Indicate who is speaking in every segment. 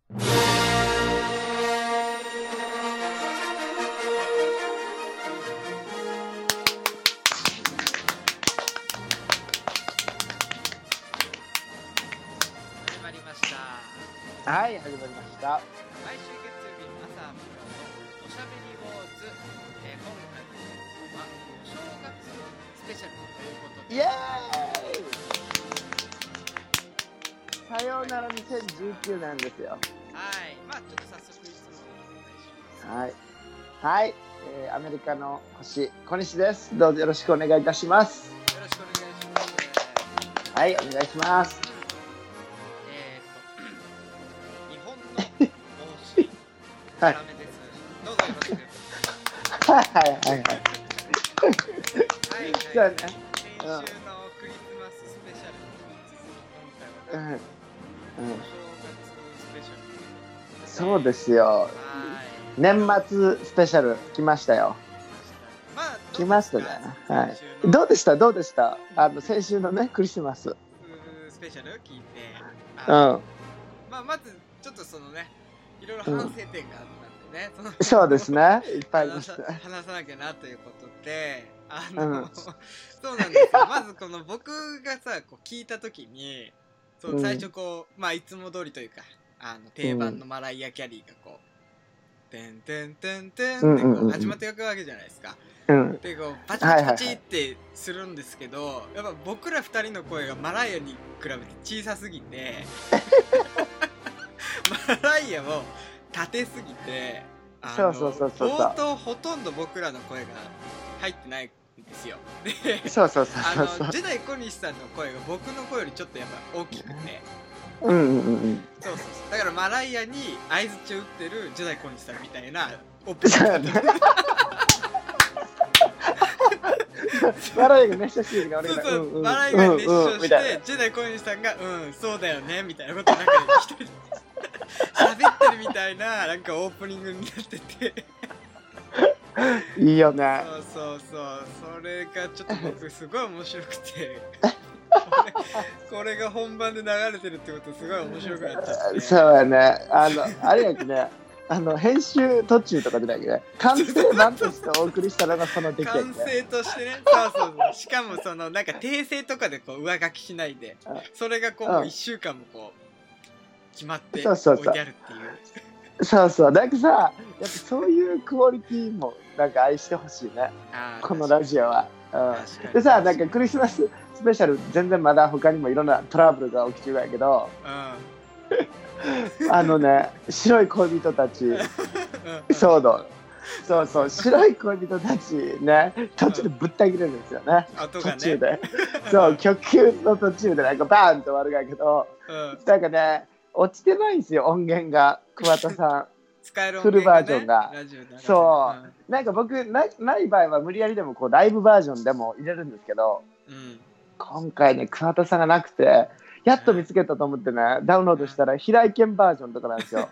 Speaker 1: まりました。
Speaker 2: はい、始まりました。
Speaker 1: 毎週月曜日朝のおしゃべりウォーズ、今回の放送はお正月スペシャルということで、
Speaker 2: イエーイ。さようなら2019年ですよ。
Speaker 1: はい、まあちょっと早速いつものお願いします。
Speaker 2: はい。はい、アメリカの星、小西です。どうぞよろしくお願いいたします。
Speaker 1: よろしくお願いします。
Speaker 2: はい、お願いします。
Speaker 1: 日本の帽子、
Speaker 2: はい
Speaker 1: ダメです。どうぞよろしく。
Speaker 2: はいはいはいはい。
Speaker 1: はい
Speaker 2: そうね。
Speaker 1: 先週のクリスマススペシャルに続き、今回は、お正月スペシャル。
Speaker 2: そうですよ。
Speaker 1: はい。
Speaker 2: 年末スペシャル来ましたよ。
Speaker 1: まあ、
Speaker 2: 来ましたね。はい。
Speaker 1: どう
Speaker 2: どうでした先週のね、クリスマス。
Speaker 1: スペシャル聞いて、
Speaker 2: うん。
Speaker 1: まあ、まずちょっとそのね、いろいろ反省点があったんでね、
Speaker 2: そうですね。いっぱいありました。
Speaker 1: 話さなきゃなということで、そうなんですよ。まずこの僕がさ、こう聞いたときに、そう最初こう、まあいつも通りというか、定番のマライア・キャリーがこう、てんてんてんてんってこう始まっていくわけじゃないですか。でこうパチパチパチってするんですけど、やっぱ僕ら二人の声がマライアに比べて小さすぎてマライアも立てすぎて冒頭ほとんど僕らの声が入ってないんですよ。でジェダイ小西さんの声が僕の声よりちょっとやっぱ大きくて、そうだからマライアに相づちを打ってるジェダイ小西さんみたいなオープニング
Speaker 2: マライが熱唱してるから俺が
Speaker 1: マライが熱唱してジェダイ小西さんがそうだよねみたいなことなんか一人で喋ってるみたいななんかオープニングになってて
Speaker 2: いいよね。
Speaker 1: そうそれがちょっと僕すごい面白くてこれが本番で流れてるってことすごい面白くなっちゃって。そう
Speaker 2: やね。あれやけね。編集途中とかじゃないけどね、完成版としてお送りしたのがその出来やね。
Speaker 1: 完成としてね、そうしかもそのなんか訂正とかでこう上書きしないで、それがこうもう1週間もこう決まって置いてあるっていう。
Speaker 2: そうなんかさ、やっぱそういうクオリティもなんか愛してほしいね、このラジオは。でさ、なんかクリスマススペシャル全然まだ他にもいろんなトラブルが起きてるやけど、白い恋人たち騒動、そう白い恋人たちね、途中でぶった切れるんですよね、途中で。そう曲の途中でなんかバーンと終わるやけど、なんかね落ちてないんですよ、音源が。桑田さん
Speaker 1: 使える
Speaker 2: フルバージョンが。そうなんか僕ない場合は無理やりでもこうライブバージョンでも入れるんですけど、今回ね桑田さんがなくてやっと見つけたと思ってね、ダウンロードしたら平井堅バージョンとかなんですよ。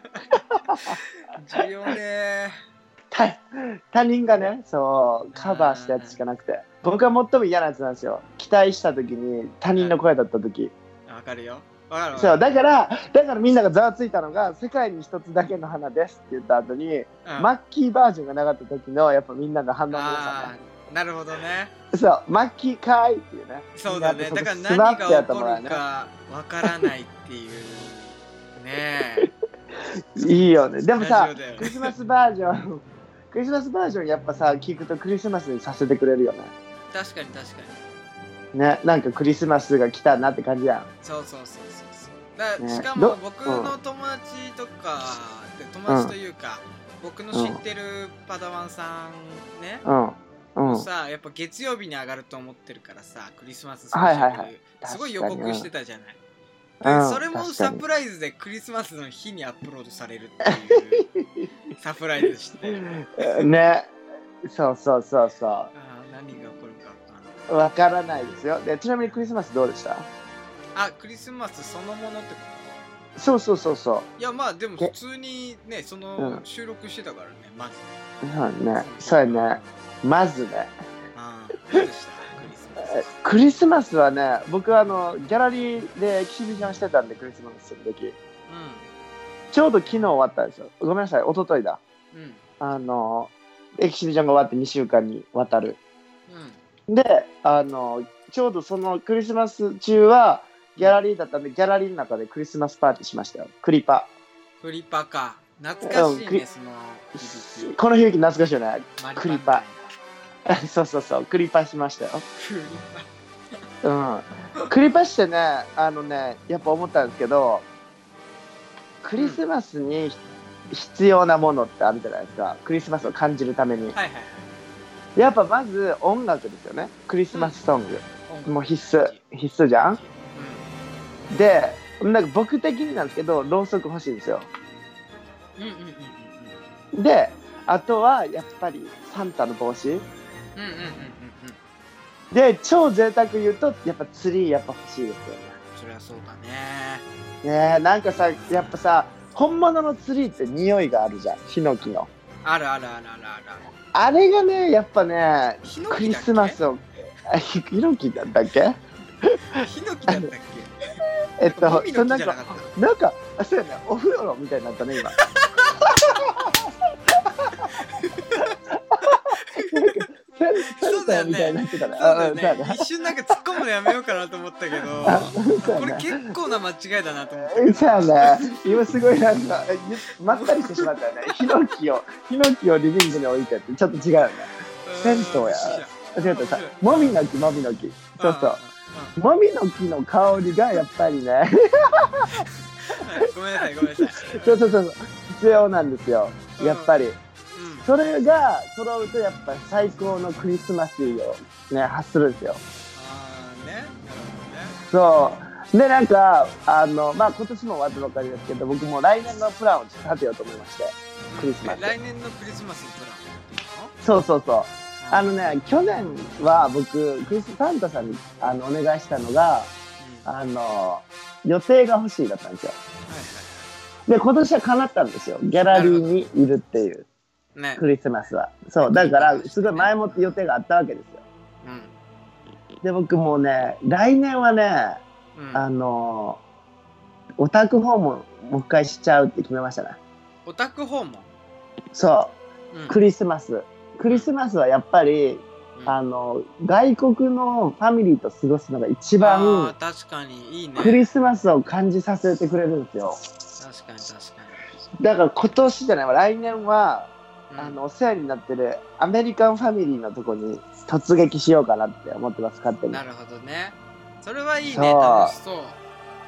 Speaker 1: 需要ね。
Speaker 2: 他人がねそうカバーしたやつしかなくて、僕は最も嫌なやつなんですよ。期待した時に他人の声だった時。
Speaker 1: わかるよ。
Speaker 2: そうだからみんながざわついたのが「世界に一つだけの花です」って言った後に、マッキーバージョンが流れた時のやっぱみんなの反応の良さね。
Speaker 1: なるほどね。
Speaker 2: そうマッキーかーいっていうね。
Speaker 1: そうだね。だから何が起こるかわからないっていうね。
Speaker 2: いいよね。でもさ、クリスマスバージョンやっぱさ聞くとクリスマスにさせてくれるよね。
Speaker 1: 確かに
Speaker 2: ね、なんかクリスマスが来たなって感じやん。
Speaker 1: そうしかも僕の友達とか友達というか、僕の知ってるパダワンさんね、さやっぱ月曜日に上がると思ってるからさ、クリスマススペシャルすごい予告してたじゃない。それもサプライズでクリスマスの日にアップロードされるっていうサプライズして
Speaker 2: ね。そう
Speaker 1: 何が起こるか
Speaker 2: わからないですよ。でちなみにクリスマスどうでした？
Speaker 1: クリスマスそのものってこと？
Speaker 2: そう。
Speaker 1: いやまあでも普通にね、その収録してたからね、まず
Speaker 2: そうやね。まずね。
Speaker 1: どうでした
Speaker 2: クリスマスはね、僕はギャラリーでエキシビションしてたんで、クリスマスの時、 ちょうど昨日終わったんですよ。ごめんなさい、一昨日だ。エキシビジョンが終わって2週間にわたる。で、ちょうどそのクリスマス中はギャラリーだったんで、ギャラリーの中でクリスマスパーティーしましたよ。クリパ。
Speaker 1: クリパか。懐かしいね、その
Speaker 2: 響き。この響き懐かしいよね。クリパ。そうそうそう、クリパしましたよ。
Speaker 1: クリパ。
Speaker 2: クリパしてね、やっぱ思ったんですけど、クリスマスに必要なものってあるじゃないですか。クリスマスを感じるために。やっぱまず音楽ですよね。クリスマスソング。もう必須じゃん。で、なんか僕的になんですけど、ろうそく欲しいんですよ。で、あとはやっぱりサンタの帽子。で、超贅沢言うと、やっぱツリーやっぱ欲しいですよね。
Speaker 1: そりゃそうだね。
Speaker 2: ねえ、なんかさ、やっぱさ、本物のツリーって匂いがあるじゃん、ヒノキの。
Speaker 1: ある。
Speaker 2: あれがね、やっぱね、クリスマスを、ヒノキだったっけ？
Speaker 1: ヒノキだったっけ？
Speaker 2: なんか、そうやね、お風呂みたいになったね、今。
Speaker 1: そうだよね。一瞬なんか突っ込むのやめようかなと思ったけど、これ結構な間違いだなと思って。
Speaker 2: そうやね。今すごいなんかまったりしてしまったよね。ヒノキをリビングに置いてってちょっと違うよね。銭湯や。違ったさ、もみの木。そうそう。もみの木の香りがやっぱりね。
Speaker 1: ごめんなさい。
Speaker 2: そう必要なんですよ。やっぱり。それが揃うとやっぱ最高のクリスマスをね発するんですよ。そうでなんか今年も終わったばかりですけど、僕も来年のプランを立てようと思いまして、クリスマス。
Speaker 1: 来年のクリスマスのプラン。
Speaker 2: そう去年は僕サンタさんにお願いしたのが、予定が欲しいだったんですよ。で今年は叶ったんですよ。ギャラリーにいるっていう。クリスマスはそうだからすごい前もって予定があったわけですよ。で僕もね来年はね、オタク訪問もう一回しちゃうって決めましたね。
Speaker 1: オタク訪問？
Speaker 2: そう、クリスマスはやっぱり、外国のファミリーと過ごすのが一番
Speaker 1: 確かにいいね。
Speaker 2: クリスマスを感じさせてくれるんですよ。
Speaker 1: 確かに
Speaker 2: だから今年じゃないわ来年はお世話になってるアメリカンファミリーのとこに突撃しようかなって思ってます、勝手に。
Speaker 1: なるほどね。それはいいね。楽しそう。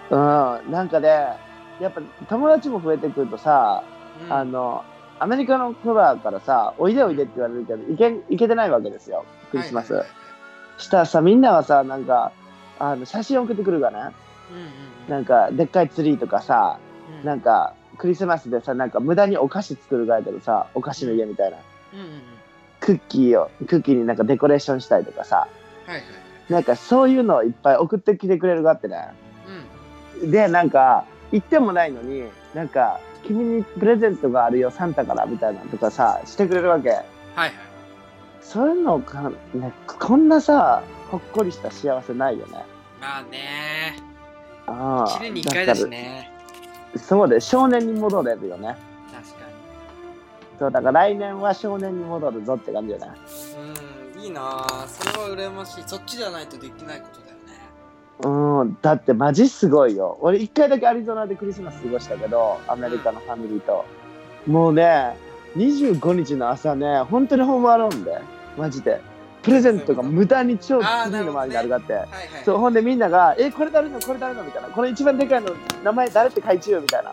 Speaker 2: なんかねやっぱ友達も増えてくるとさ、アメリカの子らからさおいでって言われるけど行けてないわけですよ、クリスマス。したらさみんなはさなんか写真送ってくるがね、なんかでっかいツリーとかさ、なんかクリスマスでさなんか無駄にお菓子作るぐらいだけどさ、お菓子の家みたいな、クッキーになんかデコレーションしたりとかさ、なんかそういうのをいっぱい送ってきてくれるがあってね、でなんか言ってもないのになんか君にプレゼントがあるよサンタからみたいなのとかさしてくれるわけ。そういうのかね、こんなさほっこりした幸せないよね。
Speaker 1: まあね1年に1回だしね。
Speaker 2: そうで少年に戻れるよね。
Speaker 1: 確かに。
Speaker 2: そうだから来年は少年に戻るぞって感じよね。
Speaker 1: いいなぁ。それは羨ましい。そっちじゃないとできないことだよね。
Speaker 2: だってマジすごいよ。俺1回だけアリゾナでクリスマス過ごしたけど、アメリカのファミリーと、もうね25日の朝ね本当にホームアローンでマジでプレゼントが無駄に超ツリーの周りにあるがって、そうほんでみんながこれ誰のみたいな、これ一番でかいの名前誰って書いちゅうみたいな。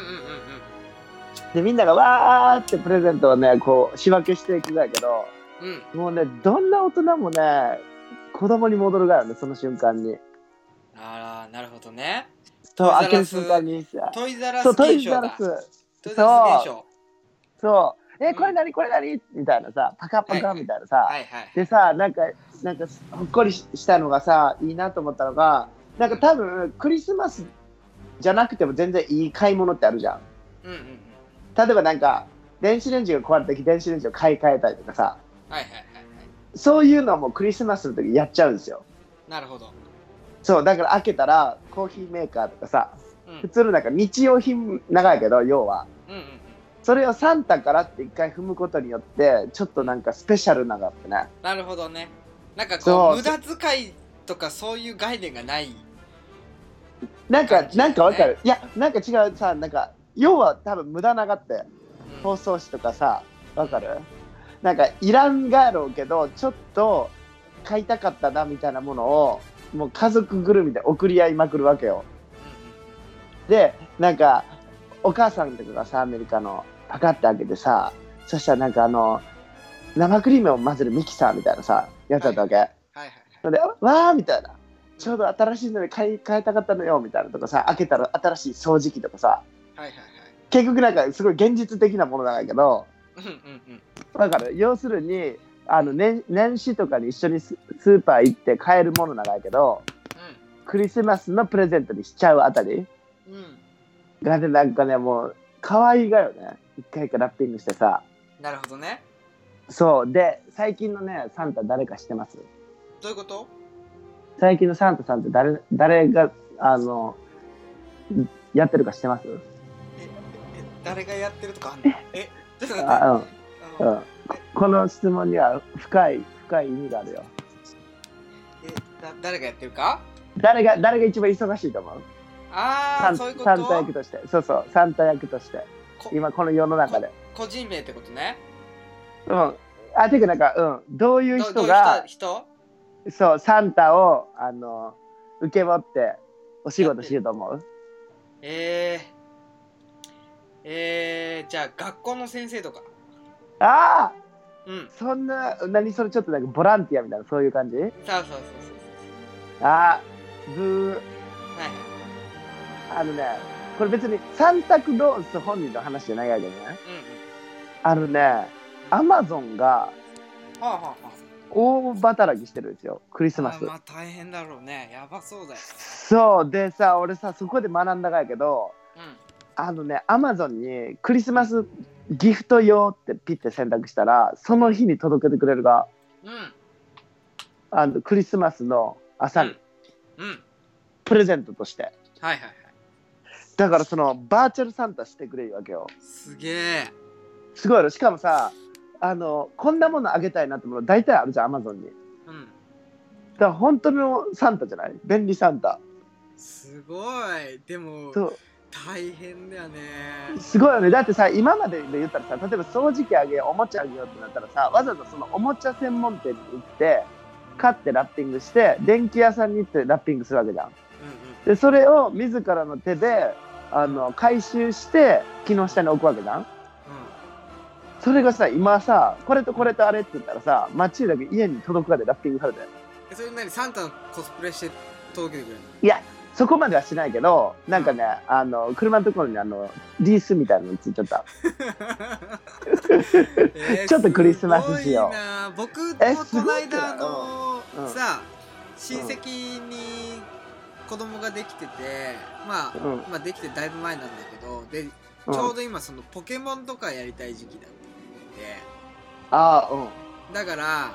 Speaker 2: でみんながわーってプレゼントをねこう仕分けしていくがやけど、もうねどんな大人もね子供に戻るがよね、その瞬間に。
Speaker 1: なるほどね。
Speaker 2: そう開ける瞬間にさ
Speaker 1: トイザラス現象だ。
Speaker 2: そうこれ何みたいなさ、パカパカみたいなさ、でさなんかほっこりしたのがさいいなと思ったのが、なんか多分クリスマスじゃなくても全然いい買い物ってあるじゃん。例えばなんか電子レンジが壊れた時電子レンジを買い替えたりとかさ、そういうのもクリスマスの時やっちゃうんですよ。
Speaker 1: なるほど。
Speaker 2: そうだから開けたらコーヒーメーカーとかさ、 普通のなんか日用品長いけど、要はそれをサンタからって一回踏むことによってちょっとなんかスペシャルながってね。
Speaker 1: なるほどね。なんかこう無駄遣いとかそういう概念がない、
Speaker 2: なんかわかる。いやなんか違うさ、なんか要は多分無駄ながって包装紙とかさ、わかる？なんかいらんがやろうけどちょっと買いたかったなみたいなものをもう家族ぐるみで送り合いまくるわけよ。でなんかお母さんとかがさ、アメリカのパカって開けてさ、そしたらなんか生クリームを混ぜるミキサーみたいなさやつだったわけ。でわーみたいな、ちょうど新しいのに買いたかったのよみたいなとかさ、開けたら新しい掃除機とかさ、結局なんかすごい現実的なものなんだけど、だから要するに年始とかに一緒にスーパー行って買えるものなんだけど、クリスマスのプレゼントにしちゃうあたりがね、なんかねもう可愛いがよね。一回かラッピングしてさ。
Speaker 1: なるほどね。
Speaker 2: そうで最近のねサンタ誰か知ってます？
Speaker 1: どういうこと？
Speaker 2: 最近のサンタさんって誰がやってるか知ってます？
Speaker 1: 誰がやってるとかあんの？ちょっと待って。
Speaker 2: この質問には深い意味があるよ。
Speaker 1: 誰がやってるか？
Speaker 2: 誰が一番忙しいと思う？
Speaker 1: そういうこと？
Speaker 2: サンタ役として。そうそうサンタ役として今この世の中で
Speaker 1: 個人名ってことね。
Speaker 2: てかなんかどういう人がそうサンタを受け持ってお仕事しようと思う？
Speaker 1: じゃあ学校の先生とか。
Speaker 2: そんなそれちょっとなんかボランティアみたいなそういう感じ？そうブー。これ別にサンタクロース本人の話じゃないわけね。アマゾンが大働きしてるんですよクリスマス。
Speaker 1: 大変だろうね。やばそうだよ。
Speaker 2: そうでさ、俺さそこで学んだがやけど、アマゾンにクリスマスギフト用ってピッて選択したらその日に届けてくれるが、クリスマスの朝に、プレゼントとして。だからそのバーチャルサンタしてくれるわけよ。
Speaker 1: すげえ。
Speaker 2: すごいよ。しかもさこんなものあげたいなってもの大体あるじゃんアマゾンに。だから本当のサンタじゃない？便利サンタ。
Speaker 1: すごい。でも大変だよね。
Speaker 2: すごいよね。だってさ今までで言ったらさ、例えば掃除機あげようおもちゃあげようってなったらさ、わざわざそのおもちゃ専門店に行って買ってラッピングして電気屋さんに行ってラッピングするわけじゃん。でそれを自らの手で回収して木の下に置くわけじゃん。それがさ今さこれとこれとあれって言ったらさ街だけ家に届くまでラッピングされて。
Speaker 1: それ何サンタのコスプレして届けてくれるの？
Speaker 2: いやそこまではしないけど、なんかね車のところにリースみたいなのついちゃった。ちょっとクリスマス仕様。
Speaker 1: 僕もこの間さ親戚に子供ができてて、まあできてだいぶ前なんだけど、でちょうど今そのポケモンとかやりたい時期だってだから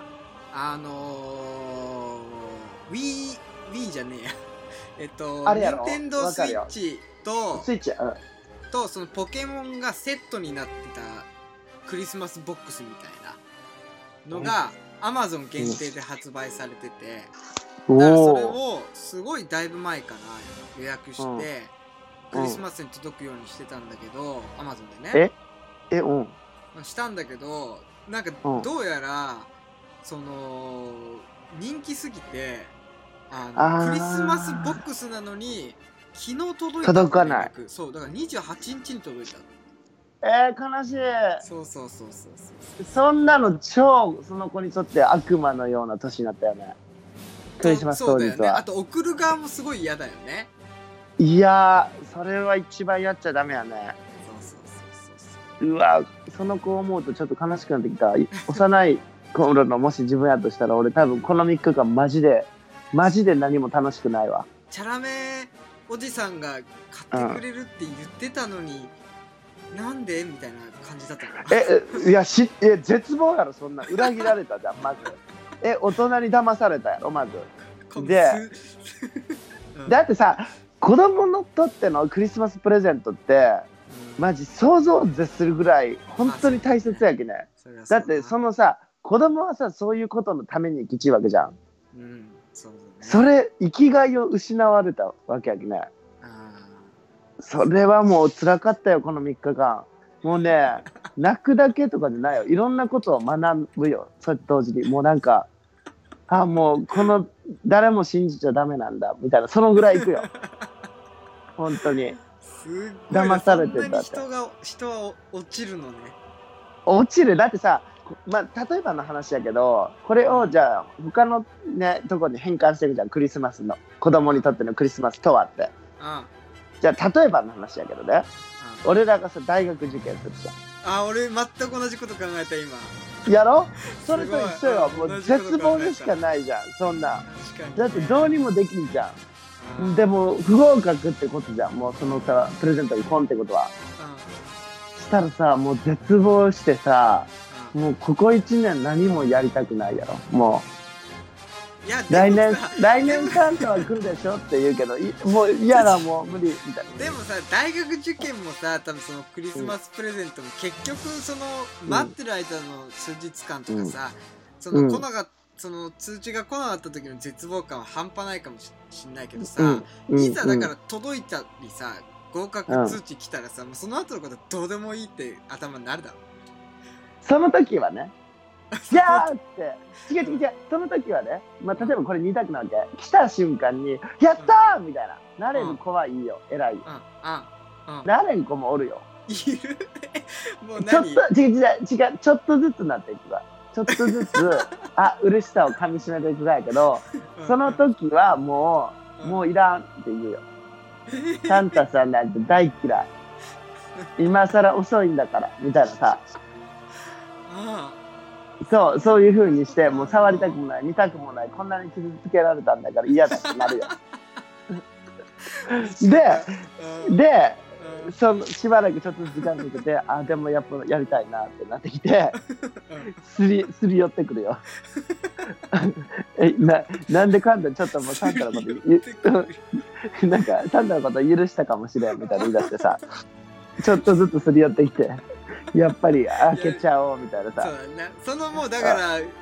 Speaker 1: Wii じゃねえや任天堂スイッチとそのポケモンがセットになってたクリスマスボックスみたいなのが Amazon 限定で発売されてて、だからそれをすごいだいぶ前から予約してクリスマスに届くようにしてたんだけど Amazon でねしたんだけど、なんかどうやらその人気すぎてクリスマスボックスなのに昨日届かない。そうだから28日に届いた。
Speaker 2: 悲しい。
Speaker 1: そう
Speaker 2: そんなの超その子にとって悪魔のような年になったよね。クリスマス当日は。そうだよね。
Speaker 1: あと送る側もすごい嫌だよね。
Speaker 2: いやそれは一番やっちゃダメやね。うわその子を思うとちょっと悲しくなってきた。幼い頃のもし自分やとしたら俺多分この3日間マジで何も楽しくないわ。
Speaker 1: チャラめおじさんが買ってくれるって言ってたのに、なんでみたいな感じだったの。
Speaker 2: いや絶望やろ。そんな裏切られたじゃんまず。大人に騙されたやろまず。でだってさ子供のとってのクリスマスプレゼントってマジ想像を絶するぐらい本当に大切やけね。だってそのさ子供はさそういうことのために生きちゅうわけじゃん。
Speaker 1: そうだね。
Speaker 2: それ生きがいを失われたわけやけね。それはもう辛かったよこの3日間。もうね泣くだけとかじゃないよ。いろんなことを学ぶよ。それと同時にもうなんかもうこの誰も信じちゃダメなんだみたいなそのぐらいいくよ本当に。
Speaker 1: すっごい
Speaker 2: 騙されてたって。
Speaker 1: 人は落ちるのね。
Speaker 2: 落ちる。だってさ、まあ、例えばの話やけどこれをじゃあ他のねとこに変換していくじゃん。クリスマスの子供にとってのクリスマスとはって。じゃあ例えばの話やけどね、俺らがさ大学受験するじゃん。
Speaker 1: 俺全く同じこと考えた今。
Speaker 2: やろ。それと一緒よ。もう絶望でしかないじゃんそんな。だってどうにもできんじゃん。でも不合格ってことじゃん。もうそのさプレゼントにポンってことは。したらさもう絶望してさ、もうここ1年何もやりたくないやろ。もう来年サンタは来るでしょって言うけどもう嫌だもう無理みたいな。
Speaker 1: でもさ大学受験もさ多分そのクリスマスプレゼントも結局その待ってる間の数日間とかさ、そのその通知が来なかった時の絶望感は半端ないかもしんないけどさ、いざだから届いたりさ合格通知来たらさ、もうその後のことどうでもいいって頭になるだろ。
Speaker 2: その時はねいやーって違うその時はね、まあ、例えばこれ2択なわけ。来た瞬間にやったーみたいななれる子はいいよ。偉いよ。なれん子もおるよ。
Speaker 1: いるもう
Speaker 2: ちょっと違うちょっとずつなっていくわ。ちょっとずつ嬉しさをかみしめていくがやけどその時はもういらんって言うよ。サンタさんなんて大嫌い今更遅いんだからみたいなさ。そういう風にしてもう触りたくもない見たくもないこんなに傷つけられたんだから嫌だってなるよでそのしばらくちょっと時間かけてでもやっぱやりたいなってなってきてすり寄ってくるよなんでかんだちょっともうサンタのことなんかサンタのこと許したかもしれんみたいな言い出してさちょっとずつすり寄ってきてやっぱり開けちゃおうみたいなさ。
Speaker 1: そうだね。そのもうだからね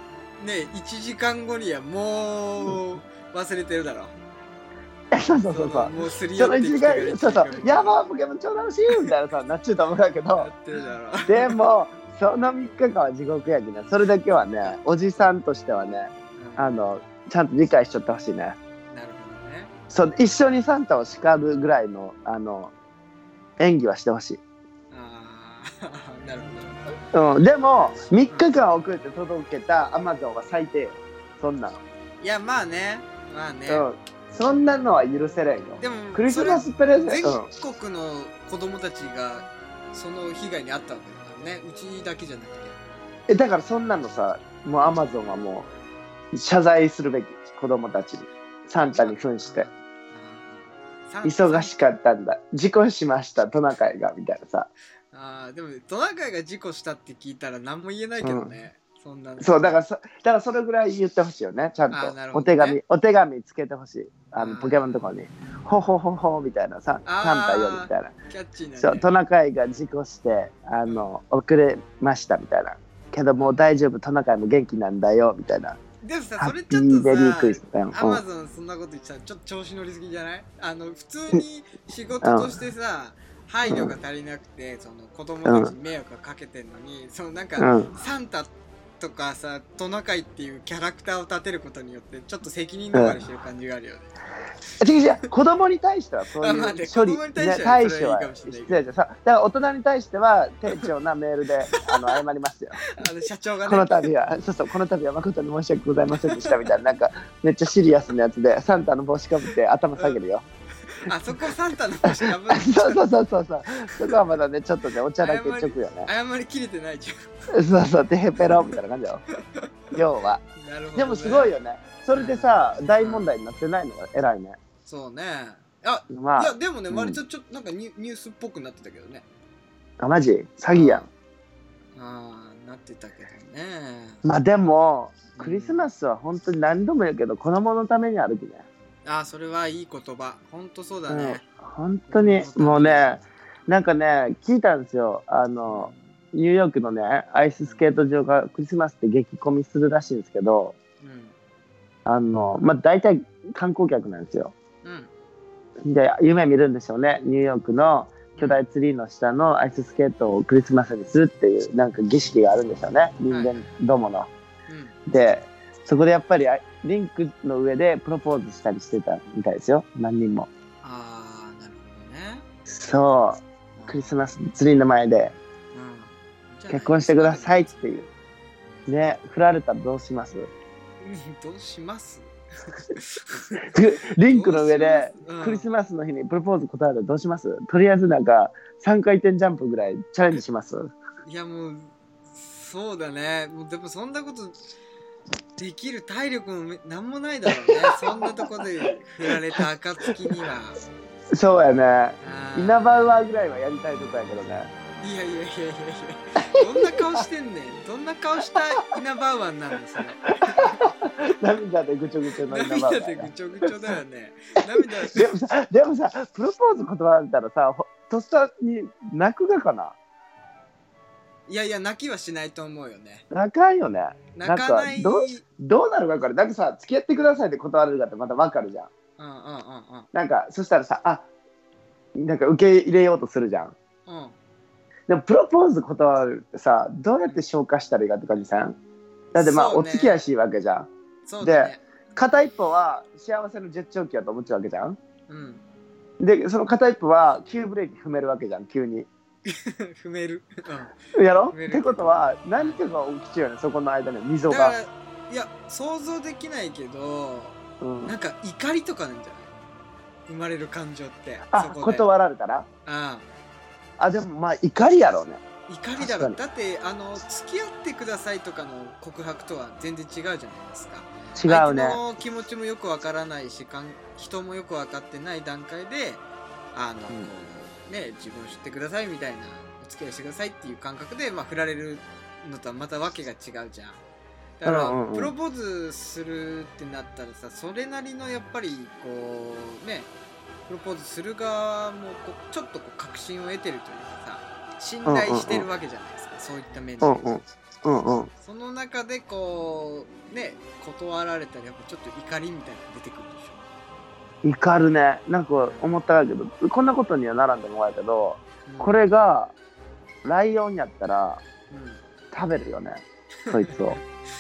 Speaker 1: 1時間後にはもう忘れてるだろ。
Speaker 2: そう
Speaker 1: もうすり寄ってきてくれ
Speaker 2: そうやばいポケモン超楽しいみたいなさなっちゃうと思うんだけどでもその3日間は地獄やきね。それだけはねおじさんとしてはね、ちゃんと理解しちゃってほしいね。なるほどね。一緒にサンタを叱るぐらいの演技はしてほしい。
Speaker 1: なるほ
Speaker 2: ど。でも3日間遅れて届けたアマゾンは最低。そんなの。
Speaker 1: いやまあね。
Speaker 2: そんなのは許せないよ。
Speaker 1: でも
Speaker 2: クリスマスプレゼント
Speaker 1: 全国の子供たちがその被害に遭ったわけだからね。うちだけじゃなく
Speaker 2: て。だからそんなのさもうアマゾンはもう謝罪するべき。子供たちにサンタに扮して忙しかったんだ事故しましたトナカイがみたいなさ。
Speaker 1: でもトナカイが事故したって聞いたら何も言えないけどね。
Speaker 2: そうだからそれぐらい言ってほしいよね。ちゃんとお手紙つけてほしい。ポケモンのところにほほほほみたいなサンタよみたいな。
Speaker 1: キャッチーなね。
Speaker 2: そうトナカイが事故して遅れましたみたいなけどもう大丈夫トナカイも元気なんだよみたいな。
Speaker 1: でもさそれちょっとさアマゾンそんなこと言ってたらちょっと調子乗りすぎじゃない？普通に仕事としてさ配慮が足りなくてその子供たちに迷惑がかけてんのにそのなんかサンタとかさトナカイっていうキャラクターを立てることによってちょっと責任逃れしてる感じがあるよね。
Speaker 2: 違う子供に対してはそういう処理対処は必要じゃん。だから大人に対しては丁重なメールで謝りますよ
Speaker 1: 社長がね
Speaker 2: この度は誠に申し訳ございませんでしたみたいななんかめっちゃシリアスなやつでサンタの帽子かぶって頭下げるよ。
Speaker 1: そこサンタの帽子かぶって
Speaker 2: そうそこはまだねちょっとねおちゃらけちょくよね。
Speaker 1: 謝りきれてないじゃ
Speaker 2: ん。そうテヘペロみたいな感じよ要は。でもすごいよね。それでさ大問題になってないのが偉いね。
Speaker 1: そうね。いやでもね割とちょっとなんかニュースっぽくなってたけどね。
Speaker 2: マジ詐欺やん。
Speaker 1: なってたけどね。
Speaker 2: まあでもクリスマスは本当に何度も言うけど子供のためにあるきね。
Speaker 1: あ、それはいい言葉。ほんとそうだね。
Speaker 2: 本当にもうね、なんかね聞いたんですよ。ニューヨークのねアイススケート場がクリスマスって激混みするらしいんですけど、まあ大体観光客なんですよ。で夢見るんでしょうね。ニューヨークの巨大ツリーの下のアイススケートをクリスマスにするっていうなんか儀式があるんでしょうね、人間どもの。でそこでやっぱりリンクの上でプロポーズしたりしてたみたいですよ、何人も。
Speaker 1: ああ、なるほどね。
Speaker 2: そうクリスマスツリーの前で、結婚してくださいっていうね。振られたらどうします？
Speaker 1: どうします
Speaker 2: リンクの上でクリスマスの日にプロポーズ答えたらどうします？とりあえずなんか3回転ジャンプぐらいチャレンジします？
Speaker 1: いやもうそうだね。もうでもそんなことできる体力もなんもないだろうねそんなとこで振られた暁には。
Speaker 2: そうやね。イナバウアーぐらいはやりたいとこやけどね。
Speaker 1: いやどんな顔してんねん。どんな顔したイナバウアーなんですね
Speaker 2: 涙でぐちょぐちょのイナバウアー。
Speaker 1: 涙でぐちょぐちょだよね。
Speaker 2: でもさプロポーズ断られたらさとっさに泣くがかな。
Speaker 1: いや泣きはしないと思うよね。
Speaker 2: 泣かんよね。
Speaker 1: 泣かない。
Speaker 2: どうなるか分かる。なんかさ付き合ってくださいって断られるかってまた分かるじゃん。なんかそしたらさなんか受け入れようとするじゃん。でもプロポーズ断るってさどうやって消化したらいいかって感じさん。だってまあ、お付き合いしいわけじゃん。
Speaker 1: そうだね。
Speaker 2: で片一方は幸せの絶頂期やと思っちゃうわけじゃん。でその片一方は急ブレーキ踏めるわけじゃん急に。
Speaker 1: 踏める。
Speaker 2: やろってことは何かが起きちゃうよね、そこの間に溝が。
Speaker 1: いや想像できないけど、なんか怒りとかなんじゃない？生まれる感情って。
Speaker 2: 断られたら。でもまあ怒りやろうね。
Speaker 1: 怒りだろう。だって付き合ってくださいとかの告白とは全然違うじゃないですか。
Speaker 2: 違うね。
Speaker 1: 相手の気持ちもよくわからないし人もよく分かってない段階で自分を知ってくださいみたいな、お付き合いしてくださいっていう感覚で、振られるのとはまたわけが違うじゃん。だから、プロポーズするってなったらさ、それなりのやっぱりこうね、プロポーズする側もちょっと確信を得てるというかさ、信頼してるわけじゃないですか、そういった面で。その中でこうね、断られたらやっぱちょっと怒りみたいなのが出てくるでしょ。
Speaker 2: 怒るね。なんか思ったけどこんなことにはならんと思うやけど、これがライオンやったら、食べるよねそいつを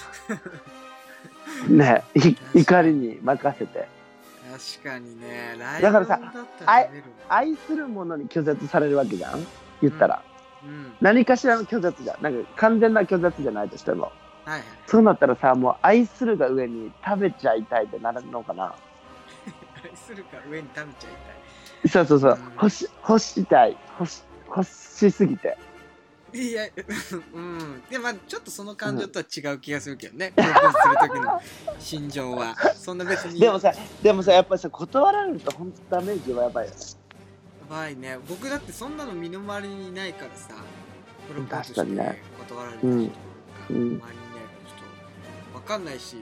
Speaker 2: ね、怒りに任せて。
Speaker 1: 確かにね。ライオン
Speaker 2: だからさ、
Speaker 1: 食べる
Speaker 2: 愛するものに拒絶されるわけじゃん、言ったら。何かしらの拒絶じゃん。なんか完全な拒絶じゃないとしても、そうなったらさ、もう愛するが上に食べちゃいたいってなるのかな。
Speaker 1: 愛するが上に食べちゃい
Speaker 2: たい。そう、欲したい、欲しすぎて。
Speaker 1: いやでもちょっとその感情とは違う気がするけどね、プロポーズする時の心情はそんな別に。
Speaker 2: でもさやっぱりさ、断られると本当ダメージはやばいよ。や
Speaker 1: ばいね。僕だってそんなの身の回りにいないからさ、プロポーズして断られる人が周りにいないからちょっと分かんないし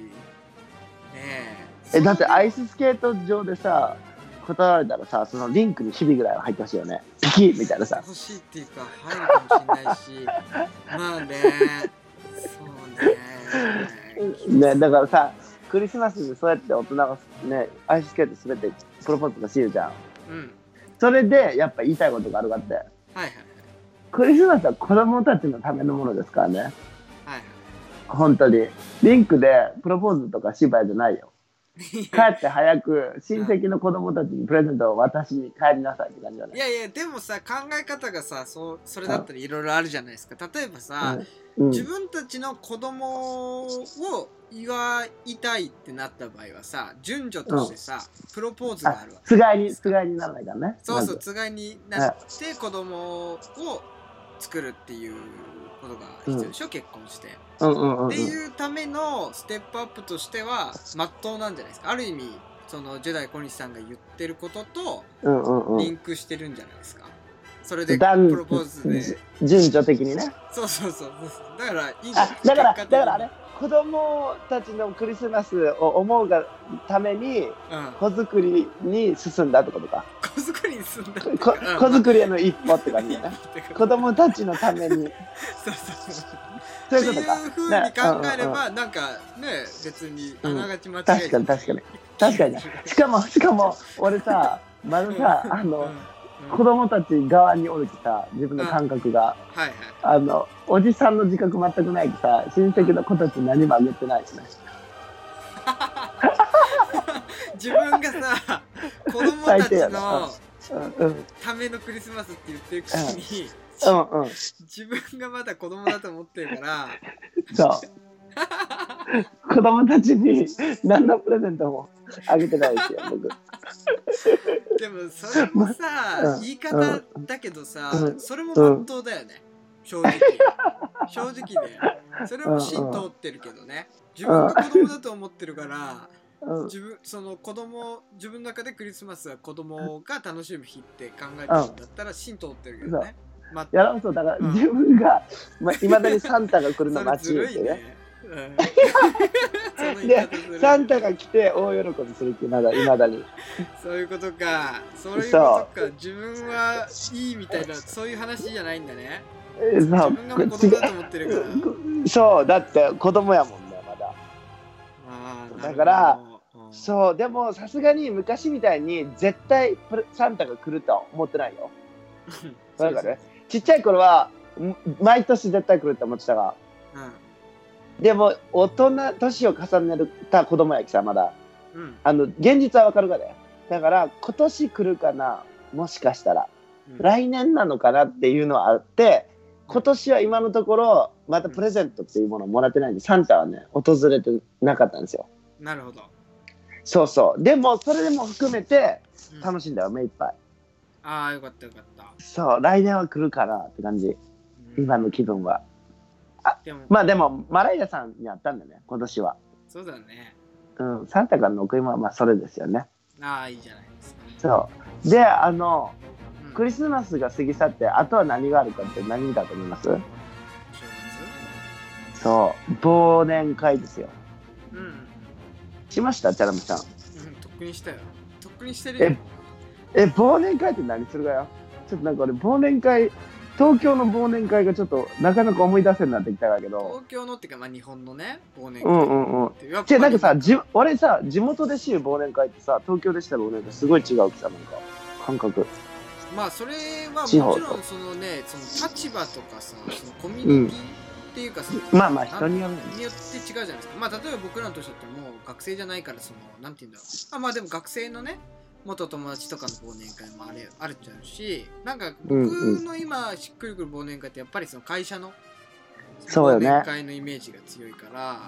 Speaker 1: ね。
Speaker 2: だってアイススケート場でさ断られたらさ、そのリンクにひびぐらいは入ってほしいよね。ピキッみたいなさ。
Speaker 1: 欲しいっていうか入るかもしれないしまあね、そう
Speaker 2: ね。だからさ、クリスマスでそうやって大人がねアイススケートすべてプロポーズがしるじゃん。それでやっぱ言いたいことがあるかって、クリスマスは子供たちのためのものですからね。本当にリンクでプロポーズとか芝居じゃないよ。帰って早く親戚の子供たちにプレゼントを渡しに帰りなさいって感じだね。
Speaker 1: いやでもさ、考え方がさ、それだったらいろいろあるじゃないですか。例えばさ、自分たちの子供を祝いたいってなった場合はさ、順序としてさ、プロポーズがあるわけ。つがいにならないからね。そう、つがいになって子供を作るっていうことが必要でしょ、結婚して。っていうためのステップアップとしては真っ当なんじゃないですか。ある意味そのジェダイ小西さんが言ってることとリンクしてるんじゃないですか。それでプロポーズで
Speaker 2: 順序的にね。
Speaker 1: そうだからいいんじゃない。
Speaker 2: だからあれ、 子供たちのクリスマスを思うがために、子作りに進んだってことか。
Speaker 1: 子作りに進んだ
Speaker 2: 子作りへの一歩って感じだね。子供たちのために。
Speaker 1: そうそうそう。
Speaker 2: そういうことか。
Speaker 1: っていう風に考えれば、なんかね、別にあながち間違いない。
Speaker 2: 確かに。しかも、俺さ、まださ、子供たち側におるきさ、自分の感覚が。おじさんの自覚全くないきさ、親戚の子たち何もあげてないしね。
Speaker 1: 自分がさ、子供たちのためのクリスマスって言ってるくせに、自分がまだ子供だと思ってるから。
Speaker 2: そう。子供たちに何のプレゼントもあげてないですよ、僕。
Speaker 1: でもそれもさ、言い方だけどさ、それもまっとうだよね。正直ね。それも芯通ってるけどね。自分が子供だと思ってるから、自分の中でクリスマスは子供が楽しむ日って考えてるんだったら芯通ってるけどね。
Speaker 2: やらんそうだから、自分がいまだにサンタが来るの待ちってね。でサンタが来て大喜びするっていまだに。
Speaker 1: そういうことか。そういうことか。自分はいいみたいなそういう話じゃないんだね。自分がもう子供だと思ってるから。
Speaker 2: そうだって子供やもんねまだ。だからそうでもさすがに昔みたいに絶対サンタが来るとは思ってないよ。だからね。ちっちゃい頃は毎年絶対来るって思ってたが、でも大人年を重ねた子供やきさまだ、現実はわかるかね。だから今年来るかな、もしかしたら、来年なのかなっていうのはあって、今年は今のところまたプレゼントっていうものをもらってないんで、サンタはね訪れてなかったんですよ。
Speaker 1: なるほど。
Speaker 2: そうでもそれでも含めて楽しんだよ、目いっぱい。
Speaker 1: ああよかった。
Speaker 2: そう来年は来るかなって感じ、今の気分は。でもマライアさんに会ったんだね今年は。
Speaker 1: そうだね。
Speaker 2: サンタからの贈り物はそれですよね。
Speaker 1: ああいいじゃないですか。
Speaker 2: そうでクリスマスが過ぎ去ってあとは何があるかって何だと思います？そう忘年会ですよ。しましたチャラメさん。
Speaker 1: とっくにしたよ。とっくにしてるよ。
Speaker 2: 忘年会って何するかよ。ちょっとなんか俺忘年会東京の忘年会がちょっとなかなか思い出せんなってきたんだけど。
Speaker 1: 東京のっていうか日本のね忘年会
Speaker 2: ってなんかさ俺さ地元でしる忘年会ってさ東京でしたら忘年会すごい違うきさなんか感覚。
Speaker 1: それはもちろんその立場とかさそのコミュニティっていうかさ、
Speaker 2: 人によって
Speaker 1: 違うじゃないですか。例えば僕らの年だってもう学生じゃないからなんて言うんだろう。でも学生のね元友達とかの忘年会もあるっちゃうし、なんか僕の今しっくりくる忘年会ってやっぱりその会社の忘年会のイメージが強いから、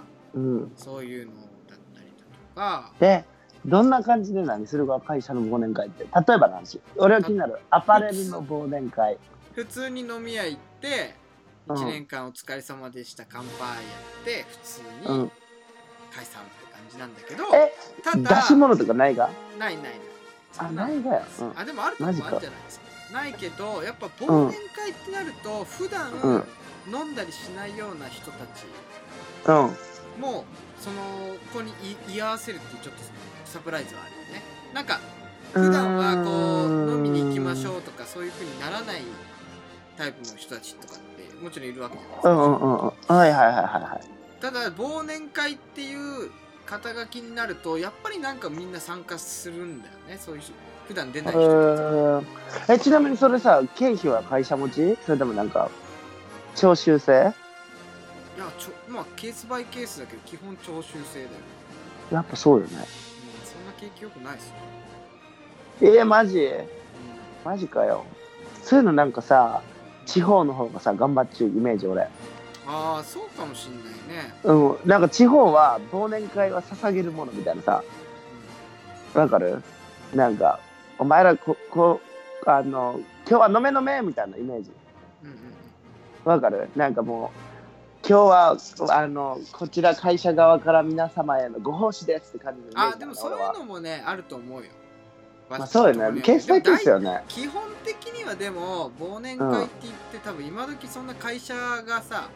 Speaker 1: そういうのだったりだとか。
Speaker 2: でどんな感じで何するか会社の忘年会って例えば何し俺は気になるアパレルの忘年会。
Speaker 1: 普通に飲み屋行って1年間お疲れ様でした乾杯やって普通に解散って感じなんだけど、
Speaker 2: ただ出し物とかないが？
Speaker 1: ない
Speaker 2: ないがよ。
Speaker 1: でもあるとこあるじゃないですか。ないけどやっぱ忘年会ってなると普段飲んだりしないような人たちもその子に居合わせるっていうちょっとサプライズはあるよね。なんか普段はこう飲みに行きましょうとかそういう風にならないタイプの人たちとかってもちろんいるわけじゃないですか。
Speaker 2: はい。
Speaker 1: ただ忘年会っていう肩書きになるとやっぱりなんかみんな参加するんだよね。そういう普段出ない人たち。
Speaker 2: ちなみにそれさ経費は会社持ち？それともなんか徴収制？いや
Speaker 1: ケースバイケースだけど基本徴収制だよ。
Speaker 2: やっぱそうよね。
Speaker 1: そんな景気良くないっすよ。
Speaker 2: マジかよ。そういうのなんかさ地方の方がさ頑張っちゅうイメージ俺。
Speaker 1: そうかもしんないね。
Speaker 2: なんか地方は忘年会は捧げるものみたいなさ、わかる？なんかお前ら今日は飲めみたいなイメージ。わかる？なんかもう今日はこちら会社側から皆様へのご奉仕ですって感じのイメージ。
Speaker 1: でもそういうのもねあると思うよ。
Speaker 2: そうよね。ケースバイケースよね。
Speaker 1: 基本的にはでも忘年会って言って多分今時そんな会社がさ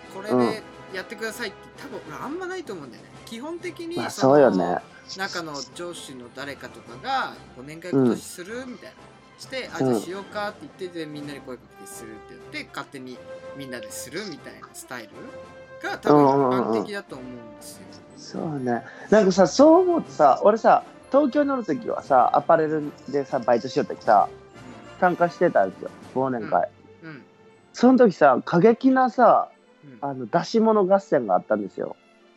Speaker 1: これでやってくださいって多分俺あんまないと思うんだよね。基本的に
Speaker 2: そうよね。
Speaker 1: 中の上司の誰かとかが年会今年するみたいなして、じゃあしようかって言ってみんなに声かけてするって言って勝手にみんなでするみたいなスタイルが多分一般的だと思うんですよ。
Speaker 2: そうね。なんかさ、そう思うとさ、俺さ東京におる時はさアパレルでさバイトしよった時さ、参加してたんですよ、忘年会。その時さ過激なさ、出し物合戦があったんですよ。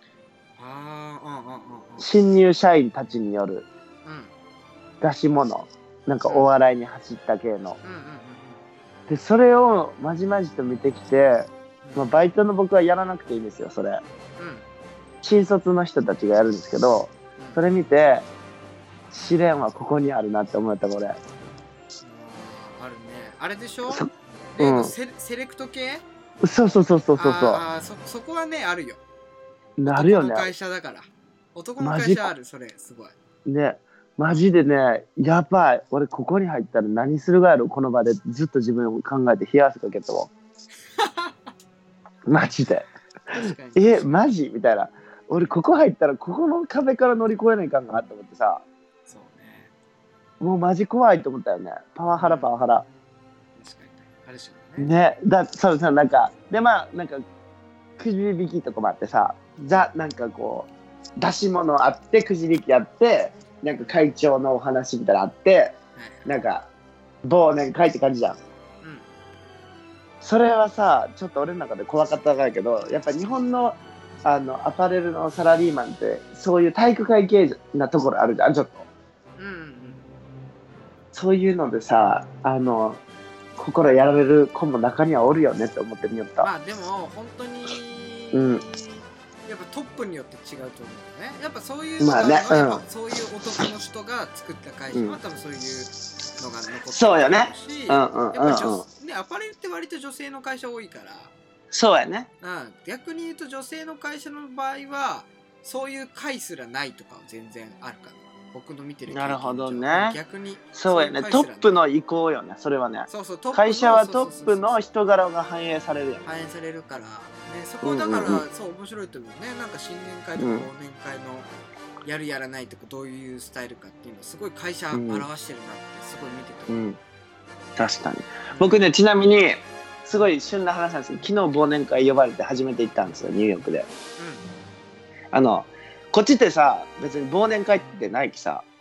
Speaker 2: 新入社員たちによる出し物、なんかお笑いに走った系の。でそれをまじまじと見てきて、バイトの僕はやらなくていいんですよそれ。新卒の人たちがやるんですけど、それ見て試練はここにあるなって思ったこれ。あるね。
Speaker 1: あれでしょ？セレクト系？
Speaker 2: そう。そ
Speaker 1: こはねあるよ。
Speaker 2: なるよね。
Speaker 1: 男の会社だから。男の会社ある、それすごい。
Speaker 2: ね、マジでね、やばい。俺ここに入ったら何するがやろこの場でずっと自分を考えて冷や汗かけたわ。マジで。マジみたいな。俺ここ入ったらここの壁から乗り越えないかんかなと思ってさ。
Speaker 1: そうね。
Speaker 2: もうマジ怖いと思ったよね。パワハラ。確かに
Speaker 1: あるしね。
Speaker 2: そうさ、なんかでなんかくじ引きとかもあってさ、なんかこう出し物あってくじ引きあって、なんか会長のお話みたいなのあって、なんか忘年会って感じじゃん。それはさちょっと俺の中で怖かったからけど、やっぱ日本のアパレルのサラリーマンってそういう体育会系なところあるじゃんちょっと。そういうのでさ心やられる子も中にはおるよねって思ってみよった。
Speaker 1: でも本当に、やっぱトップによって違うと思うよね。やっぱそういうのが、そういう男の人が作った会社は多分そういうのが残ってるし、そうよね。やっぱアパレルって割と女性の会社多いから。
Speaker 2: そうやね。
Speaker 1: 逆に言うと女性の会社の場合はそういう会すらないとかは全然あるから。僕の見てる。
Speaker 2: なるほどね。
Speaker 1: 逆に
Speaker 2: そうやね。トップの意向よね。それはね。会社はトップの人柄が反映されるよね。
Speaker 1: 反映されるからね。そこだからそう面白いと思うね。なんか新年会とか忘年会のやるやらないとかどういうスタイルかっていうのすごい会社表してるなってすごい見て
Speaker 2: た。確かに。僕ねちなみにすごい旬な話なんですけど、昨日忘年会呼ばれて初めて行ったんですよ、ニューヨークで。こっちってさ別に忘年会ってないきさ、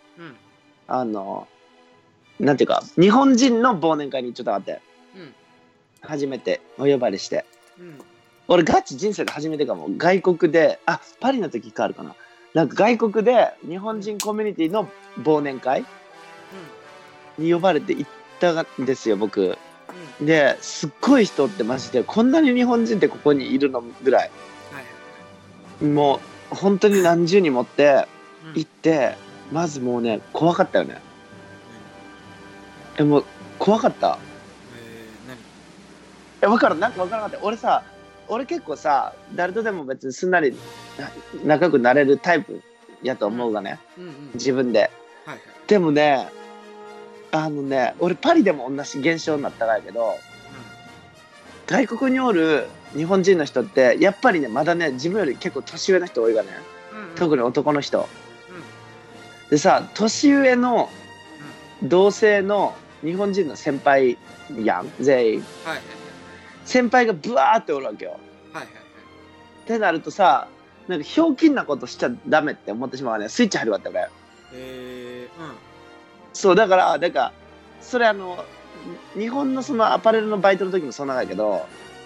Speaker 2: なんていうか日本人の忘年会にちょっとあって、初めてお呼ばれして、俺ガチ人生で初めてかも。外国でパリの時かあるかな、なんか外国で日本人コミュニティの忘年会に呼ばれて行ったんですよ僕。ですっごい人ってマジでこんなに日本人ってここにいるのぐらい、もう本当に何十人持って行って、まずもうね怖かったよね。もう怖かった。分からん、なんか分からなかった。俺結構さ誰とでも別にすんなり仲良くなれるタイプやと思うがね、自分で。でもね俺パリでも同じ現象になったからやけど、外国におる日本人の人ってやっぱりねまだね自分より結構年上の人多いがね、特に男の人、でさ年上の同性の日本人の先輩やん全員、先輩がブワーっておるわけよ。ってなるとさなんかひょうきんなことしちゃダメって思ってしまうね。スイッチ入るわって俺。そうだからそれ日本のそのアパレルのバイトの時もそうなんだけど、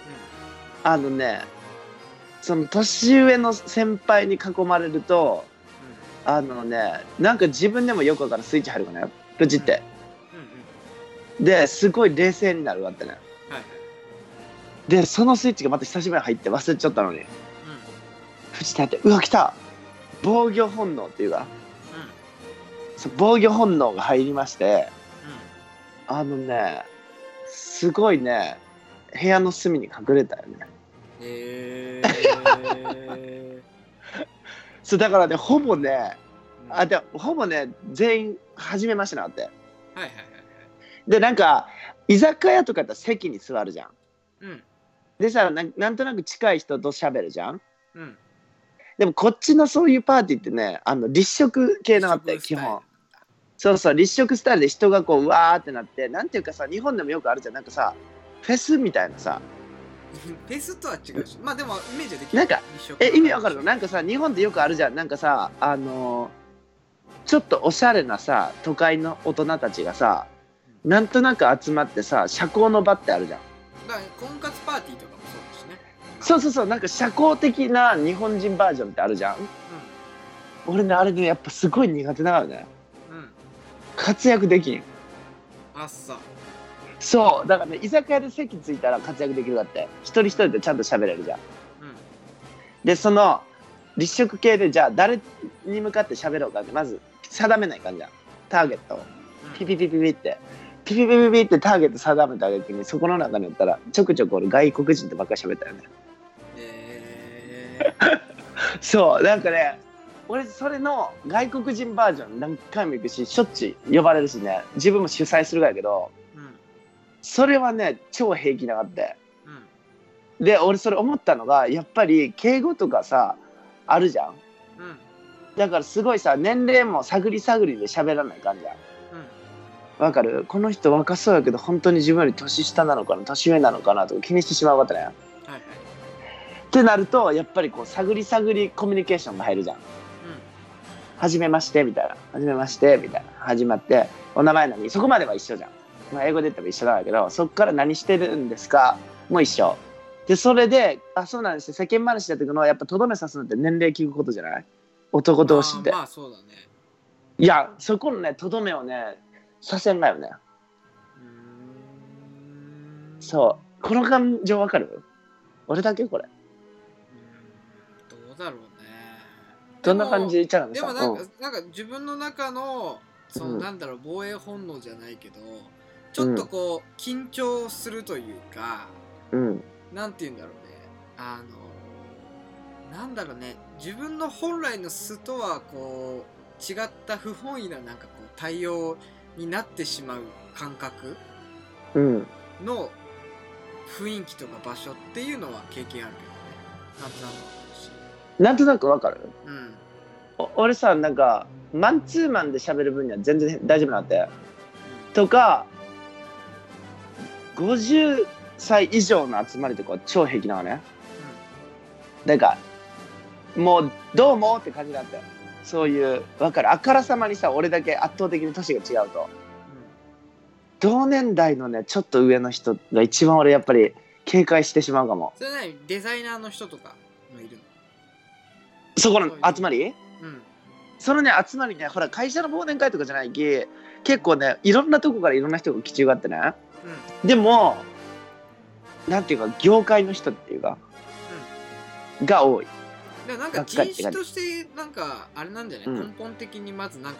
Speaker 2: その年上の先輩に囲まれると、なんか自分でもよくわからんスイッチ入るかねプチって、ですごい冷静になるわってね、でそのスイッチがまた久しぶりに入って忘れちゃったのに、プチって入ってうわ来た防御本能っていうか、防御本能が入りまして、すごいね部屋の隅に隠れたよね。そうだからねほぼね全員初めましてなって、でなんか居酒屋とかやったら席に座るじゃん、 でさ、なんとなく近い人と喋るじゃん。
Speaker 1: うん。
Speaker 2: でもこっちのそういうパーティーってね、立食系なかったよ、基本。そうそう、立食スタイルで人がこう、うわーってなって、なんていうかさ、日本でもよくあるじゃん。なんかさ、フェスみたいなさ。
Speaker 1: フェスとは違うし、まあでもイメージはできる。
Speaker 2: なんか、意味わかるの？なんかさ、日本でよくあるじゃん。なんかさ、ちょっとおしゃれなさ、都会の大人たちがさ、なんとなく集まってさ、社交の場ってあるじゃん。
Speaker 1: だから婚活パーティーとかもそうだしね。
Speaker 2: そうそうそう、なんか社交的な日本人バージョンってあるじゃん。俺ね、あれね、やっぱすごい苦手だからね。活躍できん。
Speaker 1: あっさ。
Speaker 2: そう、だからね、居酒屋で席ついたら活躍できるかって、一人一人でちゃんと喋れるじゃん。で、その、立食系で、じゃあ誰に向かって喋ろうかって、まず定めない感じじゃん。ターゲットを。ピピピピピって。ピピピピピってターゲット定めた時に、そこの中におったら、ちょくちょく俺外国人とばっかり喋ったよね。そう、なんかね、俺それの外国人バージョン何回も行くし、しょっちゅう呼ばれるしね、自分も主催するからやけど、それはね超平気なかった。で俺それ思ったのが、やっぱり敬語とかさあるじゃん。だからすごいさ、年齢も探り探りで喋らない感じじゃん。わかる？この人若そうやけど本当に自分より年下なのかな年上なのかなとか気にしてしまうわけだよ。ってなるとやっぱりこう探り探りコミュニケーションが入るじゃん。はじめましてみたいな、はじめましてみたいな始まって、お名前何？そこまでは一緒じゃん。まあ、英語で言っても一緒なんだけど、そこから何してるんですかもう一緒で、それであそうなんですよ、世間話してるのはやっぱとどめ刺すのって年齢聞くことじゃない？男同士って。
Speaker 1: まあそうだね。
Speaker 2: いやそこのねとどめをねさせんがよね。そうこの感情わかる？俺だけこれ。
Speaker 1: どうだろうね。
Speaker 2: どんな感じちゃうの？
Speaker 1: でもなんか自分の中のそのなんだろう、防衛本能じゃないけど、ちょっとこう緊張するというか、なんて言うんだろうね、なんだろうね、自分の本来の素とはこう違った不本意ななんかこう対応になってしまう感覚の雰囲気とか場所っていうのは経験あるけどね。
Speaker 2: なんとなくわかる？俺さ、なんかマンツーマンで喋る分には全然大丈夫なんて、とか50歳以上の集まりとか超平気なのね。なんかもうどうもって感じなんだよ。そういう分かる、あからさまにさ、俺だけ圧倒的に年が違うと、同年代のねちょっと上の人が一番俺やっぱり警戒してしまうかも。
Speaker 1: それ何？デザイナーの人とかもいるの？
Speaker 2: そこの集まり？そのね集まりね、ほら会社の忘年会とかじゃないき、結構ねいろんなとこからいろんな人が来ちゅうがあってね、でもなんていうか業界の人っていうか、が多い。
Speaker 1: なんか人種としてなんかあれなんじゃない？根本的にまずなんか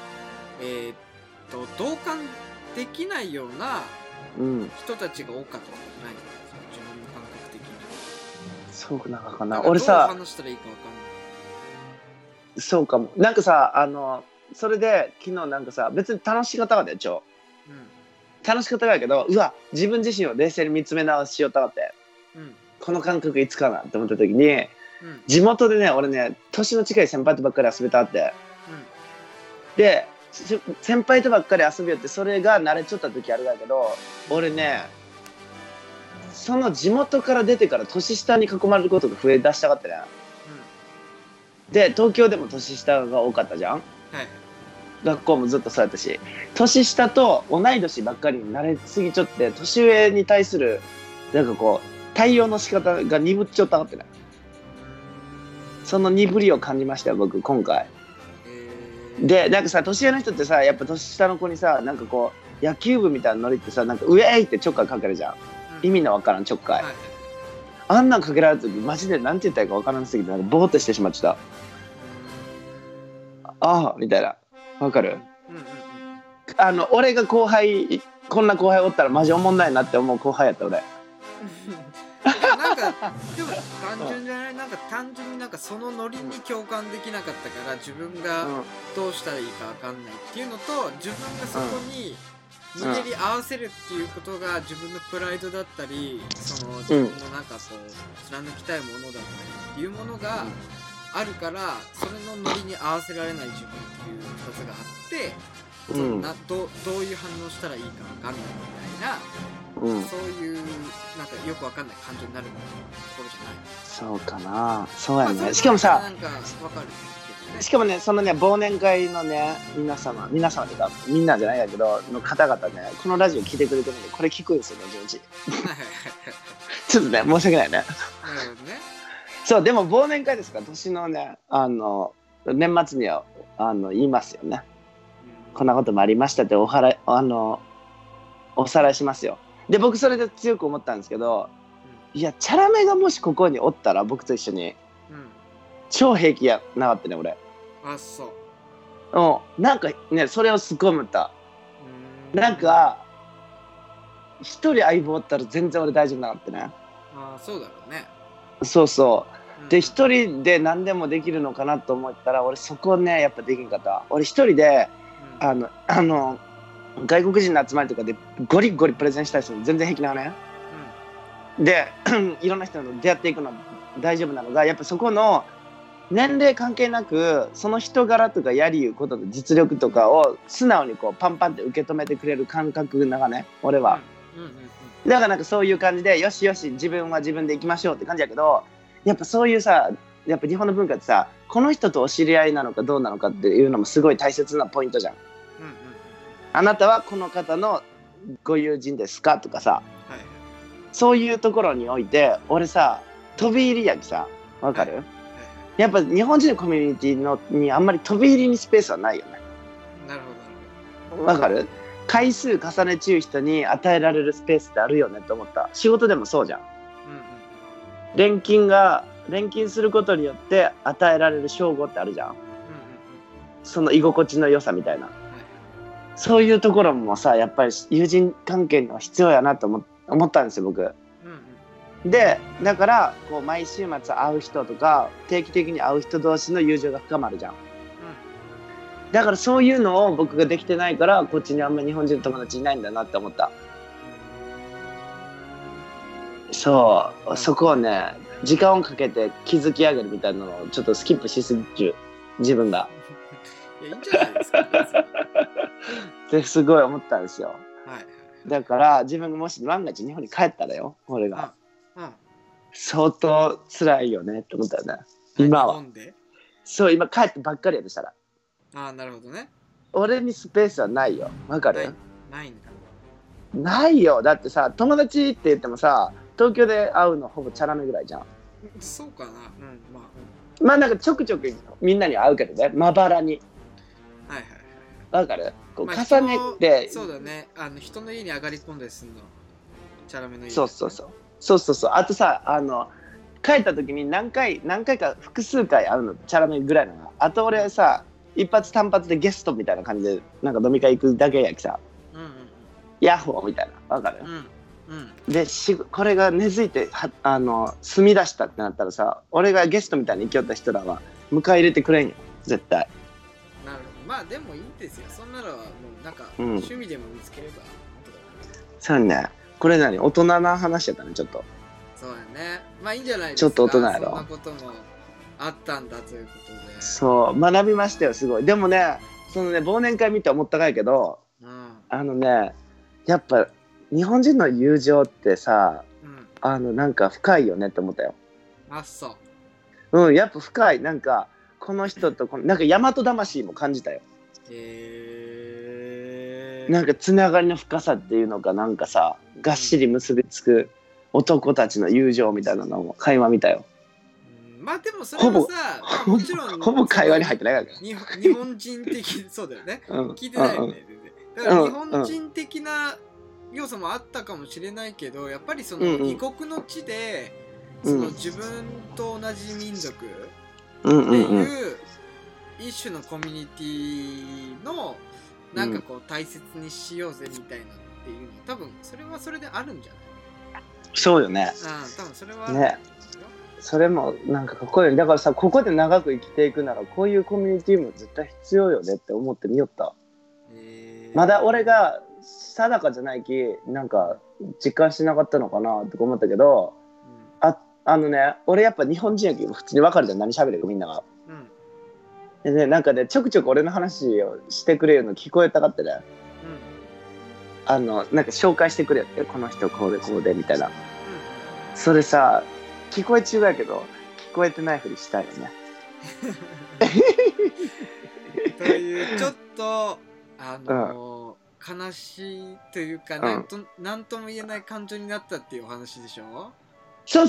Speaker 1: こう同感できないような人たちが多かったことないのかな、自分の感覚的に。
Speaker 2: そうなのかな。俺さ、
Speaker 1: どう話したらいいか分かんない。
Speaker 2: そうかも。なんかさ、それで昨日なんかさ、別に楽しかったかったよ、超。楽しかったかやけど、うわ、自分自身を冷静に見つめ直しよったかって。この感覚いつかなって思った時に、地元でね、俺ね、年の近い先輩とばっかり遊べたって。で、先輩とばっかり遊びよって、それが慣れちゃった時あるだけど、俺ね、その地元から出てから年下に囲まれることが増え出したかったね。で東京でも年下が多かったじゃん、学校もずっとそうやったし、年下と同い年ばっかりに慣れすぎちゃって、年上に対するなんかこう対応の仕方が鈍っちゃったかってね。その鈍りを感じましたよ僕今回。でなんかさ、年上の人ってさ、やっぱ年下の子にさ、なんかこう野球部みたいなノリってさ、なんかウェーイってちょっかいかけるじゃん、意味のわからんちょっかい、あんなんかけられた時マジでなんて言ったらいいかわからなすぎて、なんかボーってしてしまっちゃった。ああみたいな、わかる？俺が後輩、こんな後輩おったらマジおもんないなって思う後輩やった俺。
Speaker 1: なんかでも単純じゃない？なんか単純になんかそのノリに共感できなかったから、自分がどうしたらいいかわかんないっていうのと、自分がそこに無理やり合わせるっていうことが自分のプライドだったり、その自分のなんなんかこう貫きたいものだったりっていうものがあるから、それのノリに合わせられない自分っていう2つがあって、どういう反応したらいいか分かんないみたいな、そういうなんかよく分かんない感情になるところじゃない。
Speaker 2: そうかな、そうやね。しかもさ、
Speaker 1: なんか分かる。
Speaker 2: しかもね、そのね、忘年会のね、皆様というか、みんなじゃないんだけど、の方々ね、このラジオ聞いてくれてるんで、これ聞くんですよね、順次。ちょっとね、申し訳ないね。
Speaker 1: なるほどね。
Speaker 2: そう、でも忘年会ですから、年のね、年末には、言いますよね。こんなこともありましたっておさらいしますよ。で、僕それで強く思ったんですけど、いや、チャラメがもしここにおったら、僕と一緒に、超平気やなかったね、俺。
Speaker 1: あ、そう。
Speaker 2: なんかね、それをすっごい思った。なんか、一人相棒おったら全然俺大丈夫なかったね。
Speaker 1: あ、そうだろうね。
Speaker 2: そうそう。で、一人で何でもできるのかなと思ったら、俺そこね、やっぱできんかった。俺一人で、外国人の集まりとかでゴリゴリプレゼンしたりするの全然平気なのね。で、いろんな人と出会っていくの大丈夫なのが、やっぱそこの年齢関係なく、その人柄とかやりゆうことの実力とかを素直にこうパンパンって受け止めてくれる感覚がね、俺は。だからなんかそういう感じで、よしよし自分は自分で行きましょうって感じやけど、やっぱそういうさ、やっぱ日本の文化ってさ、この人とお知り合いなのかどうなのかっていうのもすごい大切なポイントじゃん。あなたはこの方のご友人ですかとかさ、そういうところにおいて俺さ、飛び入りやきさ、わかる？やっぱ日本人のコミュニティにあんまり飛び入りにスペースはないよね。
Speaker 1: なるほど。
Speaker 2: わかる？回数重ねちゅう人に与えられるスペースってあるよねと思った。仕事でもそうじゃん。錬金することによって与えられる称号ってあるじゃん。その居心地の良さみたいな。そういうところもさ、やっぱり友人関係には必要やなと思ったんですよ、僕。で、だからこう毎週末会う人とか定期的に会う人同士の友情が深まるじゃん。だからそういうのを僕ができてないから、こっちにあんまり日本人の友達いないんだなって思った。そう、そこをね、時間をかけて築き上げるみたいなのをちょっとスキップしすぎちゅう、自分が。
Speaker 1: いや、いいんじゃないですか。
Speaker 2: ってすごい思ったんですよ。だから自分がもし万が一日本に帰ったらよ、俺が。相当辛いよねって思ったよね。今は。そう、今帰ってばっかりやとしたら。
Speaker 1: あ、なるほどね。
Speaker 2: 俺にスペースはないよ。わかる？
Speaker 1: ないんだ。
Speaker 2: ないよ。だってさ、友達って言ってもさ、東京で会うのほぼチャラめぐらいじゃん。
Speaker 1: そうかな。
Speaker 2: まあなんかちょくちょくみんなに会うけどね、まばらに。わかる？こう重ねて、
Speaker 1: そうだね。人の家に上がり込んだりするの。チャラめの家。
Speaker 2: そう。あとさ、帰った時に何回か複数回会うのチャラめぐらいなの。あと俺さ、一発単発でゲストみたいな感じでなんか飲み会行くだけやきさ、ヤッホーみたいな、わかる？でこれが根付いて住み出したってなったらさ、俺がゲストみたいに生きよった人らは迎え入れてくれんよ、絶対。
Speaker 1: なるほど。まあでもいいんですよ。そんなのはもうなんか趣味でも見つければ。
Speaker 2: そうね。これ何？大人な話やったね、ちょっと。
Speaker 1: そうやね。まあいいんじゃないですか。
Speaker 2: ちょっと大人やろ。
Speaker 1: そんなこともあったんだということで。
Speaker 2: そう、学びましたよ、すごい。でもね、そのね、忘年会見て思ったかいけど、やっぱ日本人の友情ってさ、なんか深いよねって思ったよ。
Speaker 1: あ、そう。
Speaker 2: やっぱ深い。なんかこの人となんか大和魂も感じたよ。なんかつながりの深さっていうのがなんかさ、がっしり結びつく男たちの友情みたいなのも会話見たよ。
Speaker 1: まあでもそれもさ、もちろん
Speaker 2: ほぼ会話に入ってないから
Speaker 1: 日本人的そうだよね。聞いてないよね。だから日本人的な要素もあったかもしれないけど、やっぱりその異国の地でその自分と同じ民族っていう一種のコミュニティのなんかこう大切にしようぜみたいなっていうの多分それはそれであるんじゃない？
Speaker 2: そうよね。
Speaker 1: 多分それは
Speaker 2: ね。それもなんかかっこいいよね。だからさ、ここで長く生きていくならこういうコミュニティも絶対必要よねって思ってみよった。まだ俺が定かじゃないきなんか実感しなかったのかなとか思ったけど、 俺やっぱ日本人やけど普通に分かるじゃん、何喋るかみんなが。
Speaker 1: うん。
Speaker 2: でね、なんかね、ちょくちょく俺の話をしてくれるの聞こえたかってね、なんか紹介してくれって、この人こうでこうでみたいな。それさ、聞こえ中やけど、聞こえてないふりしたいよね。
Speaker 1: という、ちょっと、悲しいというか、なんとも言えない感情になったっていうお話でしょ？
Speaker 2: そう。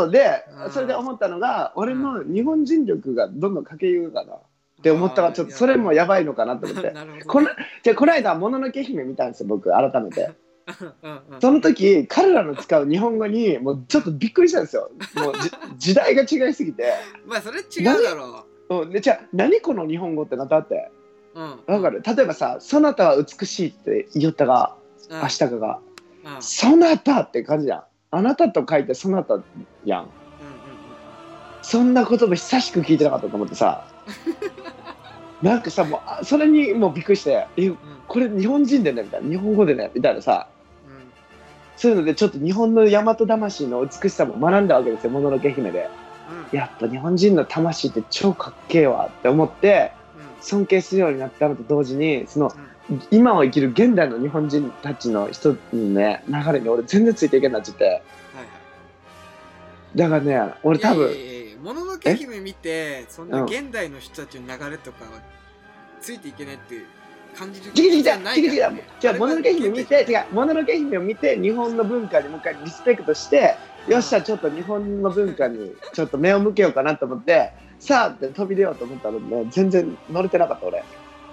Speaker 2: で、それで思ったのが、俺の日本人力がどんどん欠けゆうかなって思ったら、ちょっとそれもやばいのかなと思って。
Speaker 1: なるほどね。
Speaker 2: この間、もののけ姫見たんですよ、僕、改めて。その時、彼らの使う日本語に、もうちょっとびっくりしたんですよ。もう時代が違いすぎて。
Speaker 1: まあ、それ違うだろ
Speaker 2: う。じゃあ、何この日本語ってなったって。わかる？例えばさ、そなたは美しいって言ったが、明日かが、そなたって感じやん。あなたと書いてそなたやん。そんな言葉久しく聞いてなかったと思ってさ。なんかさ、もうそれにもうびっくりして、これ日本人でねみたいな、日本語でねみたいなさ、そういうのでちょっと日本の大和魂の美しさも学んだわけですよ、もののけ姫で。やっぱ日本人の魂って超かっけえわって思って、尊敬するようになったのと同時に、その今を生きる現代の日本人たちの人のね流れに俺全然ついていけんなっちゃって、だからね、俺多分
Speaker 1: もののけ姫見てそんな現代の人たちの流れとかはついていけないって感じるじゃないからね。
Speaker 2: じゃあもののけ姫見て、もののけ姫を見て日本の文化にもう一回リスペクトして、よっしゃちょっと日本の文化にちょっと目を向けようかなと思って、さあって飛び出ようと思ったのね、全然乗れてなかった俺。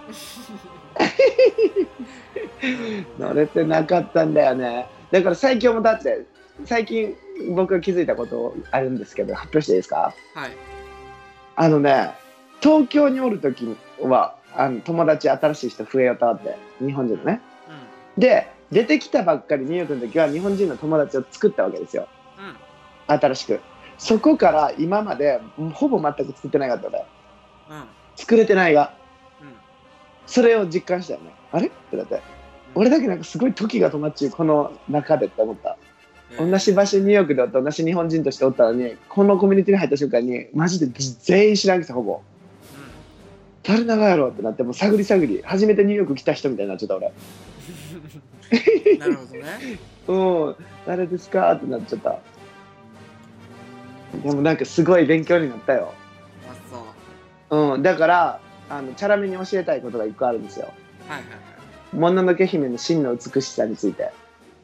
Speaker 2: 乗れてなかったんだよね。だから最近もだって最近僕が気づいたことあるんですけど、発表していいですか？
Speaker 1: はい。
Speaker 2: 東京におる時は友達新しい人増えよったって、日本人のね、で出てきたばっかりニューヨークの時は日本人の友達を作ったわけですよ、新しく。そこから今までほぼ全く作ってないかった俺、作れてないが、それを実感したよね。あれってだって、俺だけなんかすごい時が止まっちゅうこの中でって思った。同じ場所にニューヨークで同じ日本人としておったのに、このコミュニティに入った瞬間にマジで全員知らんくて、ほぼ誰長やろうってなって、もう探り初めてニューヨーク来た人みたいになっちゃった俺。
Speaker 1: なるほどね。
Speaker 2: 誰ですかってなっちゃった。でもなんかすごい勉強になったよ。だからチャラめに教えたいことが一個あるんですよ。もののけ姫の真の美しさについて。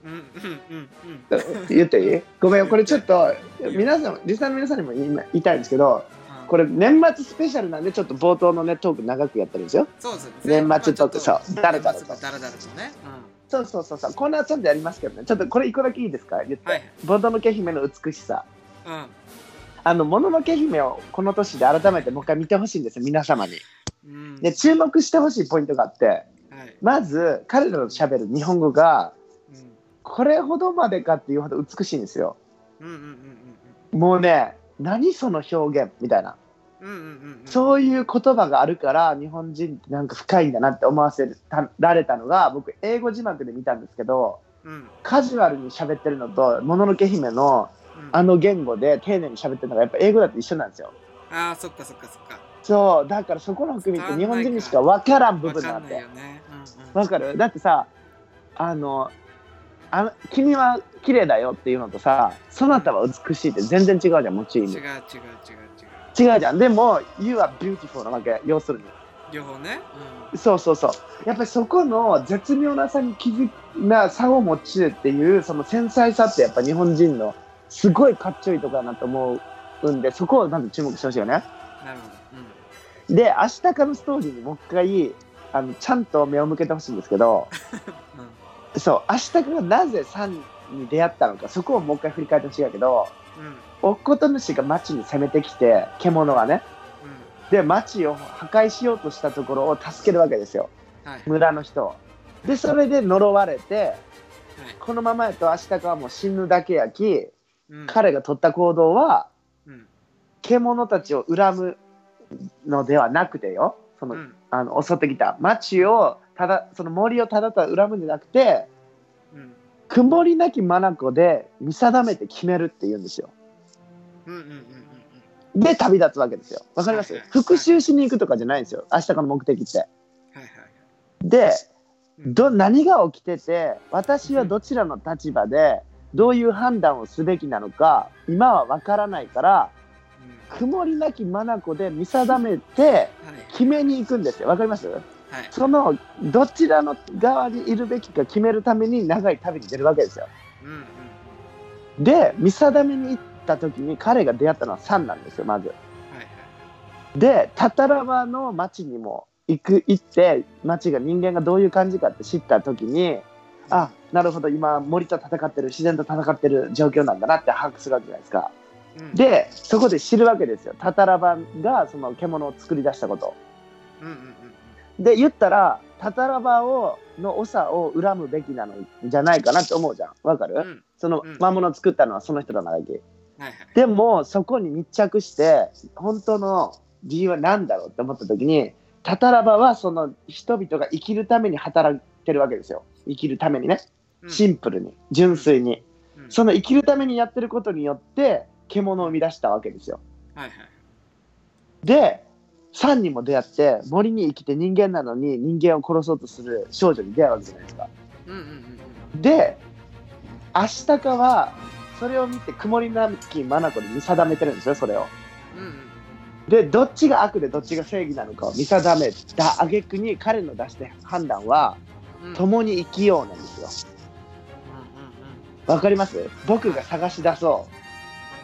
Speaker 2: 言っていい？ごめん、これちょっと皆さん、リスナーの皆さんにも言いたいんですけど、これ年末スペシャルなんでちょっと冒頭のねトーク長くやってるんですよ。
Speaker 1: そうですね。
Speaker 2: 年末トーク、そう、だらだらとね。そう。こんなちゃんとやりますけどね。ちょっとこれ一個だけいいですか？言って。もののけ姫の美しさ。もののけ姫をこの年で改めてもう一回見てほしいんですよ、皆様に。で、注目してほしいポイントがあって、まず彼らのしゃべる日本語がこれほどまでかっていうほど美しいんですよ。もうね、何その表現みたいな、そういう言葉があるから日本人ってなんか深いんだなって思わせられたのが、僕英語字幕で見たんですけど、カジュアルに喋ってるのともののけ姫の言語で丁寧に喋ってるのがやっぱ英語だと一緒なんですよ。
Speaker 1: そっか。
Speaker 2: そうだから、そこの含みって日本人にしか分からん部分なんで。分かる？だってさ、君は綺麗だよっていうのとさ、そなたは美しいって全然違うじゃん、もちろん。違うじゃん。でも You are beautiful なわけ、要するに
Speaker 1: 両方ね。
Speaker 2: そうやっぱりそこの絶妙な差に差を持ちっていう、その繊細さってやっぱ日本人のすごいかっちょいいとこだなと思うんで、そこをまず注目してほしいよね。
Speaker 1: なるほ
Speaker 2: ど。で、明日からのストーリーにもう一回ちゃんと目を向けてほしいんですけど、そう、明日からなぜサンに出会ったのか、そこをもう一回振り返ってほしいんだけど、おっこと主が町に攻めてきて、獣がね、で町を破壊しようとしたところを助けるわけですよ、村の人を。でそれで呪われて、このままやと明日からはもう死ぬだけやき、彼が取った行動は、獣たちを恨むのではなくてよ、襲ってきた町をその森をただただ恨むんじゃなくて、曇りなき眼で見定めて決めるって言うんですよ。 で旅立つわけですよ。わかります？復讐しに行くとかじゃないんですよ、明日からの目的って。で何が起きてて、私はどちらの立場でどういう判断をすべきなのか今は分からないから、曇りなき眼で見定めて決めに行くんですよ。わかります？そのどちらの側にいるべきか決めるために長い旅に出るわけですよ。で見定めに行った時に彼が出会ったのはサンなんですよ、まず。でタタラバの町にも行って町が人間がどういう感じかって知った時に、あ、なるほど、今森と戦ってる、自然と戦ってる状況なんだなって把握するわけじゃないですか。でそこで知るわけですよ、タタラバがその獣を作り出したこと。で言ったらタタラバの長を恨むべきなのじゃないかなって思うじゃん。わかる？その魔物を作ったのはその人らなわけ。でもそこに密着して本当の理由は何だろうって思った時に、タタラバはその人々が生きるために働いてるわけですよ。生きるためにね、シンプルに純粋に、その生きるためにやってることによって獣を生み出したわけですよ。でサンにも出会って森に生きて人間なのに人間を殺そうとする少女に出会うわけじゃないですか。でアシタカはそれを見て曇りなき眼で見定めてるんですよ、それを。でどっちが悪でどっちが正義なのかを見定めた挙句に彼の出した判断は、共に生きようなんですよ。わかります？僕が探し出そう、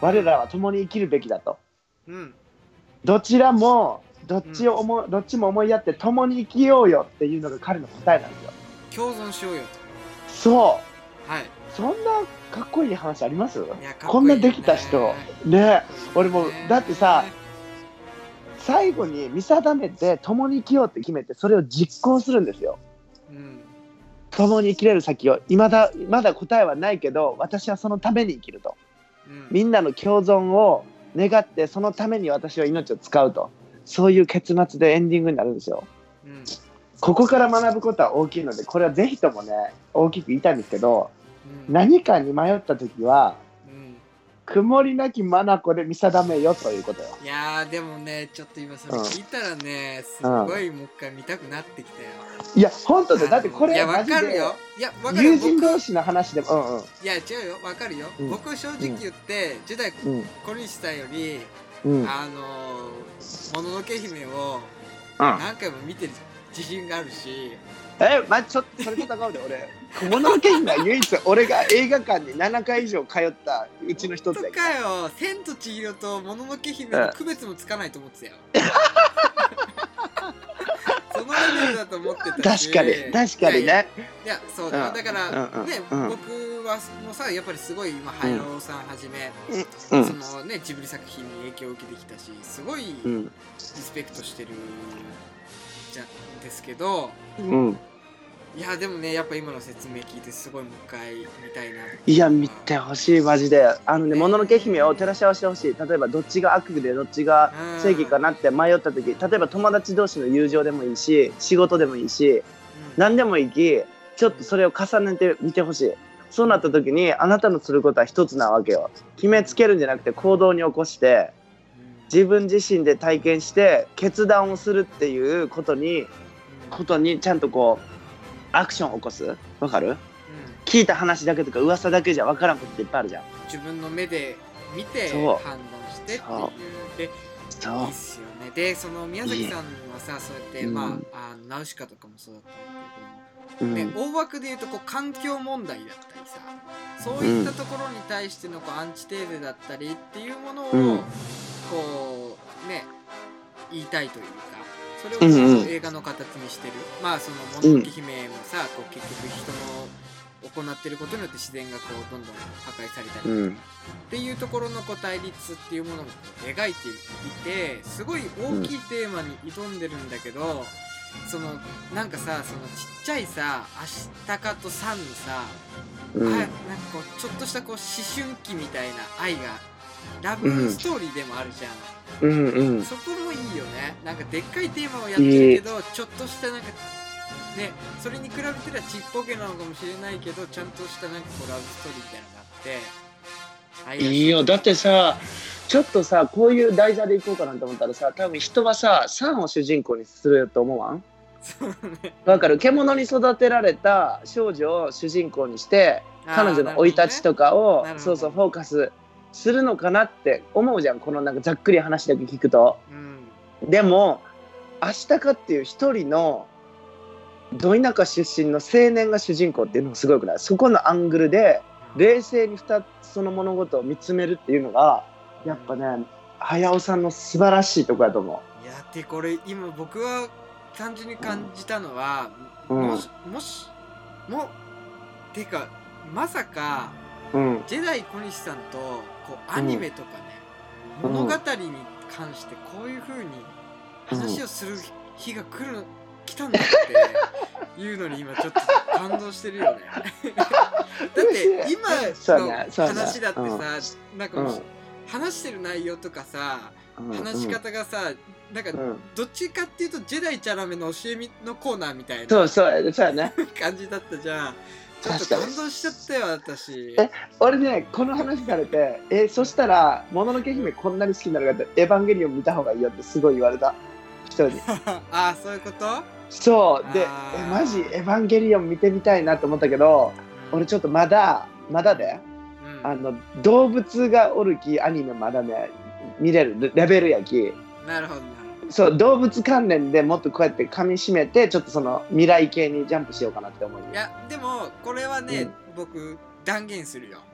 Speaker 2: 我らは共に生きるべきだと、どちらもどっちも思いやって共に生きようよっていうのが彼の答えなんですよ。
Speaker 1: 共存しようよと。
Speaker 2: そう、はい、そんなかっこいい話あります？こんなできた人ね。俺もだってさ、最後に見定めて共に生きようって決めてそれを実行するんですよ。共に生きれる先をまだ答えはないけど私はそのために生きると、みんなの共存を願ってそのために私は命を使うと、そういう結末でエンディングになるんですよ。ここから学ぶことは大きいので、これはぜひともね大きく言いたいんですけど、何かに迷った時は、曇りなき眼で見定めよということよ。
Speaker 1: いやーでもね、ちょっと今それ聞いたらね、すごいもう一回見たくなってきたよ。
Speaker 2: いや本当だってこれ
Speaker 1: マジで
Speaker 2: 友人同士の話でも、
Speaker 1: いや違うよ、わかるよ、僕正直言って10代小西さんよりもののけ姫を何回も見てる自信があるし、
Speaker 2: ちょっとそれと違うで、俺もののけ姫は唯一俺が映画館に7回以上通ったうちの一つだけど。
Speaker 1: かよ、千と千尋ともののけ姫の区別もつかないと思ってたよ。そのレベルだと思ってたし。
Speaker 2: 確かにね。
Speaker 1: いやそうだ、だからね、僕はもうさ、やっぱりすごい今ハイローさんはじめそのねジブリ作品に影響を受けてきたし、すごいリスペクトしてるじゃですけど、いやでもね、やっぱ今の説明聞いてすごいもう一回見たいな。
Speaker 2: いや見てほしいマジで。もののけ姫を照らし合わせてほしい。例えばどっちが悪でどっちが正義かなって迷った時、例えば友達同士の友情でもいいし、仕事でもいいし、何でもいいき、ちょっとそれを重ねてみてほしい。そうなった時にあなたのすることは一つなわけよ。決めつけるんじゃなくて行動に起こして自分自身で体験して決断をするっていうことにちゃんとこうアクションを起こす。わかる？聞いた話だけとか噂だけじゃ分からんことっていっぱいあるじゃん。
Speaker 1: 自分の目で見て判断してっていうで、いいっすよね。でその宮崎さんはさ、そうやってナウシカとかもそうだったんだけど、ね、大枠で言うとこう環境問題だったりさ、そういったところに対してのこうアンチテーゼだったりっていうものをこうね言いたいというか、それを映画の形にしてる。まあそのもののけ姫もさ、こう結局人の行ってることによって自然がこうどんどん破壊されたりっていうところのこう対立っていうものを描いていて、すごい大きいテーマに挑んでるんだけど、そのなんかさ、そのちっちゃいさアシタカとサンのさ、なんかこうちょっとしたこう思春期みたいな愛がラブストーリーでもあるじゃん。そこもいいよね。なんかでっかいテーマをやってるけど、ちょっとしたなんかね、それに比べたらちっぽけなのかもしれないけど、ちゃんとしたなんかこうラブストーリーみたいなのがあって、
Speaker 2: いいよ。だってさ、 ちょっとさこういう題材でいこうかなと思ったらさ、多分人はさサンを主人公にすると思わん？
Speaker 1: そうね。
Speaker 2: わかる。獣に育てられた少女を主人公にして彼女の生い立ちとかを、そうそうフォーカスするのかなって思うじゃん、このなんかざっくり話だけ聞くと、でも明日かっていう一人のど田舎出身の青年が主人公っていうのがすごくない？そこのアングルで冷静にその物事を見つめるっていうのがやっぱね、早尾さんの素晴らしいところだと思う。
Speaker 1: いやってこれ今僕は単純に感じたのは、てかまさか、ジェダイ小西さんとこうアニメとかね、物語に関してこういう風に話をする日が来たんだっていうのに今ちょっと感動してるよね。だって今の話だってさ、なんかもう話してる内容とかさ、話し方がさ、なんかどっちかっていうとジェダイチャラメの教えのコーナーみたいな
Speaker 2: そうやね
Speaker 1: 感じだったじゃん。ちょっと感動しちゃったよ私。
Speaker 2: 俺ねこの話されてそしたらもののけ姫こんなに好きになるかってエヴァンゲリオン見た方がいいよってすごい言われた人に。
Speaker 1: ああそういうこと？
Speaker 2: そうでマジエヴァンゲリオン見てみたいなと思ったけど、俺ちょっとまだで、動物がおるきアニメまだね見れるレベルやき。
Speaker 1: なるほど。
Speaker 2: そう動物関連でもっとこうやって噛み締めてちょっとその未来系にジャンプしようかなって思う。
Speaker 1: いやでもこれはね、僕断言するよ。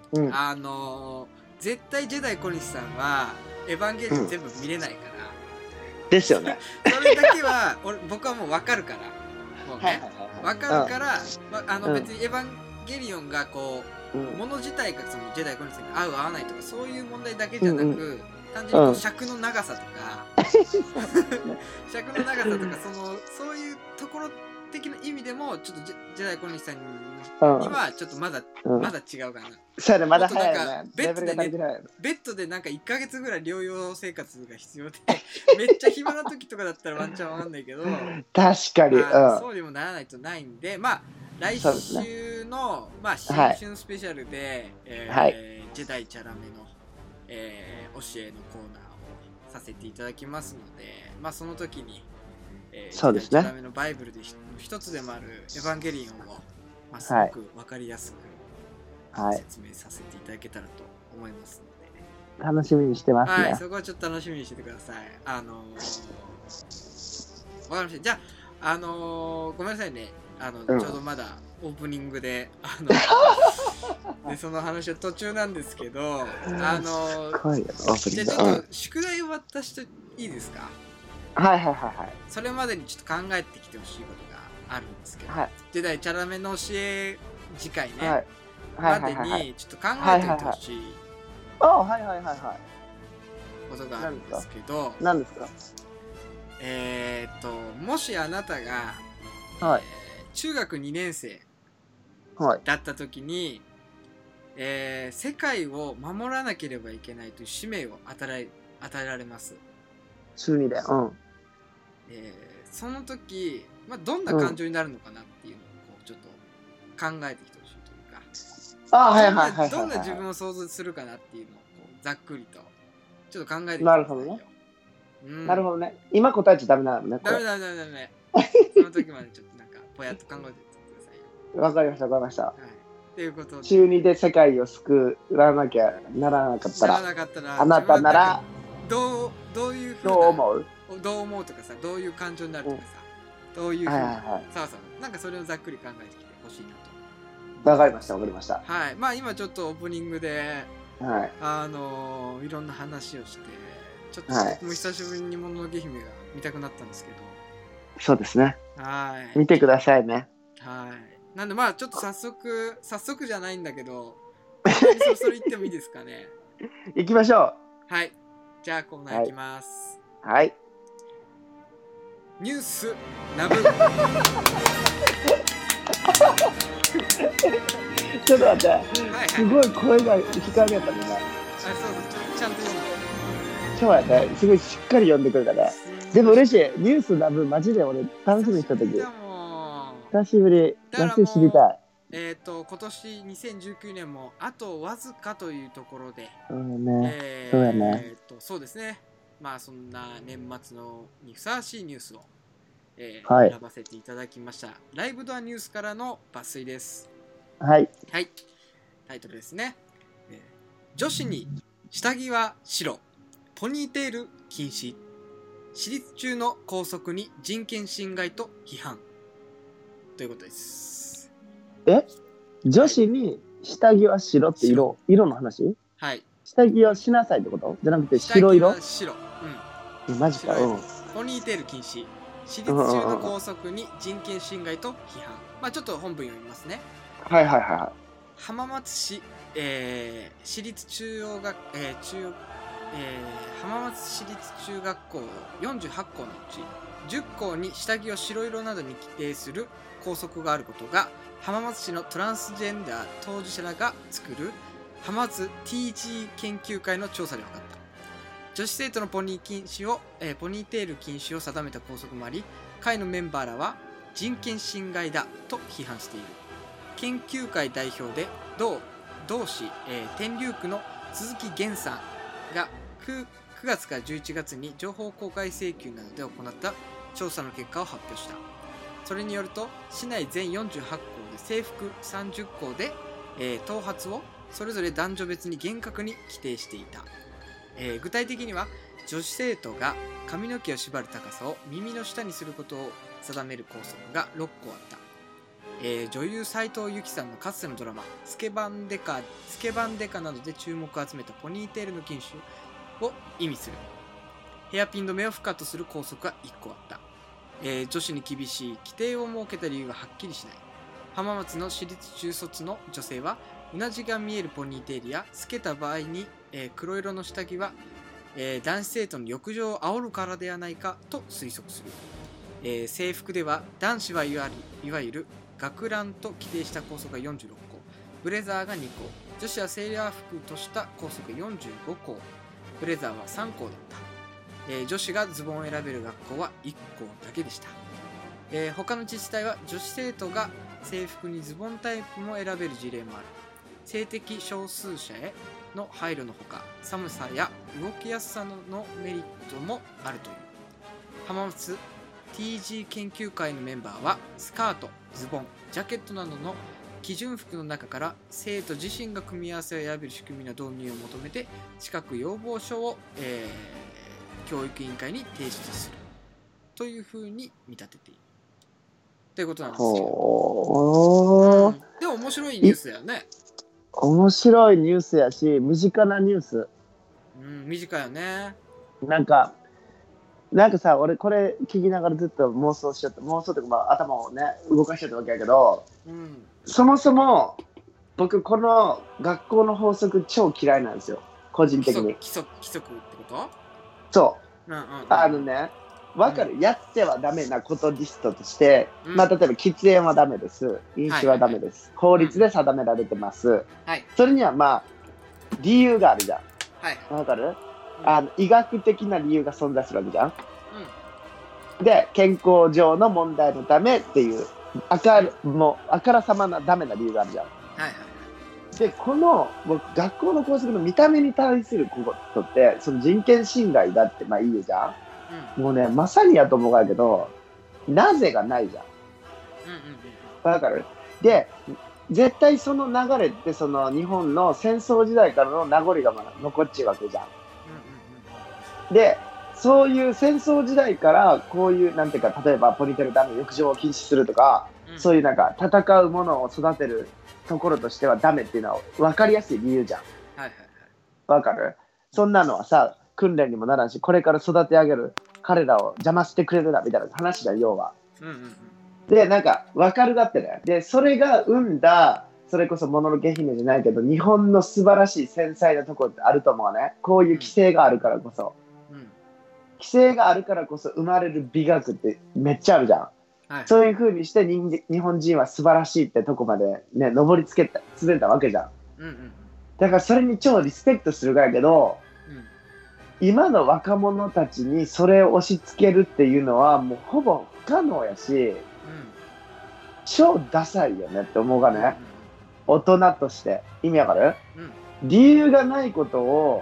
Speaker 1: 絶対ジェダイ小西さんはエヴァンゲリオン全部見れないから。
Speaker 2: ですよね。
Speaker 1: それだけは僕はもう分かるから。もうね、分かるから、別にエヴァンゲリオンがこう、もの自体がそのジェダイ小西さんに合う合わないとかそういう問題だけじゃなく、単純に尺の長さとか尺の長さとかそういうところ的な意味でもちょっとジェダイ小西さんにはちょっとまだ違うかな。
Speaker 2: そうね、まだ早いよね。
Speaker 1: ベッドでなんか1ヶ月ぐらい療養生活が必要でめっちゃ暇な時とかだったらワンチャンわかんないけど
Speaker 2: 確かに、
Speaker 1: そうにもならないとないんで、まあ来週の、新春スペシャルで、ジェダイチャラメの教えのコーナーをさせていただきますので、その時に、
Speaker 2: そうですね、
Speaker 1: ジェダイチャラメのバイブルで一つでもあるエヴァンゲリオンを、すごく分かりやすく、説明させていただけたらと思いますので、
Speaker 2: 楽しみにしてますね。
Speaker 1: そこはちょっと楽しみにしててください。わかりました。じゃあ、ごめんなさいね。ちょうどまだオープニングででその話は途中なんですけど、じゃあちょっと宿題を渡していいですか？それまでにちょっと考えてきてほしいことがあるんですけど、ジェダイチャラメの教え次回ね、までにちょっと考えておいてほしいことがあるんですけど、
Speaker 2: 何ですか？
Speaker 1: もしあなたが、中学2年生だった時に、世界を守らなければいけないという使命を与えられます。
Speaker 2: 中2で、
Speaker 1: その時、どんな感情になるのかなっていうのをこうちょっと考えてきてほしいというか、どんな自分を想像するかなっていうのをこうざっくりとちょっと考えてきてくださいよ。
Speaker 2: なるほどね。なるほどね。今答えちゃダメなのね。
Speaker 1: ダメ。その時までちょっとなんかぼやっと考えてくださいよ。
Speaker 2: わかりました。
Speaker 1: ということで、
Speaker 2: 中2で世界を救わなきゃならなかったら、あなたなら
Speaker 1: どういうふうな、どう思うとかさ、どういう感情になるとかさ、どういうふうな、なんかそれをざっくり考えてきてほしいな
Speaker 2: と。わかりました。
Speaker 1: はい。今ちょっとオープニングで、いろんな話をして、ちょっと僕も久しぶりにもののけ姫が見たくなったんですけど。
Speaker 2: そうですね。見てくださいね。
Speaker 1: なんでちょっと早速じゃないんだけど、それ言ってもいいですかね。
Speaker 2: 行きましょ
Speaker 1: う。はい。じゃあコーナー行きます。ニュースナブ。
Speaker 2: ちょっと待って。すごい声が控えめだったね。
Speaker 1: そうちゃんと読んで。
Speaker 2: そうやね。すごいしっかり読んでくるから。でも嬉しい。ニュースナブマジで俺楽しみにした時。久しぶり。知りたい。
Speaker 1: 今年2019年もあとわずかというところで、
Speaker 2: そうやね。
Speaker 1: そうですね。まあそんな年末のにふさわしいニュースを、
Speaker 2: はい
Speaker 1: 選ばせていただきました。ライブドアニュースからの抜粋です。
Speaker 2: はい。
Speaker 1: はい。タイトルですね。女子に下着は白、ポニーテール禁止。私立中の校則に人権侵害と批判。ということです。
Speaker 2: 女子に下着は白って色の話？
Speaker 1: はい。
Speaker 2: 下着はしなさいってことじゃなくて白色？
Speaker 1: 下着は白。
Speaker 2: マジか。
Speaker 1: ポニーテール禁止。私立中の校則に人権侵害と批判。まあちょっと本文読みますね。
Speaker 2: はいはいはい。
Speaker 1: 浜松市、私立中央学、浜松市立中学校48校のうち10校に下着を白色などに規定する校則があることが浜松市のトランスジェンダー当事者らが作る浜松 TG 研究会の調査で分かった。女子生徒のポニーテール禁止を定めた校則もあり、会のメンバーらは人権侵害だと批判している。研究会代表で同市、天竜区の鈴木源さんが9月から11月に情報公開請求などで行った調査の結果を発表した。それによると市内全48校で制服30校で、頭髪をそれぞれ男女別に厳格に規定していた。具体的には女子生徒が髪の毛を縛る高さを耳の下にすることを定める校則が6校あった。女優斉藤由貴さんのかつてのドラマスケバンデカなどで注目を集めたポニーテールの禁止を意味する。ヘアピン止めを不可とする校則が1個あった。女子に厳しい規定を設けた理由がはっきりしない。浜松の私立中卒の女性はうなじが見えるポニーテールや透けた場合に、黒色の下着は、男子生徒の欲情を煽るからではないかと推測する。制服では男子はいわゆる学ランと規定した校則が46校、ブレザーが2校、女子はセーラー服とした校則が45校、ブレザーは3校だった。女子がズボンを選べる学校は1校だけでした。他の自治体は女子生徒が制服にズボンタイプも選べる事例もある。性的少数者への配慮のほか、寒さや動きやすさのメリットもあるという。浜松 TG 研究会のメンバーはスカート、ズボン、ジャケットなどの基準服の中から生徒自身が組み合わせを選べる仕組みの導入を求めて近く要望書を、教育委員会に提出するというふうに見立てているということなんですよ。でも面白いニュースだよね。
Speaker 2: 面白いニュースやし身近なニュース。
Speaker 1: 短いよね。
Speaker 2: なんかさ、俺これ聞きながらずっと妄想というか、頭をね動かしちゃったわけやけど、そもそも僕この学校の法則超嫌いなんですよ、個人的に。
Speaker 1: 規則ってこと？
Speaker 2: そう、分かる、やってはダメなことリストとして、例えば喫煙はダメです、飲酒はダメです、法律で定められてます、それには理由があるじゃん。分かる？医学的な理由が存在するわけじゃん。で、健康上の問題のためっていうあからさまなダメな理由があるじゃん。で、この学校の校則の見た目に対することってその人権侵害だって言うじゃん。もうね、まさにやと思うけど、なぜがないじゃん。わかる？で、絶対その流れってその日本の戦争時代からの名残が残っちゃうわけじゃん。で、そういう戦争時代からこういうなんていうか、例えばポニーテールダメ、浴場を禁止するとか、そういう戦うものを育てるところとしてはダメっていうのは分かりやすい理由じゃん。わかる？そんなのはさ、訓練にもならんし、これから育て上げる彼らを邪魔してくれるなみたいな話だよ、要は。で、分かるがってね。で、それが生んだ、それこそもののけ姫じゃないけど、日本の素晴らしい繊細なところってあると思うね。こういう規制があるからこそ。規制があるからこそ生まれる美学ってめっちゃあるじゃん。そういう風にして日本人は素晴らしいってとこまでね、上り詰めたわけじゃん。だからそれに超リスペクトするがやけど、今の若者たちにそれを押し付けるっていうのはもうほぼ不可能やし、超ダサいよねって思うがね、大人として。意味わかる？理由がないことを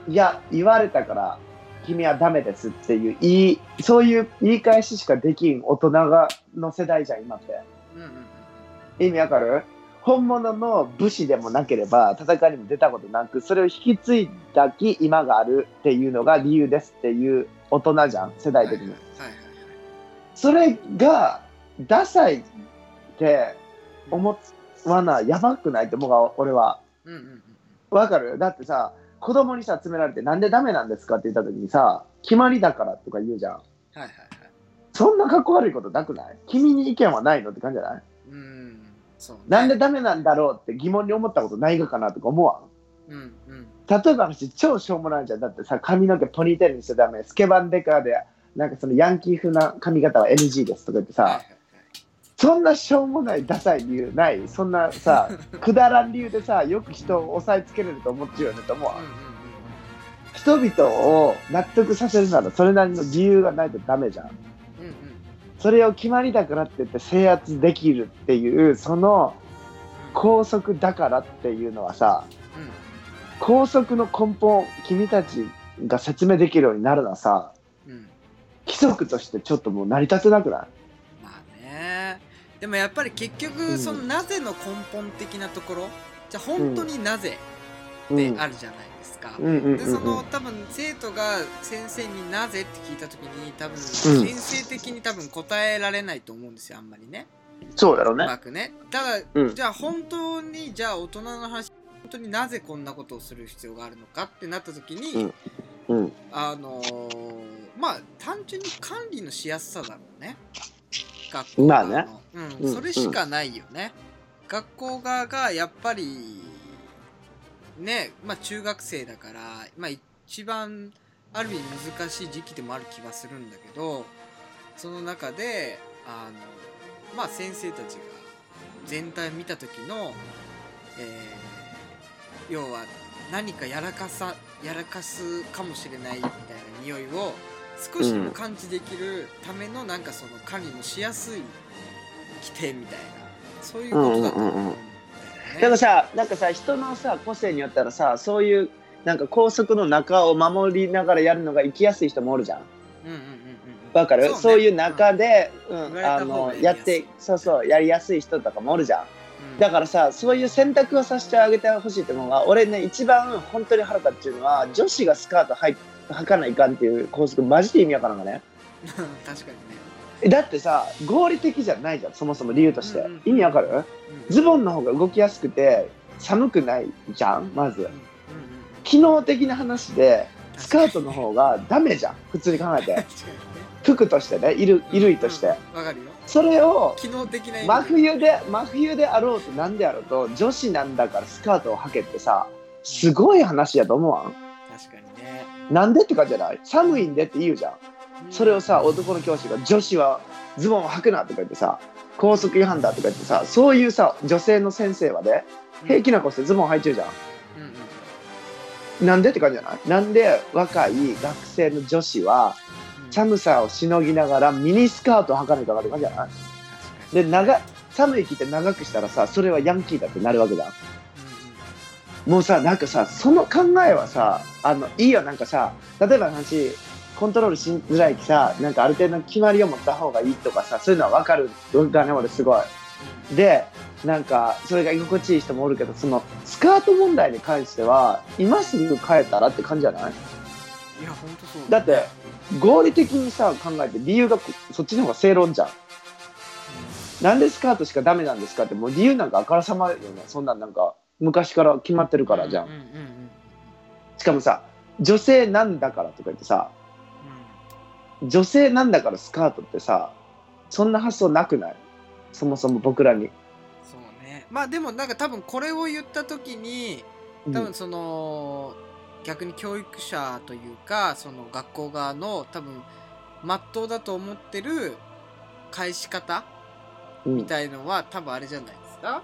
Speaker 2: いや言われたから君はダメですっていうそういう言い返ししかできん大人の世代じゃん今って、意味わかる？本物の武士でもなければ戦いにも出たことなく、それを引き継いだき今があるっていうのが理由ですっていう大人じゃん世代的に、それがダサいって思わなやばくないって思うが俺は。わかる？だってさ子供にさ詰められてなんでダメなんですかって言った時にさ決まりだからとか言うじゃん。そんなかっこ悪いことなくない？君に意見はないのって感じじゃない？そうね、なんでダメなんだろうって疑問に思ったことないがかなとか思わん？例えば話超しょうもないじゃん。だってさ髪の毛ポニーテールにしちゃダメ、スケバンデカでなんかそのヤンキー風な髪型は NG ですとか言ってさ、そんなしょうもないダサい理由ない？そんなさくだらん理由でさよく人を押さえつけれると思っちゃうよねと思うわ。人々を納得させるならそれなりの理由がないとダメじゃん。それを決まりだからって言って制圧できるっていうその校則だからっていうのはさ、校則の根本君たちが説明できるようになるのはさ、規則としてちょっともう成り立てなくない？
Speaker 1: まあね。でもやっぱり結局そのなぜの根本的なところ、じゃあ本当になぜってあるじゃないですか。でその多分生徒が先生になぜって聞いた時に多分先生的に多分答えられないと思うんですよ、あんまりね。
Speaker 2: そうだろうね。
Speaker 1: うまくね。ただ、じゃあ本当にじゃあ大人の話、本当になぜこんなことをする必要があるのかってなった時に、まあ単純に管理のしやすさだろうね。学校側の、まあね、それしかないよね。学校側がやっぱりね、まあ中学生だから、まあ一番ある意味難しい時期でもある気はするんだけど、その中でまあ先生たちが全体を見た時の、要は何かやらかすかもしれないみたいな匂いを少しでも感知できるためのなんかその管理のしやすい規定みたいな、そういうことだと思うんだよね。
Speaker 2: でもさ、なんかさ人のさ個性によったらさそういうなんか校則の中を守りながらやるのが生きやすい人もおるじゃん。わかる？そういう中で、やってやりやすい人とかもおるじゃん。だからさそういう選択をさせてあげてほしいってのが俺ね一番本当に腹立っていうのは女子がスカート履かないかんっていう校則マジで意味わからんがね。
Speaker 1: 確かにね。
Speaker 2: だってさ合理的じゃないじゃんそもそも理由として、意味わかる？ズボンの方が動きやすくて寒くないじゃんまず、機能的な話でスカートの方がダメじゃん普通に考えて服としてね衣類として、
Speaker 1: わかるよ。
Speaker 2: それを
Speaker 1: 機能的な
Speaker 2: 真冬であろうとなんであろうと女子なんだからスカートを履けってさすごい話やと思わん？
Speaker 1: 確かにね。
Speaker 2: なんでって感じじゃない？寒いんでって言うじゃん。それをさ男の教師が女子はズボンを履くなとか言ってさ校則違反だとか言ってさそういうさ女性の先生はね平気な子してズボン履いてるじゃん。なんでって感じじゃない？なんで若い学生の女子は寒さをしのぎながらミニスカートを履かないとかって感じじゃない？で寒い着て長くしたらさそれはヤンキーだってなるわけじゃん。もうさなんかさその考えはさいいよ。なんかさ例えばの話コントロールしづらいきさなんかある程度の決まりを持った方がいいとかさそういうのは分かるがね俺すごい。でなんかそれが居心地いい人もおるけどそのスカート問題に関しては今すぐ変えたらって感じじゃない？
Speaker 1: いや本当そう
Speaker 2: だって合理的にさ考えて理由がそっちの方が正論じゃん。なんでスカートしかダメなんですかってもう理由なんかあからさまよね。そんなんなんか昔から決まってるからじゃん。しかもさ女性なんだからとか言ってさ、女性なんだからスカートってさそんな発想なくない？そもそも僕らに。
Speaker 1: そうね。まあでもなんか多分これを言った時に多分その、逆に教育者というかその学校側の多分真っ当だと思ってる返し方みたいのは、多分あれじゃないですか。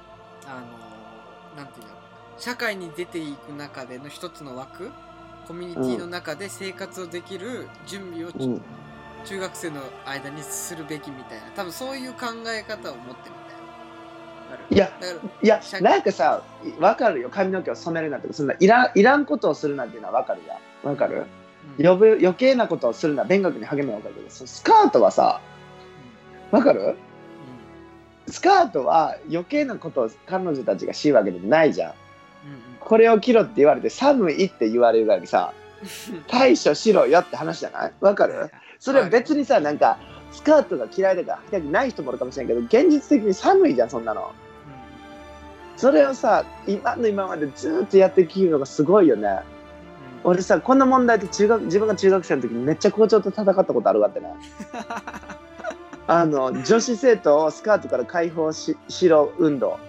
Speaker 1: なんていうの、社会に出ていく中での一つの枠、コミュニティの中で生活をできる準備を、中学生の間にするべきみたいな、多分そういう考え方を持ってるみたいな。
Speaker 2: いやなんかさ分かるよ、髪の毛を染めるなんてそんないらんことをするなんていうのは分かるじゃん、分かる、余計なことをするな、勉学に励むは分かるけど、スカートはさ分かる、スカートは余計なことを彼女たちがしるわけでもないじゃん、これを着ろって言われて寒いって言われるからさ対処しろよって話じゃない、分かる、それは別にさ、なんかスカートが嫌いだから履きたくない人もいるかもしれないけど、現実的に寒いじゃんそんなの、それをさ今までずっとやってきるのがすごいよね、俺さこんな問題って自分が中学生の時にめっちゃ校長と戦ったことあるわってね女子生徒をスカートから解放しろ運動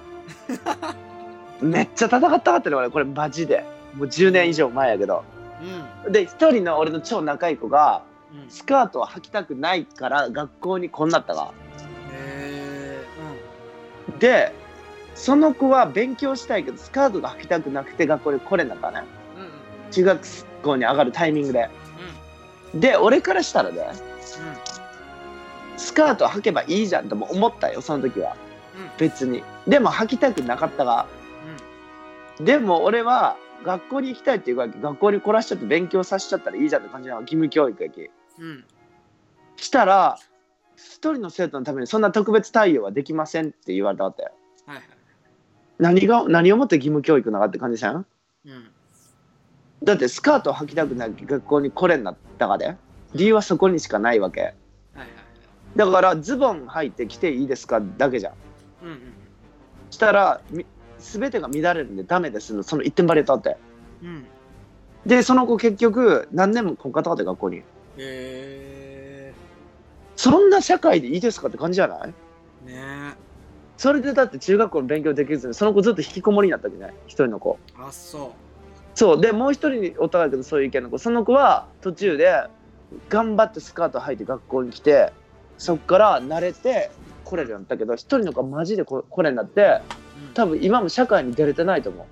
Speaker 2: めっちゃ戦ったかったね俺、これマジでもう10年以上前やけど、で一人の俺の超仲いい子がスカートを履きたくないから学校にこんなったが、でその子は勉強したいけどスカートが履きたくなくて学校に来れなかったね、中学校に上がるタイミングで、で俺からしたらね、スカート履けばいいじゃんとも思ったよその時は、別にでも履きたくなかったが、でも俺は学校に行きたいっていうから学校に来らしちゃって勉強させちゃったらいいじゃんって感じなの、義務教育やき、したら一人の生徒のためにそんな特別対応はできませんって言われたわけ、何をもって義務教育なのかって感じじゃん、だってスカートを履きたくない学校に来れんなったかで、理由はそこにしかないわけ、だからズボン履いて着ていいですかだけじゃん、したら全てが乱れるんでダメですのその一点張りだって、でその子結局何年も来んかったかって学校に、そんな社会でいいですかって感じじゃない
Speaker 1: ね。
Speaker 2: それでだって中学校の勉強できずにその子ずっと引きこもりになったわけね、一人の子。そうでもう一人お互いけどそういう意見の子、その子は途中で頑張ってスカート履いて学校に来て、そっから慣れて来れるようになったけど、一人の子はマジでこれになって多分今も社会に出れてないと思う。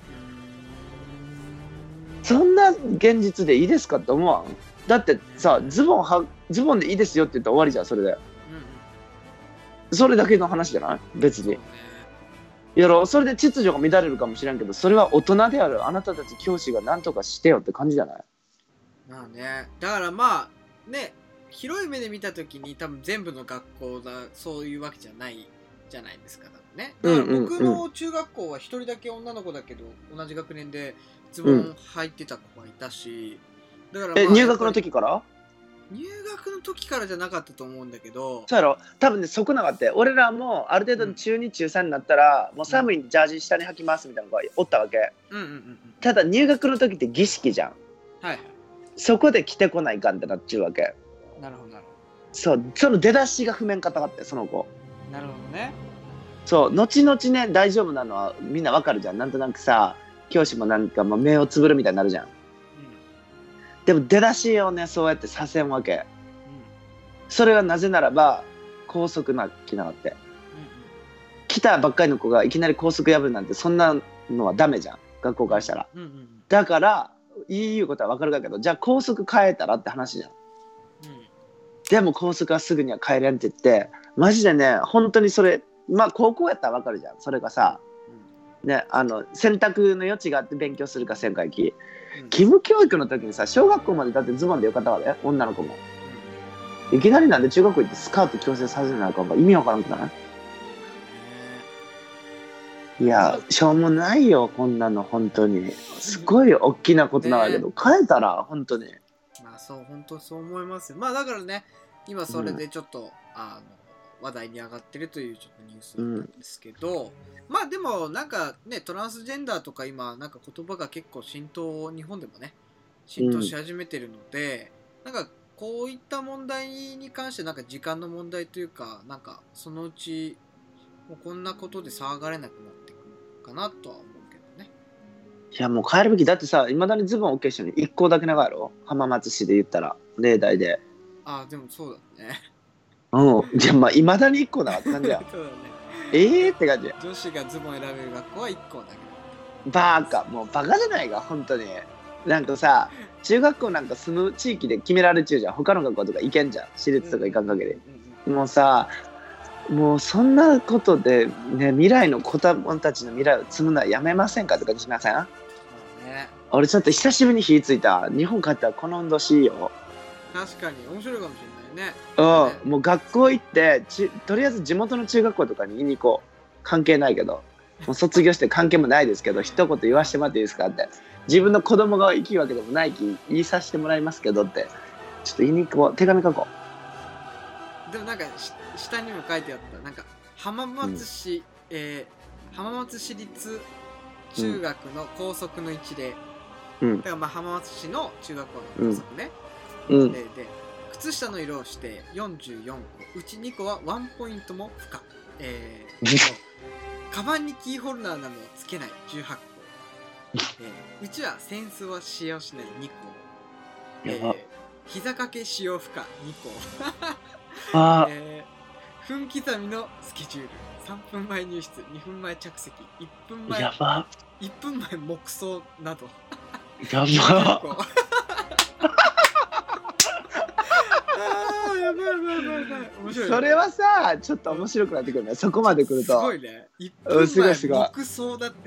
Speaker 2: そんな現実でいいですかって思わん？だってさ、ズボンでいいですよって言ったら終わりじゃん、それで。それだけの話じゃない？別に。やろ、それで秩序が乱れるかもしれんけど、それは大人であるあなたたち教師が何とかしてよって感じじゃない？
Speaker 1: まあね、だからまあね、広い目で見たときに多分全部の学校がそういうわけじゃないじゃないですか、多分ね。だから僕の中学校は一人だけ女の子だけど、同じ学年でズボン履いてた子がいたし、だから、まあ、
Speaker 2: 入学の時から？
Speaker 1: 入学の時からじゃなかったと思うんだけど、
Speaker 2: そうやろ、多分ね、そこなかった。俺らもある程度中2中3になったら、もう寒いジャージ下に履きますみたいな子がおったわけ。ただ入学の時って儀式じゃん。はい。そこで着てこないかんってなっちゃうわけ。
Speaker 1: なるほどなるほど。
Speaker 2: そう、その出だしが不面硬かったよ、その子。
Speaker 1: なるほどね。
Speaker 2: そう、後々ね、大丈夫なのはみんなわかるじゃん。なんとなくさ、教師もなんかもう目をつぶるみたいになるじゃん。でも出だしをね、そうやってさせんわけ。それはなぜならば校則なきなって、来たばっかりの子がいきなり校則破るなんてそんなのはダメじゃん、学校からしたら。だから言うことはわかるけど、じゃあ校則変えたらって話じゃん。でも校則はすぐには変えれんって言って、マジでね、本当にそれ、まあ高校やったらわかるじゃん。それがさ、ね、選択の余地があって勉強するかせんかいき、義務教育の時にさ、小学校までだってズボンでよかったわね、女の子も。いきなりなんで中学校行ってスカート強制させないか意味わからんくない？いや、しょうもないよ、こんなの、本当に。すごい大きなことなんだけど、変えたら、本当に。
Speaker 1: まあ、そう、本当そう思いますよ。まあ、だからね、今それでちょっと、話題に上がってるというちょっとニュースなんですけど、まあでもなんかね、トランスジェンダーとか今なんか言葉が結構日本でもね浸透し始めてるので、なんかこういった問題に関してなんか時間の問題というか、なんかそのうちもうこんなことで騒がれなくなってくるかなとは思うけどね。
Speaker 2: いやもう変えるべきだってさ、いまだにズボン OK してるのに1校だけ長いやろ、浜松市で言ったら例題で。
Speaker 1: でもそうだね。
Speaker 2: じゃあまあいまだに1校だって感じや。
Speaker 1: そうだね。
Speaker 2: って感じ。
Speaker 1: 女子がズボン選べる学校は1校だけど。
Speaker 2: バカ、もうバカじゃないか本当に。なんかさ、中学校なんか住む地域で決められちゃうじゃん。他の学校とか行けんじゃん、私立とか行かん限り。もうさ、 もうそんなことでね、未来の子供たちの未来を積むのはやめませんかって感じしません？
Speaker 1: ね、
Speaker 2: 俺ちょっと久しぶりに火ついた。日本帰ったらこの運動しいよ。
Speaker 1: 確かに面白いかもしれないね。
Speaker 2: うん、もう学校行ってとりあえず地元の中学校とかに言いに行こう。関係ないけど、もう卒業して関係もないですけど一言言わせてもらっていいですかって、自分の子供が生きるわけでもないき言いさせてもらいますけどって、ちょっと言いに行こう。手紙書こ
Speaker 1: う。でもなんか下にも書いてあった、なんか浜松市、浜松市立中学の校則の一例、だからまあ浜松市の中学校の校則ね、で靴下の色をして44個、うち2個はワンポイントも不可、カバンにキーホルダーなどをつけない18個、うちは扇子を使用しない2個、膝掛け使用不可2個分刻みのスケジュール、3分前入室、2分前着席、1分前黙想など
Speaker 2: やば面白い。それはさ、ちょっと面白くなってくるね。そこまで来ると。
Speaker 1: すごいね。1分前黙想だって。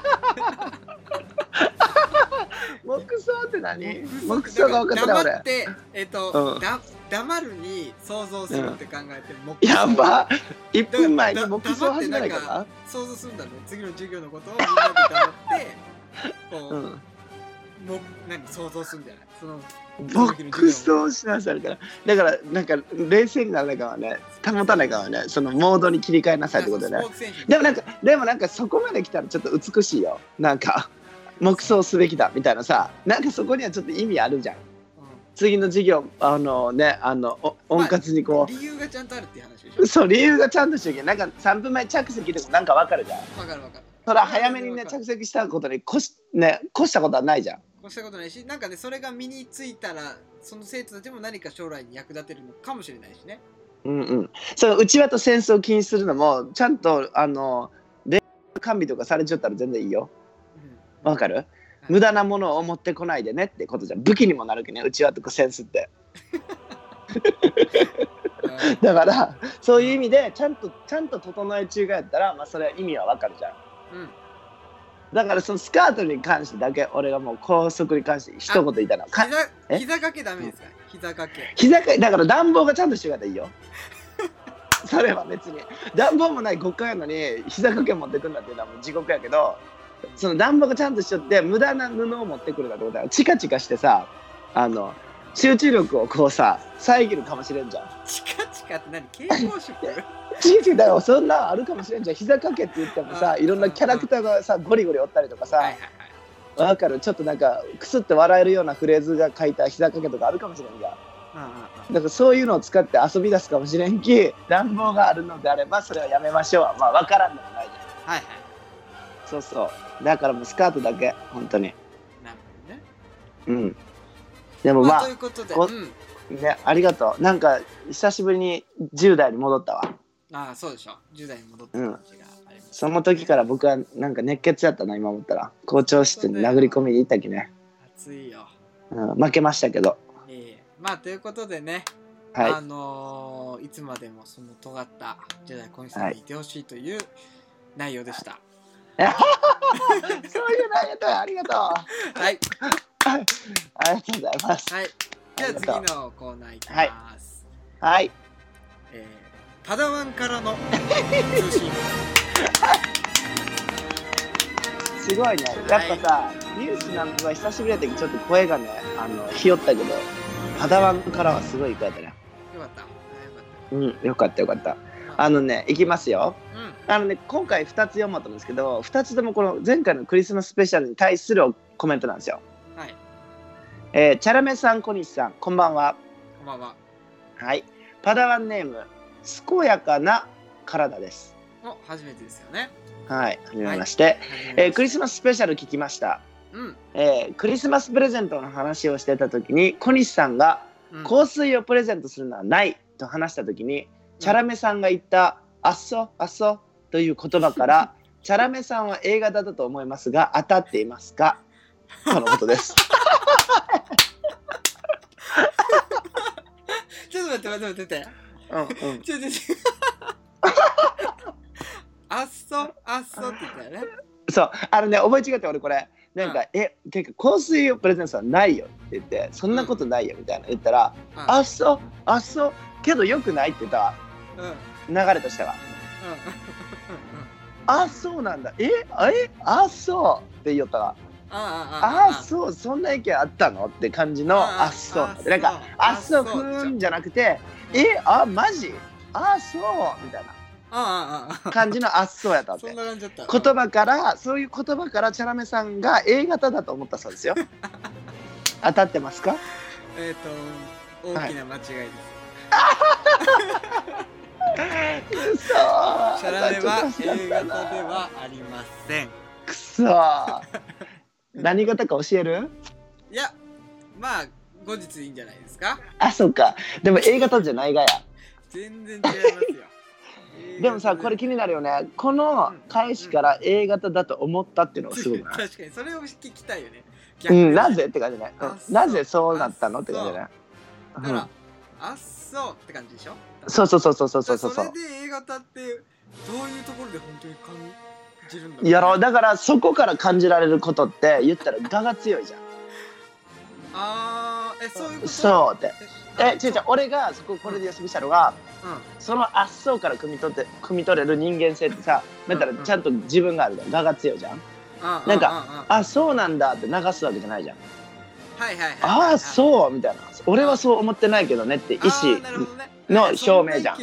Speaker 2: 黙想って何？黙想が分かってない俺。
Speaker 1: 黙って、黙るに想像するって考えて、黙
Speaker 2: 想。やば。1分前に黙想始めないから。
Speaker 1: 想像するんだね。次の授業のことをみんなで黙って、こう。想像するんじゃない？その
Speaker 2: 黙想しなさいから。だからなんか冷静にならないからね、保たないからね、そのモードに切り替えなさいってことね。でもなんかそこまで来たらちょっと美しいよ。なんか黙想すべきだみたいなさ、なんかそこにはちょっと意味あるじゃん。次の授業温活にこう、
Speaker 1: 理由がちゃんとあるっていう話でしょ。
Speaker 2: そう、理由がちゃんとしてるけど、なんか3分前着席でもなんかわかるじゃん。
Speaker 1: わかる。
Speaker 2: それは早めにね着席したことに越したことはないじゃん。
Speaker 1: 越したことないし、なんかね、それが身についたらその生徒たちも何か将来に役立てるのかもしれないしね。
Speaker 2: その内輪と戦争を禁止するのもちゃんと霊完備とかされちゃったら全然いいよ。わかる？無駄なものを持ってこないでねってことじゃん。武器にもなるけどね、内輪とかセンスってだからそういう意味でちゃんと整え中がやったら、まあそれは意味はわかるじゃん。だからそのスカートに関してだけ俺がもう校則に関して一言言ったの。
Speaker 1: 膝掛けダメですか？膝掛け
Speaker 2: だから暖房がちゃんとしてからいいよそれは別に暖房もない極寒やのに膝掛け持ってくるんだっていうのはもう地獄やけど、その暖房がちゃんとしちゃって無駄な布を持ってくるんだってことはチカチカしてさ、集中力をこうさ遮るかもしれんじゃん。
Speaker 1: チカチカって何？蛍光色
Speaker 2: 違うだよ、そんなあるかもしれんじゃん。膝掛けって言ってもさ、いろんなキャラクターがさゴリゴリおったりとかさ、わかる？ちょっとなんかクスって笑えるようなフレーズが書いた膝掛けとかあるかもしれんじゃん。だからそういうのを使って遊び出すかもしれんき、暖房があるのであればそれはやめましょう。まあ分からんでもないじゃん。そうそう、だからもうスカートだけ本当に。
Speaker 1: なるほどね。
Speaker 2: でもまあ、
Speaker 1: ということで、
Speaker 2: ね、ありがとう。なんか久しぶりに10代に戻ったわ。
Speaker 1: ああ、そうでしょ。10代に戻った感じがあります、ね。
Speaker 2: その時から僕はなんか熱血やったな、今思ったら。校長室に殴り込みに行ったきね。
Speaker 1: 熱いよ。
Speaker 2: 負けましたけど。
Speaker 1: まあということでね、いつまでもその尖ったジェダイ小西さんにいてほしいという内容でした。
Speaker 2: そういう内容だ、ありがとう。
Speaker 1: はい。
Speaker 2: ありがとうございます。
Speaker 1: はい。じゃあ次のコーナーいきます。
Speaker 2: はい。
Speaker 1: パダワンからの通信。
Speaker 2: すごいね。やっぱさ、ニュースなんか久しぶりだったけどちょっと声がね、ひよったけど、パダワンからはすごい声だったね。
Speaker 1: よかった。
Speaker 2: よかった。いきますよ。今回2つ読もうと思うんですけど、2つともこの前回のクリスマススペシャルに対するコメントなんですよ。チャラメさん、小西さん、こんばんは。
Speaker 1: こんばんは。
Speaker 2: はい。パダワンネーム、健やかな体です。
Speaker 1: 初めてですよね。
Speaker 2: はい、はじめまして。クリスマススペシャル聞きました。クリスマスプレゼントの話をしてた時に小西さんが香水をプレゼントするのはないと話した時に、チャラメさんが言ったあっそという言葉からチャラメさんは A 型だと思いますが当たっていますかとのことです
Speaker 1: ちょっと待って。 よね。
Speaker 2: そう覚え違って俺これなんか、結構香水をプレゼントはないよって言ってそんなことないよみたいな言ったら、あそうけどよくないって言ったわ、流れとしては、あそうなんだあそうって言ったわ、そうそんな意見あったのって感じのそうなんかそうふーんじゃなくてマジそうみたいな感じのそうやったって。言葉からそういう言葉からチャラメさんが A 型だと思ったそうですよ。当たってますか？
Speaker 1: 大きな間違いです。
Speaker 2: 嘘。
Speaker 1: チャラメは A 型ではありません。
Speaker 2: くそ。何型か教える？
Speaker 1: いや、まあ後日いいんじゃないですか？
Speaker 2: そっか。でも A 型じゃないがや。
Speaker 1: 全然違いますよ。
Speaker 2: でもさこれ気になるよね。この返しから A 型だと思ったっていうのがすごいな。
Speaker 1: 確かにそれを聞きたいよね。
Speaker 2: なぜって感じね。なぜそうなったのって感じね。
Speaker 1: だからそうって感じでしょ。
Speaker 2: そう。
Speaker 1: それで A 型ってどういうところで本当に感じるんだろうね。
Speaker 2: やろう。だからそこから感じられることって言ったら我が強いじゃん。
Speaker 1: そういうこと。
Speaker 2: そうって。違う俺がこれで予測したのが、そのそうから汲み取れる人間性ってさ、だったらちゃんと自分があるじゃん。我が強いじゃん。なんかそうなんだって流すわけじゃないじゃん。そうみたいな。俺はそう思ってないけどねって意思の証明じゃん。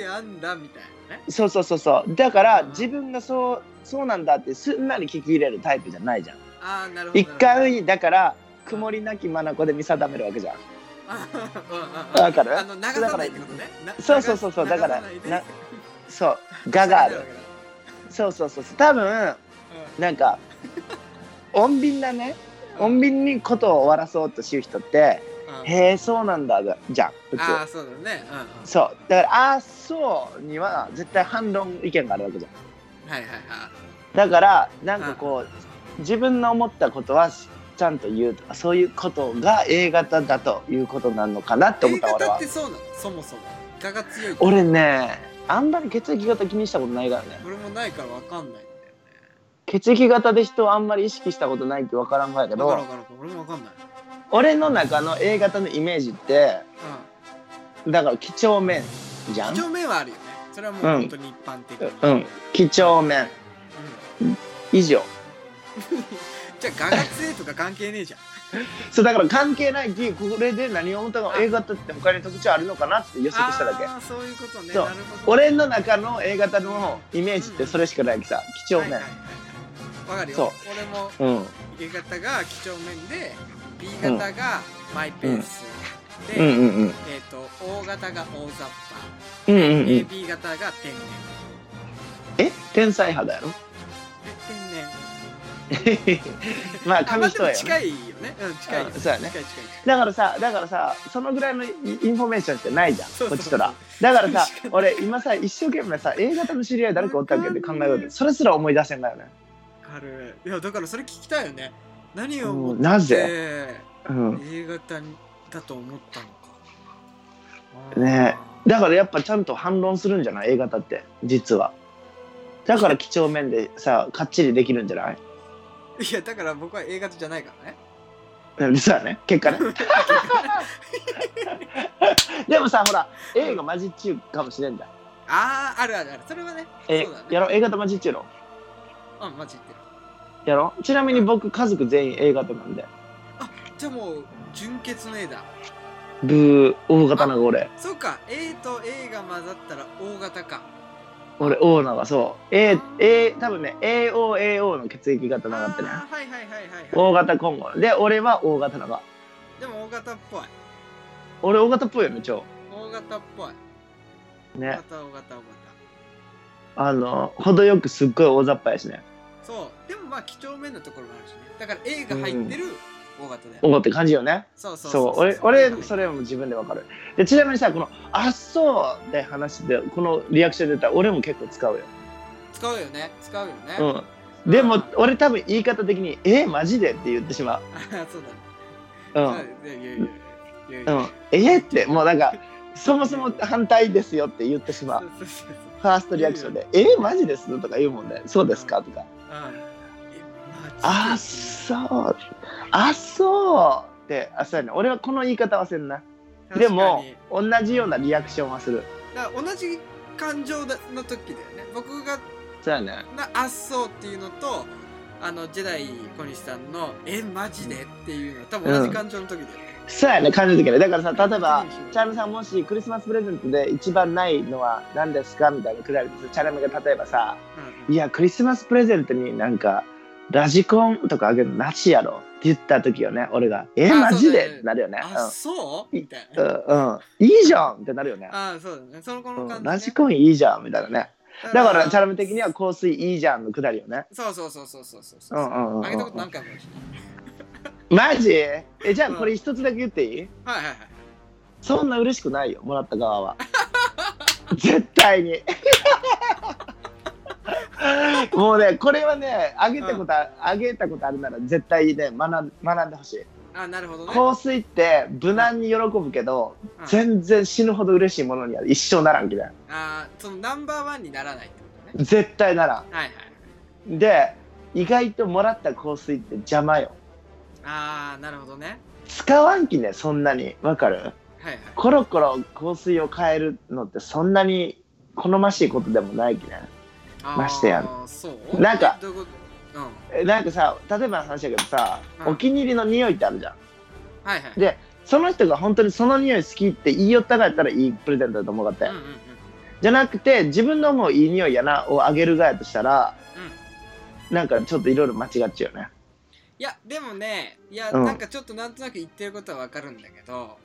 Speaker 2: そう。だから自分がそうなんだってすんなり聞き入れるタイプじゃないじゃん。一回だから曇りなき眼で見定めるわけじゃん。わかる？
Speaker 1: 流さないってことね。
Speaker 2: そうだからそう我がある。そう多分なんか穏便にことを終わらそうとしう人ってへえそうなんだじゃん普通。
Speaker 1: そうだね。
Speaker 2: そうだからそうには絶対反論意見があるわけじゃん。だからなんかこう自分の思ったことはちゃんと言うとかそういうことが A 型だということなのかなって思った。俺は
Speaker 1: A 型ってそうなの？そもそも我が強い。
Speaker 2: 俺ねあんまり血液型気にしたことないからね。
Speaker 1: 俺もないから分かんないんだよね。
Speaker 2: 血液型で人をあんまり意識したことないって分からんがやけど、
Speaker 1: 俺も分かんない。
Speaker 2: 俺の中の A 型のイメージって、だから几帳面じゃん。
Speaker 1: 几帳面はあるよね。それはもう本当に一般的に。
Speaker 2: 几帳面、以上。
Speaker 1: じゃあ我が強いとか関係ねえじゃん。
Speaker 2: そうだから関係ないきこれで何を思ったか A 型って他に特徴あるのかなって予測しただけ。
Speaker 1: そういうことね。
Speaker 2: そう俺の中の A 型のイメージってそれしかないきさ、几帳面。
Speaker 1: わかるよ。俺も A 型が几帳面で B 型がマイペースで、O 型が大雑把、AB 型が天然。
Speaker 2: 天才派だよ。
Speaker 1: 天然。
Speaker 2: まあ紙一重よね。
Speaker 1: 近いよね。近い。
Speaker 2: そうやね。だからさそのぐらいのインフォメーションしかないじゃんこっちとら。だからさ俺今さ一生懸命さ A 型の知り合い誰かおったっけって考えようってそれすら思い出せんだよね。
Speaker 1: いやだからそれ聞きたいよね。何を思って
Speaker 2: なぜ
Speaker 1: A 型だと思ったのか
Speaker 2: ね。だからやっぱちゃんと反論するんじゃない A 型って実は。だから几帳面でさかっちりできるんじゃない？
Speaker 1: いやだから僕は A 型じゃないからね。
Speaker 2: そうやね結果ね。でもさほら A がマジっちゅうかもしれんだ。
Speaker 1: あるそれはね。
Speaker 2: やろ A 型マジっちゅうの？
Speaker 1: マジってる。
Speaker 2: やろちなみに僕家族全員 A 型なんで。
Speaker 1: じゃあもう純血の A だ。
Speaker 2: ブー O 型なの俺。
Speaker 1: そうか A と A が混ざったら O 型か。
Speaker 2: 俺 O なのがそう 多分ね AO の血液型なかったね。O 型混合で俺は O 型なの。
Speaker 1: でも O 型っぽい。
Speaker 2: 俺 O 型っぽいよね超。
Speaker 1: O 型っぽいね。
Speaker 2: O 型程よくすっごい大雑把やしね。
Speaker 1: そうでもまあ几帳面なところもあるしね。だから A が入ってる O 型だよ。
Speaker 2: O って感じよね。
Speaker 1: そう
Speaker 2: 俺それも自分でわかる。でちなみにさこのそうで話でこのリアクション出たら俺も結構使うよ。
Speaker 1: 使うよね。
Speaker 2: でも俺多分言い方的にマジでって言ってしまう。
Speaker 1: そうだ
Speaker 2: ね。ってもうなんかそもそも反対ですよって言ってしまう。ファーストリアクションでマジですとか言うもんね。そうですかとか。 あそうあそうってそうやね。俺はこの言い方はせんな。でも同じようなリアクションはする。
Speaker 1: だから同じ感情の時だよね。僕が
Speaker 2: そうやね。
Speaker 1: あっそうっていうのとジェダイ小西さんのマジでっていうのは多分同じ感情の時だよね。
Speaker 2: そうやね、感じる時ね。だからさ、例えばチャームさんもしクリスマスプレゼントで一番ないのは何ですかみたいなくだりでチャラメが例えばさ、いやクリスマスプレゼントになんかラジコンとかあげるのなしやろって言った時よね、俺がマジでってなるよね。
Speaker 1: あ、そうみたいな。
Speaker 2: いいじゃんってなるよね。
Speaker 1: あ、そうだね。その子の感じ、
Speaker 2: ラジコンいいじゃんみたいなね。だからチャラメ的には香水いいじゃんのくだりよね。
Speaker 1: そう。あげたこと何回もあるし。
Speaker 2: マジ？じゃあこれ一つだけ言っていい？
Speaker 1: はい。
Speaker 2: そんな嬉しくないよ、もらった側は。絶対に。もうね、これはね、あげたことあるなら絶対ね、学んでほしい。
Speaker 1: あ、なるほどね。
Speaker 2: 香水って無難に喜ぶけど、全然死ぬほど嬉しいものには一生ならんきだよ。
Speaker 1: そのナンバーワンにならないってことね。
Speaker 2: 絶対ならん。
Speaker 1: はい。
Speaker 2: で、意外ともらった香水って邪魔よ。
Speaker 1: なるほどね。使
Speaker 2: わんきね、そんなに。わかる？はい。コロコロ香水を変えるのってそんなに好ましいことでもないきね。ましてやん。なんかさ、例えばの話だけどさ、お気に入りの匂いってあるじゃん。
Speaker 1: はい。
Speaker 2: で、その人が本当にその匂い好きって言いよったらやったらいいプレゼントだと思うかって。じゃなくて、自分のもういい匂いやなをあげる側やとしたら、なんかちょっといろいろ間違っちゃうよね。
Speaker 1: いや、でもね、なんかちょっとなんとなく言ってることはわかるんだけど、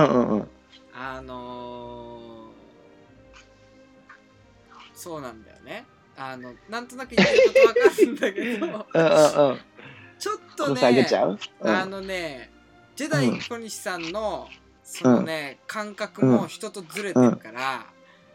Speaker 1: そうなんだよね。なんとなく言ってることわかるんだけど、ちょっとね、ジェダイ小西さんのそのね、感覚も人とずれてるから、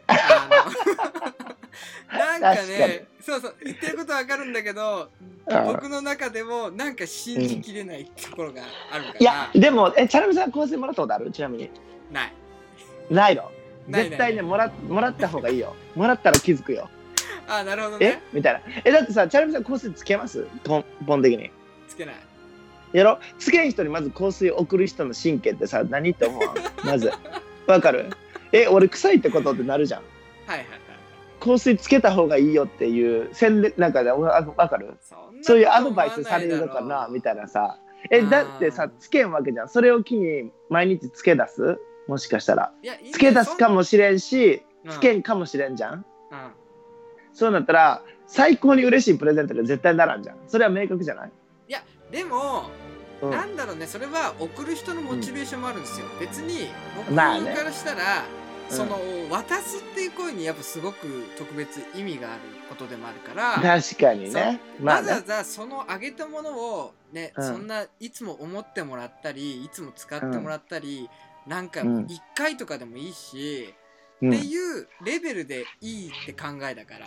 Speaker 1: なんかね、そう言ってることわかるんだけど、僕の中でもなんか信じきれないところがあるから。いや、
Speaker 2: でもチャラメさん香水もらったことある？ちなみに。ないの？絶対ね、もらった方がいいよ。もらったら気づくよ。
Speaker 1: あ、なるほどね。
Speaker 2: みたいな。だってさ、チャラメさん香水つけます？ポン的に。
Speaker 1: つけない。
Speaker 2: やろ？つけん人にまず香水送る人の神経ってさ、何って思う？まず。わかる？俺臭いってことってなるじゃん。香水つけた方がいいよっていう宣伝なんかでわかる？そういうアドバイスされるのかなみたいなさ。だってさ、つけんわけじゃん。それを機に毎日つけ出す？もしかしたら。つけ出すかもしれんし、つけんかもしれんじゃん。そうなったら、最高に嬉しいプレゼントが絶対ならんじゃん。それは明確じゃない？
Speaker 1: いや、でも、なんだろうね、それは送る人のモチベーションもあるんですよ。別に、僕からしたら、その渡すっていう行為にやっぱすごく特別意味があることでもあるから、
Speaker 2: 確かにね。
Speaker 1: わざわざそのあげたものをね、そんないつも思ってもらったり、いつも使ってもらったり、なんか1回とかでもいいし、っていうレベルでいいって考えだから、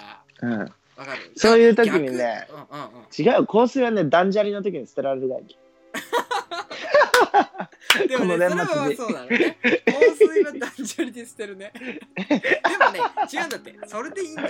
Speaker 1: わかる？
Speaker 2: そういう時にね、違う、香水はね、断捨離の時に捨てられるがいい。
Speaker 1: でもね、それはそうだね。香水は断捨離で捨てるね。でもね、違うんだって。それでいいんだって。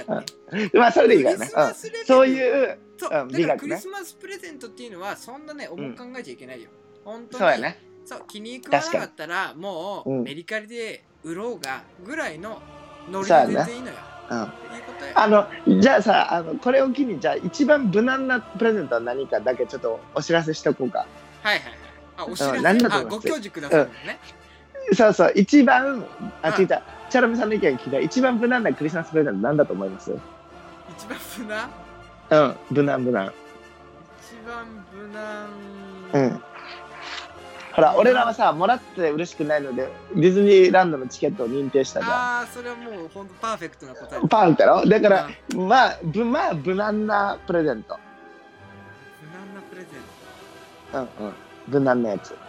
Speaker 2: まあ、それでいいからね。そういう、
Speaker 1: だからクリスマスプレゼントっていうのは、そんなね、重く考えちゃいけないよ。本当に。
Speaker 2: そうやね。
Speaker 1: 気に食わなかったら、もうメリカリで売ろうがぐらいのノリで全然いいのよ。
Speaker 2: じゃあさ、これを機に、じゃあ一番無難なプレゼントは何かだけちょっとお知らせしとこうか。
Speaker 1: お知らせ、ご教授くださいね。
Speaker 2: そう、一番、違った、チャラメさんの意見聞いたら、一番無難なクリスマスプレゼント何だと思います？
Speaker 1: 一番無難？
Speaker 2: 無難。一
Speaker 1: 番無難。
Speaker 2: ほら、俺らはさ、もらって嬉しくないので、ディズニーランドのチケットを認定したじゃん。
Speaker 1: それはもう本当パーフェクトな答え。
Speaker 2: パーフェクトやろ？だから、まあ、無難なプレゼント。
Speaker 1: 無難なプレゼン
Speaker 2: ト？無難なやつ。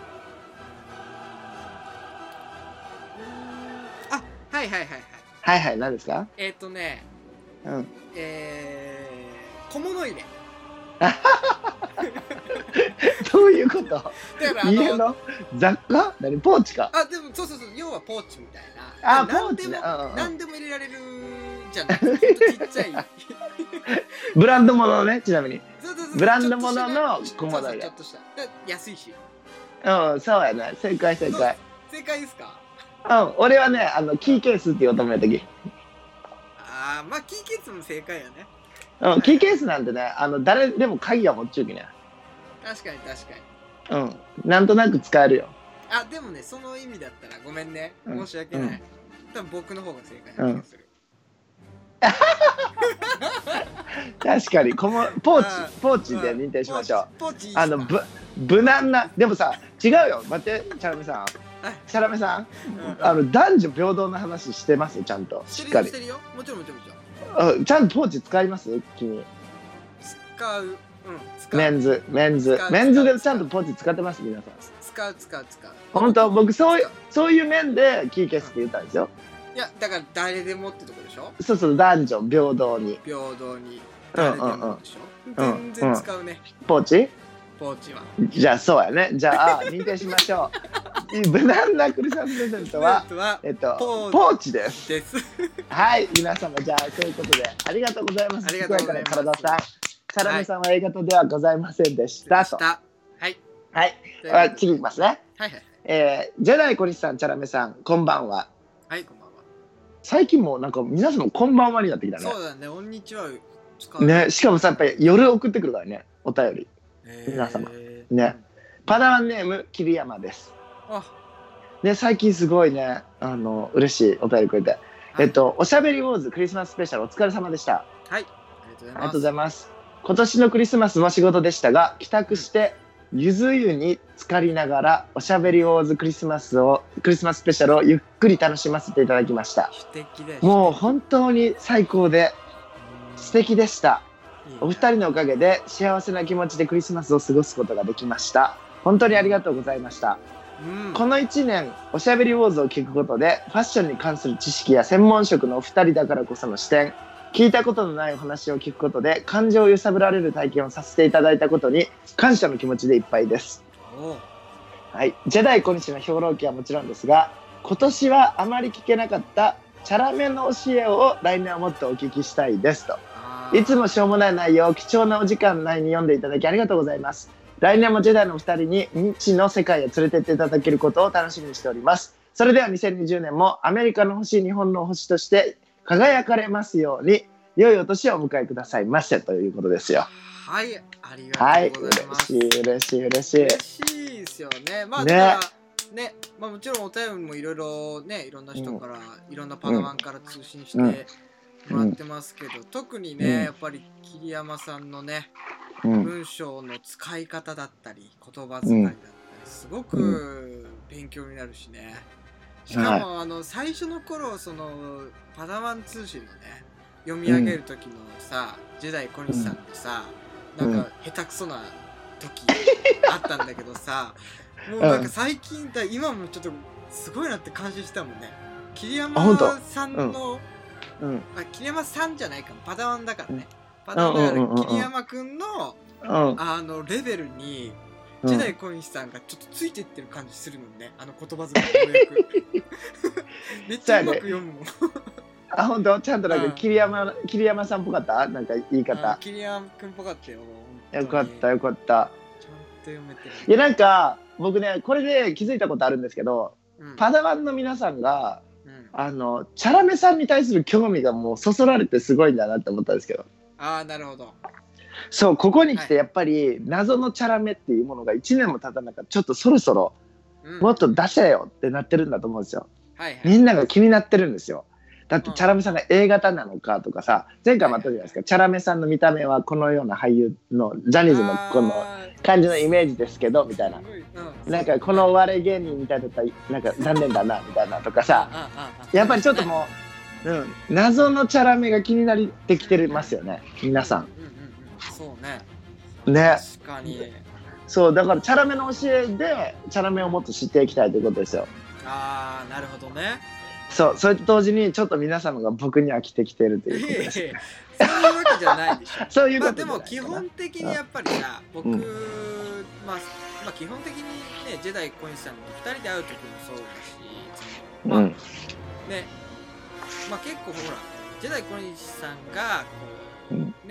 Speaker 2: はい、何ですか？
Speaker 1: 小物入れ。
Speaker 2: どういうこと？家の雑貨？ポーチか？
Speaker 1: でもそう、要はポーチみたい
Speaker 2: な。ポーチね。
Speaker 1: 何でも入れられるじゃない。ちっちゃい。
Speaker 2: ブランド物のね、ちなみに。
Speaker 1: そう、
Speaker 2: ブランド物の小物入れ。
Speaker 1: ちょっとした安いし。
Speaker 2: うん、そうやね。正解。
Speaker 1: 正解ですか？
Speaker 2: うん、俺はね、キーケースって言おうと思った時。
Speaker 1: ああ、まあキーケースも正解やね。
Speaker 2: うん、キーケースなんてね、誰でも鍵は持っちゅうきね。
Speaker 1: 確かに。
Speaker 2: うん、なんとなく使えるよ。
Speaker 1: あ、でもね、その意味だったらごめんね。申し訳ない。多分僕の方が正解な気がする。
Speaker 2: 確かにポーチで認定しましょう。
Speaker 1: ポーチいいっすか？
Speaker 2: 無難な、でもさ、違うよ。待って、チャラメさん。チャラメさん、男女平等な話してますちゃんと。しっかり。
Speaker 1: してるよ。もちろん。
Speaker 2: ちゃんとポーチ使います君？
Speaker 1: 使う。
Speaker 2: メンズでちゃんとポーチ使ってます皆さん？
Speaker 1: 使う。
Speaker 2: 本当僕そういう面でキーケースって言ったんですよ。
Speaker 1: いやだから誰でもってとこでしょ。
Speaker 2: そう男女平等に誰でもでしょ。全然使うね。ポーチは。じゃあそうやね。じゃあ認定しましょう。無難なクリスマスプレゼントはポーチです。はい、皆様じゃあそういうことでありがとうございます。健やかな体さん、チャラメさんは A 型ではございませんでしたと。はい、次いきますね。ジェダイ小西さん、チャラメさん、こんばんは。
Speaker 1: はい、こんばんは。
Speaker 2: 最近もなんか皆さんのこんばんはになってきたね。
Speaker 1: そうだね、こんにちは使う
Speaker 2: ね。しかもさ、やっぱり夜送ってくるからね、お便り。皆様ね。パダワンネーム桐山です。ね、最近すごいね、嬉しいお便りくれて、おしゃべりウォーズクリスマススペシャルお疲れ様でした。
Speaker 1: はい、あり
Speaker 2: がとうございます。今年のクリスマスも仕事でしたが、帰宅してゆず湯に浸かりながらおしゃべりウォーズクリスマススペシャルをゆっくり楽しませていただきました。もう本当に最高で素敵でした。お二人のおかげで幸せな気持ちでクリスマスを過ごすことができました。本当にありがとうございました。この1年おしゃべりウォーズを聞くことでファッションに関する知識や専門職のお二人だからこその視点、聞いたことのないお話を聞くことで感情を揺さぶられる体験をさせていただいたことに感謝の気持ちでいっぱいです。はい、ジェダイ小西の評論家はもちろんですが、今年はあまり聞けなかったチャラメの教えを来年はもっとお聞きしたいですと。いつもしょうもない内容を貴重なお時間内に読んでいただきありがとうございます。来年もジェダイのお二人に未知の世界へ連れてっていただけることを楽しみにしております。それでは2020年もアメリカの星、日本の星として輝かれますように、良いお年をお迎えくださいませということですよ。
Speaker 1: はい、ありがとうございます。
Speaker 2: 嬉しい
Speaker 1: ですよね。まあだからね、まあもちろんお便りもいろいろね、いろんな人から、いろんなパダワンから通信してもらってますけど、特にね、やっぱり桐山さんのね、文章の使い方だったり言葉遣いだったりすごく勉強になるしね。しかも最初の頃そのパダワン通信のね読み上げる時のさ、ジェダイ小西さんってさ、なんか下手くそな時あったんだけどさ、もうなんか最近今もちょっとすごいなって感心したもんね。桐山さんの桐山さんじゃないかも、パダワンだからね。パダワンだから桐山くんのレベルにジェダイ小西さんがちょっとついてってる感じするもんね。言葉遣いのめっちゃうまく読むもん。
Speaker 2: あ、本当ちゃんとなんか桐山さんっぽかった？なんか言い方。
Speaker 1: 桐山くんっぽかったよ。
Speaker 2: よかった。ちゃんと
Speaker 1: 読めてる。
Speaker 2: いやなんか僕ねこれで気づいたことあるんですけど、パダワンの皆さんがチャラメさんに対する興味がもうそそられてすごいんだなって思ったんですけど。
Speaker 1: ああ、なるほど。
Speaker 2: そう、ここに来てやっぱり謎のチャラメっていうものが1年も経たなかった、ちょっとそろそろもっと出せよってなってるんだと思うんですよ。みんなが気になってるんですよ。だってチャラメさんが A 型なのかとかさ、前回もあったじゃないですか。チャラメさんの見た目はこのような俳優のジャニーズのこの感じのイメージですけどみたいな、なんかこのお笑い芸人みたいだったらなんか残念だなみたいなとかさ、やっぱりちょっともう、謎のチャラメが気になってきてますよね皆さん。そうね。
Speaker 1: 確かに。
Speaker 2: そうだからチャラメの教えでチャラメをもっと知っていきたいということですよ。
Speaker 1: ああ、なるほどね。
Speaker 2: そう、それと同時にちょっと皆様が僕に飽きてきてるということです。
Speaker 1: そういうわけじゃないでしょ。
Speaker 2: そういうこと
Speaker 1: でも基本的にやっぱりさ、僕、まあ基本的にね、ジェダイ小西さんと2人で会う時もそうだし、まあね、まあ結構ほらジェダイ小西さんがこうね、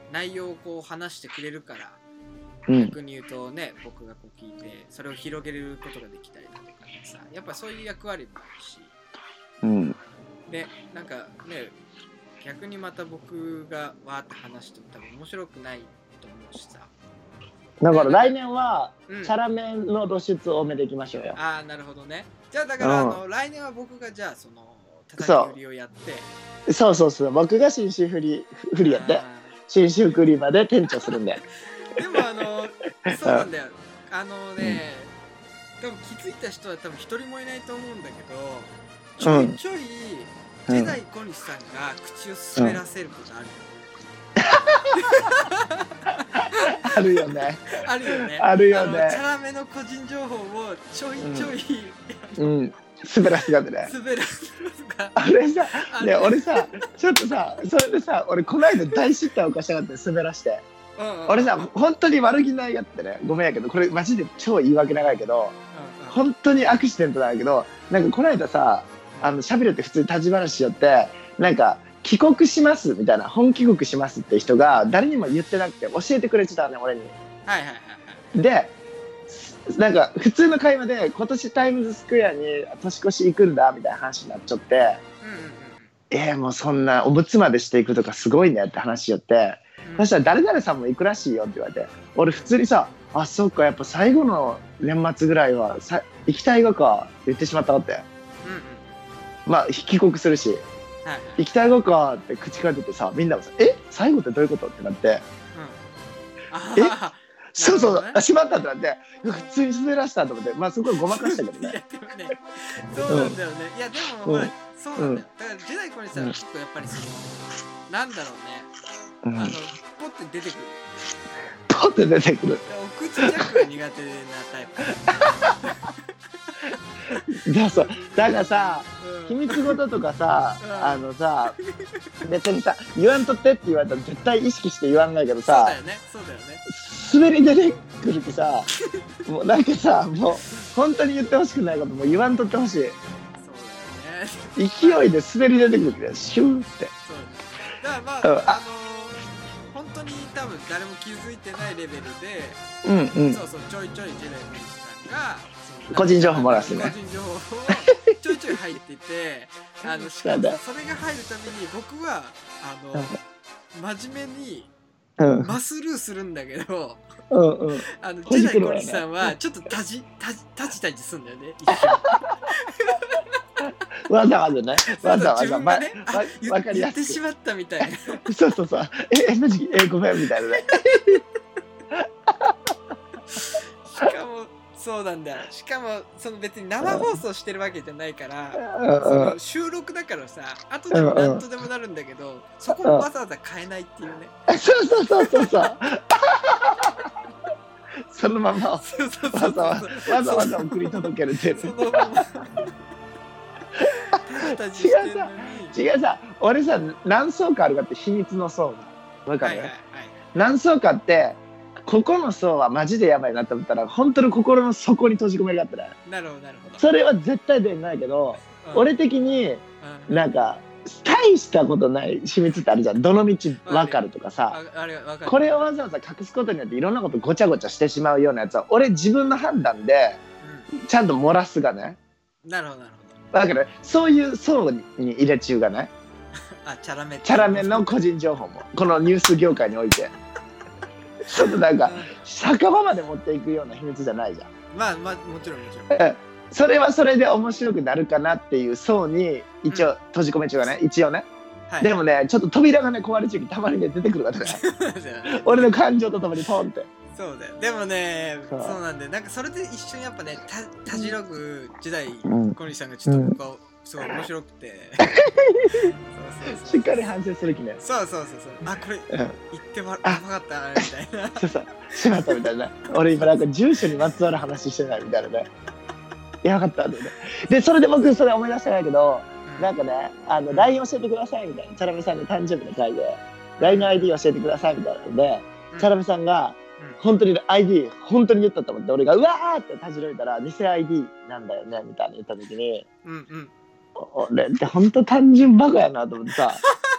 Speaker 1: 内容をこう話してくれるから、逆に言うとね、僕がこう聞いてそれを広げることができたりだとかさ、やっぱそういう役割もあるし、でなんかね、逆にまた僕がわーって話しても多分面白くないと思うしさ。
Speaker 2: だから来年はチャラめの露出多めでいきましょうよ。
Speaker 1: ああ、なるほどね。じゃあだから来年は僕がじゃあその叩き売りをやって、
Speaker 2: そう僕が新種振りやって新種振りまで店長するんで。
Speaker 1: でもそうなんだよ。多分気づいた人は多分一人もいないと思うんだけど、ちょいちょいジェダイ小西さんが口を滑らせることあるよね。
Speaker 2: あるよね。
Speaker 1: あるよね。
Speaker 2: あるよね。
Speaker 1: チャラめの個人情報をちょいちょい、
Speaker 2: 滑らすがでね。
Speaker 1: 滑らすが。
Speaker 2: あれさ、ね、俺さ、ちょっとさ、それでさ、俺この間大失態を犯したかったよ、滑らして。俺さ、本当に悪気ないやってね、ごめんやけど、これマジで超言い訳長いけど、本当にアクシデントなんやけど、なんかこの間さ、喋るって普通に立ち話しよって、なんか帰国しますみたいな、本帰国しますって人が誰にも言ってなくて教えてくれてたね、俺に。で、なんか普通の会話で今年タイムズスクエアに年越し行くんだみたいな話になっちゃって、もうそんなおむつまでしていくとかすごいねって話しよって、そしたら誰々さんも行くらしいよって言われて、俺普通にさ、あ、そっか、やっぱ最後の年末ぐらいは行きたいがかって言ってしまったかって、まあ帰国するし、行きたいがかって口から出てさ、みんなもさ、最後ってどういうことってなって、そうしまったってなって、普通に滑らしたと思って、まあそこはごまかしたけどね。
Speaker 1: そうなんだよね。いやでもほら、そうなんだよ。だからジェダイ小西さんは結構やっぱりその、なんだろうね、ポッて出てくる。
Speaker 2: ポッて出てくる。
Speaker 1: お口ジャックが苦手なタイプ。
Speaker 2: だからさ、秘密事とかさ、さ、別にさ、言わんとってって言われたら絶対意識して言わんないけどさ、
Speaker 1: そうだよね。
Speaker 2: 滑り出てくるきさ、もうなんかさ、もう本当に言ってほしくないことも言わんとってほしい。そうだよね。勢いで滑り出てくるきだよ、シューって。
Speaker 1: だからまあ、本当に多分誰も気づいてないレベルで、そうちょいちょいジェダイ小西さんが
Speaker 2: 個人情報もらすね。
Speaker 1: 個人情報をちょいちょい入ってて、しかもそれが入るために僕は真面目にマスルーするんだけど、ジェダイ小西さんはちょっとタジするんだよね。
Speaker 2: わざわざね、わざわざ
Speaker 1: ね、言ってしまったみたいな。
Speaker 2: そう、マジごめんみたいなね。
Speaker 1: しかもそうなんだよ。しかもその別に生放送してるわけじゃないから、その収録だからさ、後でも何とでもなるんだけど、そこをわざわざ変えないっていうね。
Speaker 2: そう。そのままわざわざ送り届けるっていう。違うさ、俺さ、何層かあるかって秘密の層が分かる？何層かってここの層はマジでやばいなと思ったら本当に心の底に閉じ込めるかったら、
Speaker 1: なるほど
Speaker 2: それは絶対出ないけど、俺的になんか大したことない秘密ってあるじゃん。どの道分かるとかさ、これをわざわざ隠すことによっていろんなことごちゃごちゃしてしまうようなやつは俺自分の判断でちゃんと漏らすがね。
Speaker 1: なるほど
Speaker 2: だからそういう層に入れ中がね。チャラめの個人情報もこのニュース業界においてちょっとなんか酒場まで持っていくような秘密じゃないじゃん。
Speaker 1: まあもちろん
Speaker 2: それはそれで面白くなるかなっていう層に一応閉じ込め中がね、一応ね、でもねちょっと扉がね壊れちゃうたまにね出てくるからね俺の感情とともにポンって。
Speaker 1: そうだよ。でもね、そうなんで、なんかそれで一瞬やっぱね、たじろぐ時代小西さんがちょっとこうすごい面白くて、
Speaker 2: しっかり反省する気ね。
Speaker 1: そう、あ、これ言ってもらなかったなみたいな。
Speaker 2: そうしまったみたいな。俺今なんか住所にまつわる話してないみたいなね。やばかったんだよね。でそれで僕それ思い出したんだけど、なんかねLINE 教えてくださいみたいな、チャラメさんの誕生日の会で LINE の ID 教えてくださいみたいなので、チャラメさんが本当に ID 本当に言ったと思って、俺がうわーってたじろいたら偽 ID なんだよねみたいな言った時に、俺って本当単純バカやなと思ってさ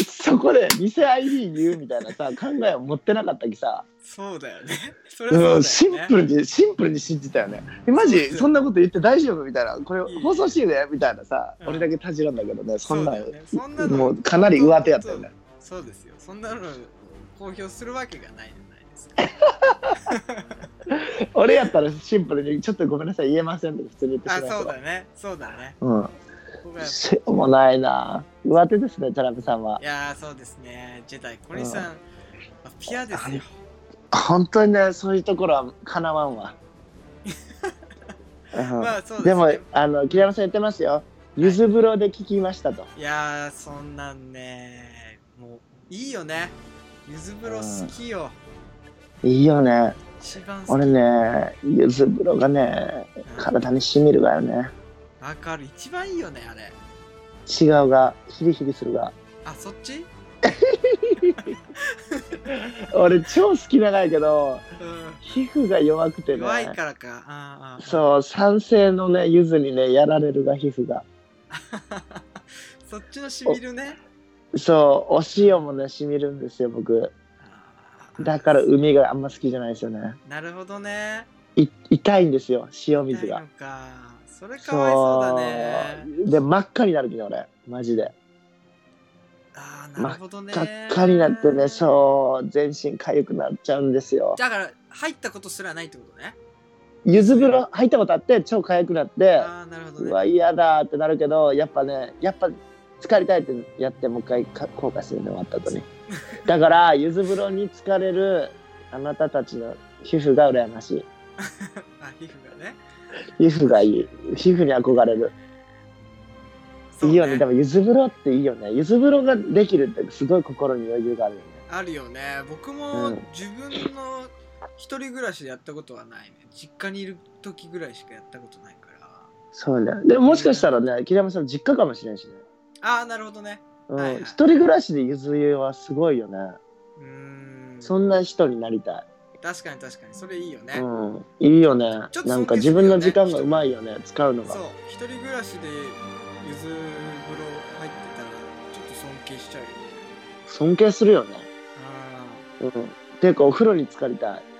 Speaker 2: そこで偽 ID 言うみたいなさ考えを持ってなかったきさ。
Speaker 1: そうだよね。それはそうだよね。
Speaker 2: シンプルに信じたよね。マジそんなこと言って大丈夫みたいな、これ放送してるみたいなさ、俺だけたじらんだけどね、そんなもうかなり上手やったよね。
Speaker 1: そうですよ。そんなの公表するわけがないじゃないですか。
Speaker 2: 俺やったらシンプルにちょっとごめんなさい言えませんって普通に言ってしまう。
Speaker 1: そうだね。そうだね。
Speaker 2: しょうもないな。上手ですね、トランプさんは。
Speaker 1: いやそうですね。ジェダイ小西さん、ピュアですよ。
Speaker 2: 本当にね、そういうところはかなわんわ。
Speaker 1: まあそうですね。
Speaker 2: でも桐山さん言ってますよ。ゆず風呂で聞きましたと。
Speaker 1: いやそんなんね、もういいよね。ゆず風呂好きよ。
Speaker 2: いいよね。
Speaker 1: 一番好き。
Speaker 2: 俺ね、ゆず風呂がね、体にしみるわよね。
Speaker 1: わかる。一番いいよね、あれ。
Speaker 2: 違うが、ヒリヒリするが。
Speaker 1: あ、そっち
Speaker 2: 俺超好き長いけど、皮膚が弱くてね。
Speaker 1: 弱いからか。
Speaker 2: そう、酸性のね、ゆずにね、やられるが、皮膚が。
Speaker 1: そっちのしみるね。
Speaker 2: そう、お塩もね、しみるんですよ、僕。だから海があんま好きじゃないですよね。
Speaker 1: なるほどね。
Speaker 2: 痛いんですよ、塩水が。
Speaker 1: それかわいそうだね。
Speaker 2: で、真っ赤になるけど俺、マジで。
Speaker 1: なるほどね。
Speaker 2: 真っ赤になってね、そう、全身痒くなっちゃうんですよ。
Speaker 1: だから入ったことすらないってことね。
Speaker 2: ゆず風呂入ったことあって超痒くなって、
Speaker 1: なるほどね、
Speaker 2: うわ嫌だってなるけど、やっぱ浸かりたいってやってもう一回後悔するの終わった後に。だからゆず風呂に浸かれるあなたたちの皮膚が羨ましい。
Speaker 1: 皮膚がね。
Speaker 2: 皮膚がいい。皮膚に憧れる。いいよね。でもゆず風呂っていいよね。ゆず風呂ができるってすごい心に余裕があるよね。
Speaker 1: あるよね。僕も自分の一人暮らしでやったことはないね。実家にいる時ぐらいしかやったことないから。
Speaker 2: そうね。でももしかしたらね、桐山さん実家かもしれんしね。
Speaker 1: なるほどね。
Speaker 2: 一人暮らしでゆず湯はすごいよね。そんな人になりたい。
Speaker 1: 確かにそれいいよね。
Speaker 2: いいよね。なんか自分の時間がうまいよね、使うのが。
Speaker 1: そう、一人暮らしでゆず風呂入ってたらちょっと尊敬しちゃうよね。
Speaker 2: 尊敬するよね。ていうかお風呂に浸かりたい。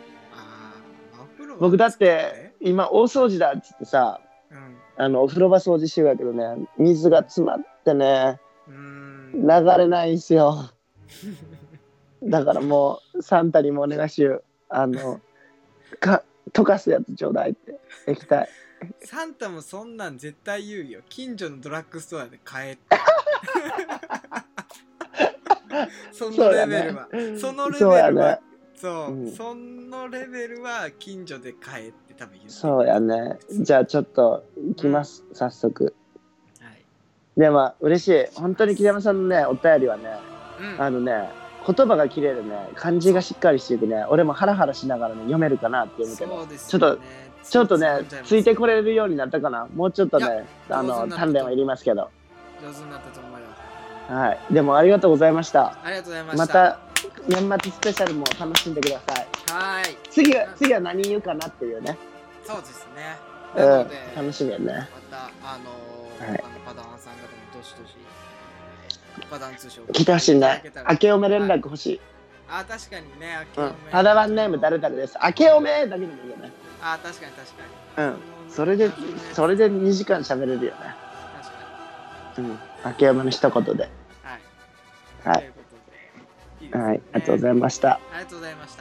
Speaker 2: 僕だって今大掃除だっつってさ、お風呂場掃除しようやけどね、水が詰まってね、流れないんすよ。だからもうサンタにもお願いしよう。溶かすやつちょうだいって液体。
Speaker 1: サンタもそんなん絶対言うよ。近所のドラッグストアで買えって。そのレベルは。そのレベルは。そのレベルは近所で買えって多分言う。
Speaker 2: そうやね。じゃあちょっと行きます、早速。でも嬉しい。本当に桐山さんのねお便りはね、言葉が綺麗でね、漢字がしっかりしててね、俺もハラハラしながらね読めるかなって読むけど、ちょっとねついてこれるようになったかな。もうちょっとね鍛錬はいりますけど。
Speaker 1: 上手になったと思うよ。
Speaker 2: はい。でもありがとうございました。
Speaker 1: ありがとうございました。
Speaker 2: また年末スペシャルも楽しんでください。
Speaker 1: はい。
Speaker 2: 次は何言うかなっていうね。
Speaker 1: そうですね。
Speaker 2: 楽しみやね。
Speaker 1: またパダワンさん方もどしどしパダワン通称
Speaker 2: 来てほしいね。明けおめ連絡欲しい。
Speaker 1: 確かにね。明けおめ。
Speaker 2: パダワンネーム誰々です。明けおめだけでもいいよね。
Speaker 1: 確かに。
Speaker 2: それで2時間喋れるよね。確かに。明けおめの一言で。はい。はい。ありがとうございました。
Speaker 1: ありがとうございました。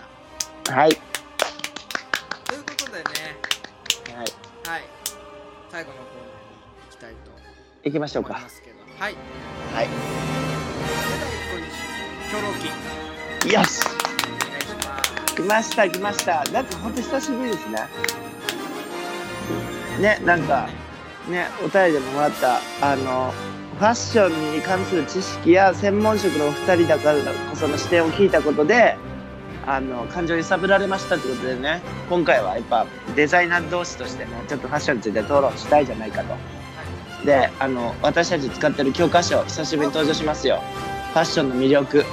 Speaker 2: はい。
Speaker 1: ということでね。
Speaker 2: はい。
Speaker 1: 最後の方に行きたいと
Speaker 2: 行きましょうか。
Speaker 1: はい。
Speaker 2: はい。
Speaker 1: キョロキ。
Speaker 2: よし。来ました。なんか本当久しぶりですね。ね、なんかね、お便りでももらったファッションに関する知識や専門職のお二人だからこその視点を聞いたことで感情揺さぶられましたということでね、今回はやっぱデザイナー同士としてねちょっとファッションについて討論したいじゃないかと。で私たち使ってる教科書久しぶりに登場しますよ。ファッションの魅力。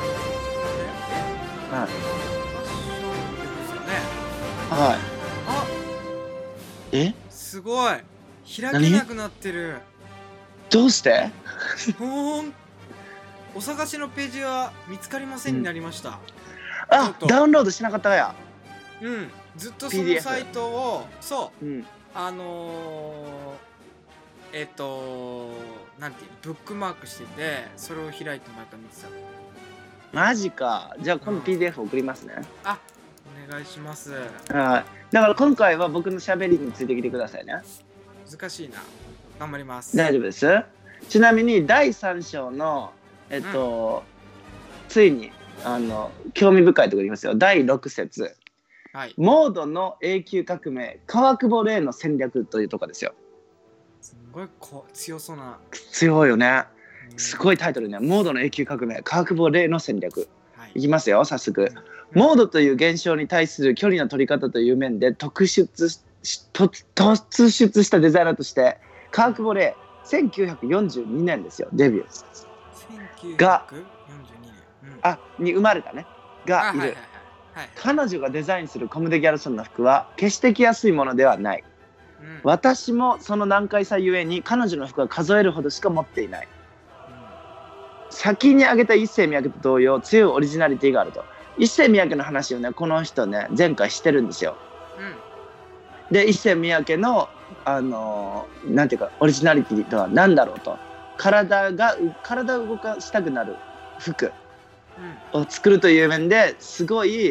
Speaker 1: すごい開けなくなってる。
Speaker 2: どうして？
Speaker 1: お探しのページは見つかりませんになりました。
Speaker 2: あ、ダウンロードしなかったや。
Speaker 1: ずっとその
Speaker 2: PDF
Speaker 1: サイトをそう、
Speaker 2: うん
Speaker 1: なんていうブックマークしてて、それを開いて毎回見てた。
Speaker 2: マジか。じゃあ今度 PDF 送りますね。
Speaker 1: あ、お願いします。
Speaker 2: だから今回は僕のしゃべりについてきてくださいね。
Speaker 1: 難しいな。頑張ります。
Speaker 2: 大丈夫です。ちなみに第3章のついに興味深いところ言いますよ。第6節、モードの永久革命、川久保玲の戦略というところですよ。
Speaker 1: すごい強そうな。
Speaker 2: 強いよね。すごいタイトルね。モードの永久革命、川久保玲の戦略。いきますよ、早速。モードという現象に対する距離の取り方という面で突出したデザイナーとして川久保玲、1942年ですよ、デビューがに生まれたねがいる。彼女がデザインするコム・デ・ギャルソンの服は決して着やすいものではない。私もその難解さゆえに彼女の服は数えるほどしか持っていない。先に挙げた一世三宅と同様強いオリジナリティがあると。一世三宅の話をね、この人ね前回してるんですよ。で一世三宅のなんていうかオリジナリティとは何だろうと。体を動かしたくなる服を作るという面ですごい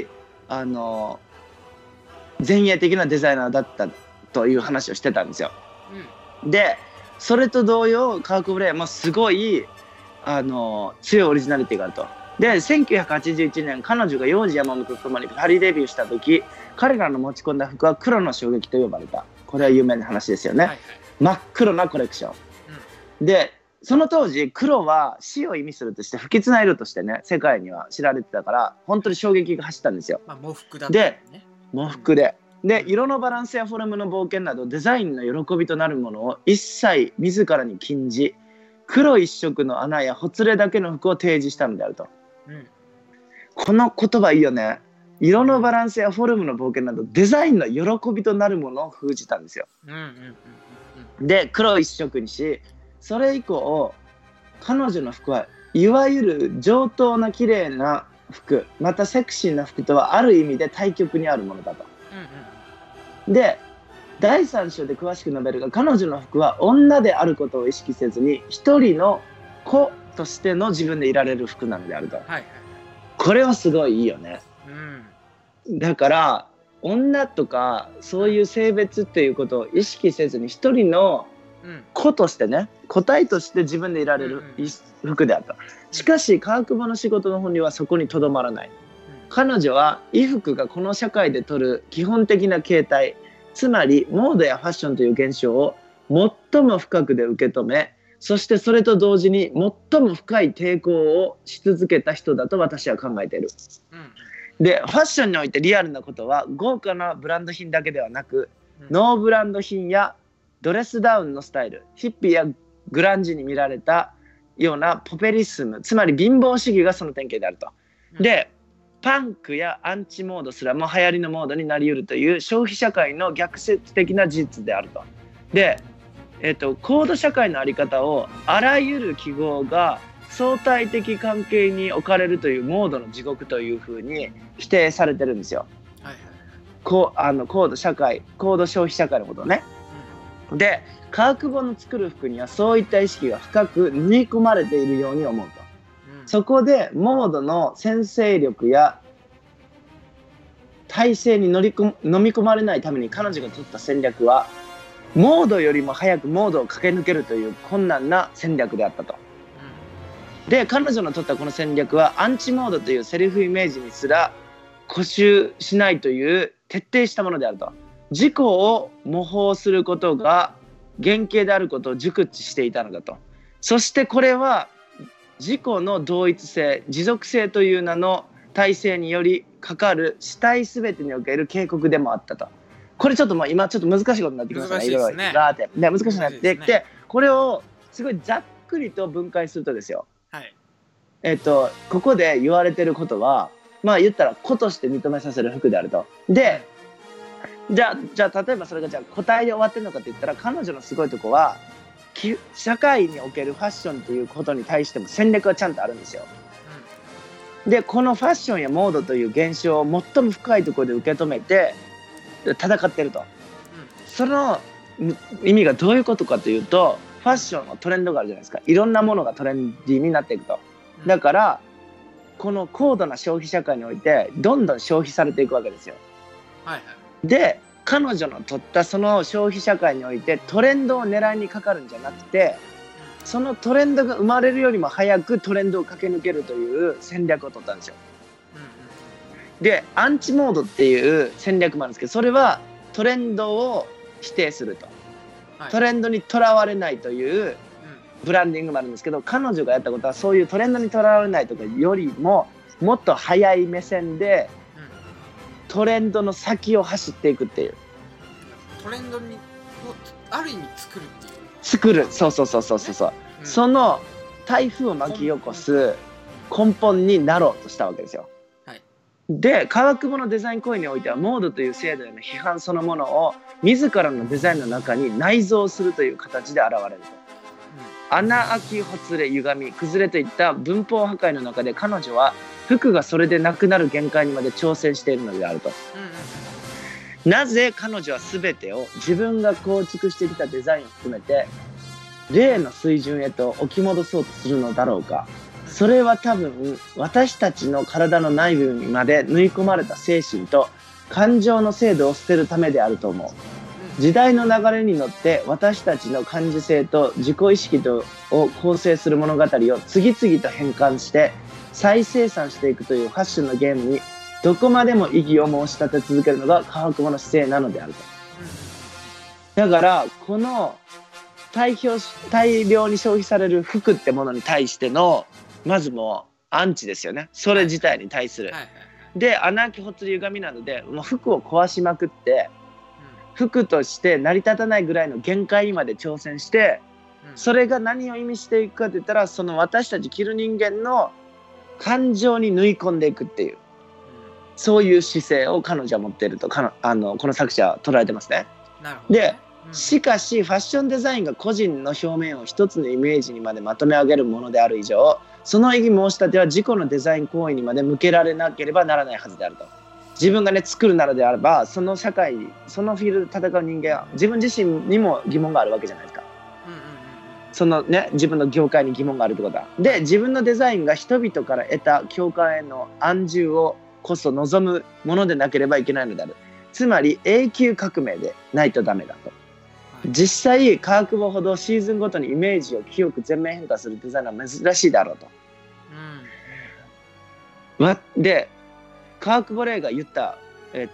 Speaker 2: 前衛的なデザイナーだったという話をしてたんですよ。でそれと同様川久保玲もすごい強いオリジナリティがあると。で1981年彼女が幼児山本と共にパリデビューした時、彼らの持ち込んだ服は黒の衝撃と呼ばれた。これは有名な話ですよね。真っ黒なコレクション、でその当時黒は死を意味するとして不吉な色としてね世界には知られてたから本当に衝撃が走ったんですよ。
Speaker 1: 喪服だったね。
Speaker 2: 喪服で色のバランスやフォルムの冒険などデザインの喜びとなるものを一切自らに禁じ、黒一色の穴やほつれだけの服を提示したのであると。この言葉いいよね。色のバランスやフォルムの冒険などデザインの喜びとなるものを封じたんですよ。で黒一色にし、それ以降彼女の服はいわゆる上等な綺麗な服、またセクシーな服とはある意味で対極にあるものだと。で第3章で詳しく述べるが、彼女の服は女であることを意識せずに一人の子としての自分でいられる服なのであると。これはすごいいいよね。だから女とかそういう性別っていうことを意識せずに一人の子としてね、個体として自分でいられる服であった。しかし川久保の仕事の本領はそこにとどまらない。彼女は衣服がこの社会で取る基本的な形態、つまりモードやファッションという現象を最も深くで受け止め、そしてそれと同時に最も深い抵抗をし続けた人だと私は考えている。でファッションにおいてリアルなことは豪華なブランド品だけではなく、ノーブランド品やドレスダウンのスタイル、ヒッピーやグランジに見られたようなポペリスム、つまり貧乏主義がその典型であると。でパンクやアンチモードすらも流行りのモードになり得るという消費社会の逆説的な事実であると。で、高度社会の在り方をあらゆる記号が相対的関係に置かれるというモードの地獄というふうに否定されてるんですよ。高度社会、高度消費社会のことをね。で川久保の作る服にはそういった意識が深く縫い込まれているように思うと。そこでモードの先制力や体制に飲み込まれないために彼女が取った戦略はモードよりも早くモードを駆け抜けるという困難な戦略であったと。で彼女の取ったこの戦略はアンチモードというセルフイメージにすら固執しないという徹底したものであると。自己を模倣することが原型であることを熟知していたのだと。そしてこれは自己の同一性、持続性という名の体制によりかかる主体すべてにおける警告でもあったと。これちょっと今ちょっと難しいことになってきましたね。難しいですね。難しくなってきて、これをすごいざっくりと分解するとですよ。ここで言われてることは、言ったら個として認めさせる服であると。で、じゃあ例えばそれが個体で終わってるのかって言ったら、彼女のすごいとこは社会におけるファッションっていうことに対しても戦略はちゃんとあるんですよ。でこのファッションやモードという現象を最も深いところで受け止めて戦ってると、その意味がどういうことかというと、ファッションのトレンドがあるじゃないですか。いろんなものがトレンディーになっていくと。だからこの高度な消費社会においてどんどん消費されていくわけですよ。
Speaker 1: はいはい、
Speaker 2: で彼女の取ったその消費社会においてトレンドを狙いにかかるんじゃなくて、そのトレンドが生まれるよりも早くトレンドを駆け抜けるという戦略を取ったんですよ。でアンチモードっていう戦略もあるんですけど、それはトレンドを否定すると、トレンドにとらわれないというブランディングもあるんですけど、彼女がやったことはそういうトレンドにとらわれないとかよりももっと早い目線でトレンドの先を走っていくっていう、
Speaker 1: トレンドにをある意味作るっていう、
Speaker 2: 作る、そう、その台風を巻き起こす根本になろうとしたわけですよ。で川久保のデザイン行為においてはモードという制度への批判そのものを自らのデザインの中に内蔵するという形で現れると、穴開きほつれ歪み崩れといった文法破壊の中で彼女は服がそれでなくなる限界にまで挑戦しているのであると、なぜ彼女は全てを自分が構築してきたデザインを含めて例の水準へと置き戻そうとするのだろうか。それは多分私たちの体の内部にまで縫い込まれた精神と感情の制度を捨てるためであると思う。時代の流れに乗って私たちの感受性と自己意識とを構成する物語を次々と変換して再生産していくというファッションのゲームにどこまでも意義を申し立て続けるのが川久保の姿勢なのであると。だからこの大量に消費される服ってものに対してのまずもうアンチですよね、それ自体に対する。で穴開きほつり歪みなのでもう服を壊しまくって服として成り立たないぐらいの限界にまで挑戦して、それが何を意味していくかといったらその私たち着る人間の感情に縫い込んでいくっていう、そういう姿勢を彼女は持っているとこの作者は捉えてますね。
Speaker 1: なるほどね。
Speaker 2: でしかしファッションデザインが個人の表面を一つのイメージにまでまとめ上げるものである以上、その意義申し立ては自己のデザイン行為にまで向けられなければならないはずであると。自分がね作るならであればその社会そのフィールドで戦う人間は自分自身にも疑問があるわけじゃないですか。そのね自分の業界に疑問があるってことは。で自分のデザインが人々から得た共感への安住をこそ望むものでなければいけないのである。つまり永久革命でないとダメだと。実際川久保ほどシーズンごとにイメージを清く全面変化するデザイナーは珍しいだろうと。で川久保玲が言った言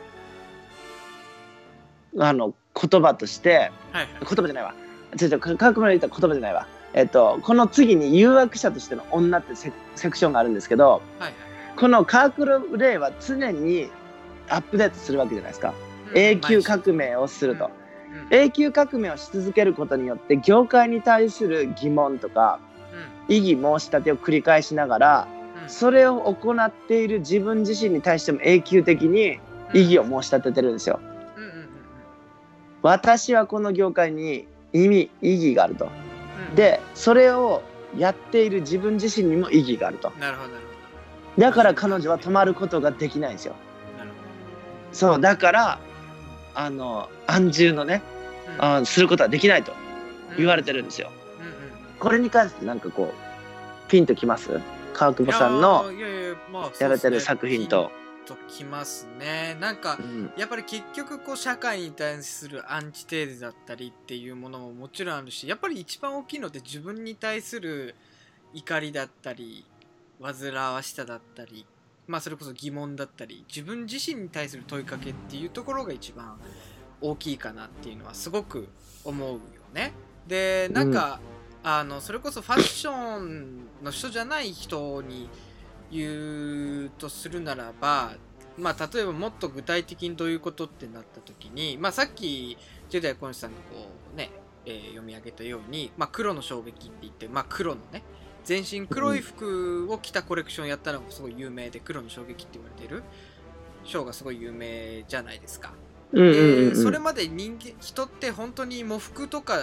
Speaker 2: 葉として、言葉じゃないわ、川久保玲が言った言葉じゃないわ、この次に誘惑者としての女ってセクションがあるんですけど、この川久保玲は常にアップデートするわけじゃないですか。永久革命をすると。永久革命をし続けることによって業界に対する疑問とか異議申し立てを繰り返しながら、それを行っている自分自身に対しても永久的に異議を申し立ててるんですよ。私はこの業界に意義があると。でそれをやっている自分自身にも意義があると。だから彼女は止まることができないんですよ。そうだから安住のね、することはできないと言われてるんですよ。これに関してなんかこうピンときます？川久保さんのやられてる作品と。
Speaker 1: ときますね。なんか、やっぱり結局こう社会に対するアンチテーゼだったりっていうものももちろんあるし、やっぱり一番大きいのって自分に対する怒りだったり煩わしさだったり、それこそ疑問だったり自分自身に対する問いかけっていうところが一番大きいかなっていうのはすごく思うよね。でなんか、それこそファッションの人じゃない人に言うとするならば、例えばもっと具体的にどういうことってなった時に、さっきジェダイ小西さんがこうね、読み上げたように、黒の衝撃って言って、黒のね全身黒い服を着たコレクションやったのがすごい有名で、黒の衝撃って言われてるショーがすごい有名じゃないですか。それまで人って本当に喪服とか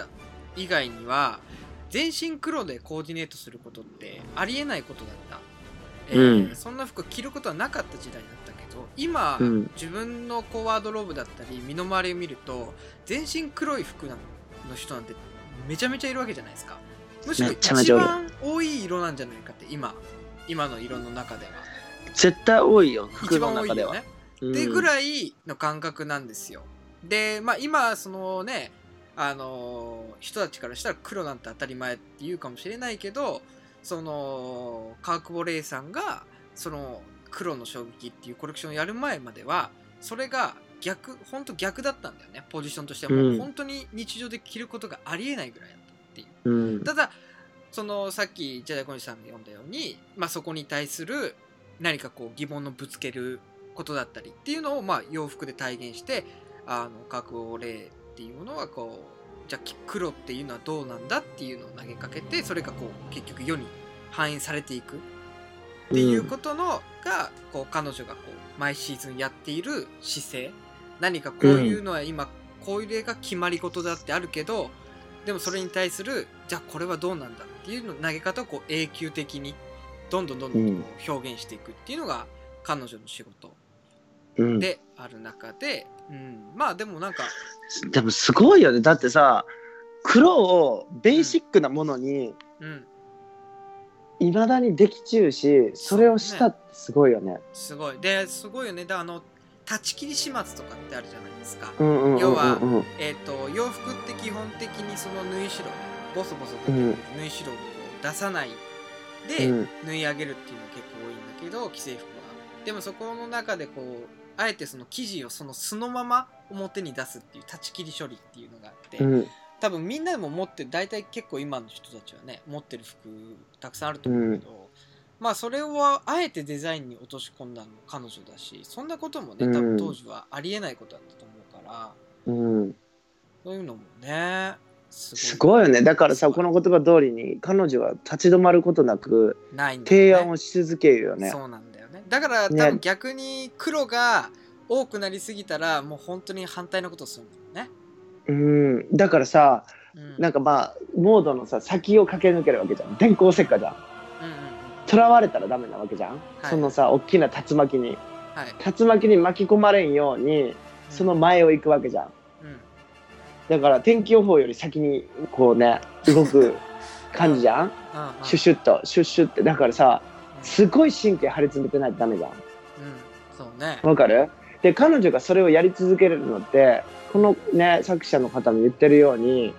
Speaker 1: 以外には全身黒でコーディネートすることってありえないことだった、そんな服着ることはなかった時代だったけど、今、自分のこうワードローブだったり身の回りを見ると全身黒い服の人なんてめちゃめちゃいるわけじゃないですか。むしろ一番多い色なんじゃないかって、今の色の中では
Speaker 2: 絶対多いよ、服の中では。
Speaker 1: 一番多いよね、ってぐらいの感覚なんですよ。で、今そのね、人たちからしたら黒なんて当たり前って言うかもしれないけど、その川久保玲さんがその黒の衝撃っていうコレクションをやる前まではそれが本当逆だったんだよね。ポジションとしてはもう本当に日常で着ることがありえないぐらいだったっていう、ただそのさっきジャイアコニさんが読んだように、そこに対する何かこう疑問のぶつけることだったりっていうのを洋服で体現して、川久保玲っていうものはこう、じゃあ黒っていうのはどうなんだっていうのを投げかけて、それがこう結局世に反映されていくっていうことのがこう彼女がこう毎シーズンやっている姿勢、何かこういうのは今こういう例が決まり事だってあるけど、でもそれに対するじゃあこれはどうなんだっていうの投げ方をこう永久的にどんどんこう表現していくっていうのが彼女の仕事である中で、でもなんか
Speaker 2: でもすごいよね。だってさ、黒をベーシックなものにいまだにできちゅうし、それをしたってすごいよね。
Speaker 1: すごいですごいよね。で断ち切り始末とかってあるじゃないですか。要は、洋服って基本的にその縫い代ボソボソと縫い代を出さないで縫い上げるっていうのが結構多いんだけど、既製服は。でもそこの中でこうあえてその生地をその素のまま表に出すっていう断ち切り処理っていうのがあって、多分みんなでも持ってる、大体結構今の人たちはね持ってる服たくさんあると思うけど、それをあえてデザインに落とし込んだのも彼女だし、そんなこともね多分当時はありえないことだったと思うから、そういうのもねす
Speaker 2: ごいよね。だからさ、この言葉通りに彼女は立ち止まることなく提案をし続けるよね。
Speaker 1: そうなんだよね。だから多分逆に黒が多くなりすぎたらもう本当に反対のことをするんだよ
Speaker 2: ね。だからさ、なんかモードのさ先を駆け抜けるわけじゃん。電光石火じゃん。囚われたらダメなわけじゃん、そのさ大きな竜巻に、竜巻に巻き込まれんようにその前を行くわけじゃん、だから天気予報より先にこうね動く感じじゃんシュシュッとシュッシュッって。だからさすごい神経張り詰めてないとダメじゃん。
Speaker 1: そうね。
Speaker 2: わかる？で彼女がそれをやり続けるのってこのね作者の方も言ってるように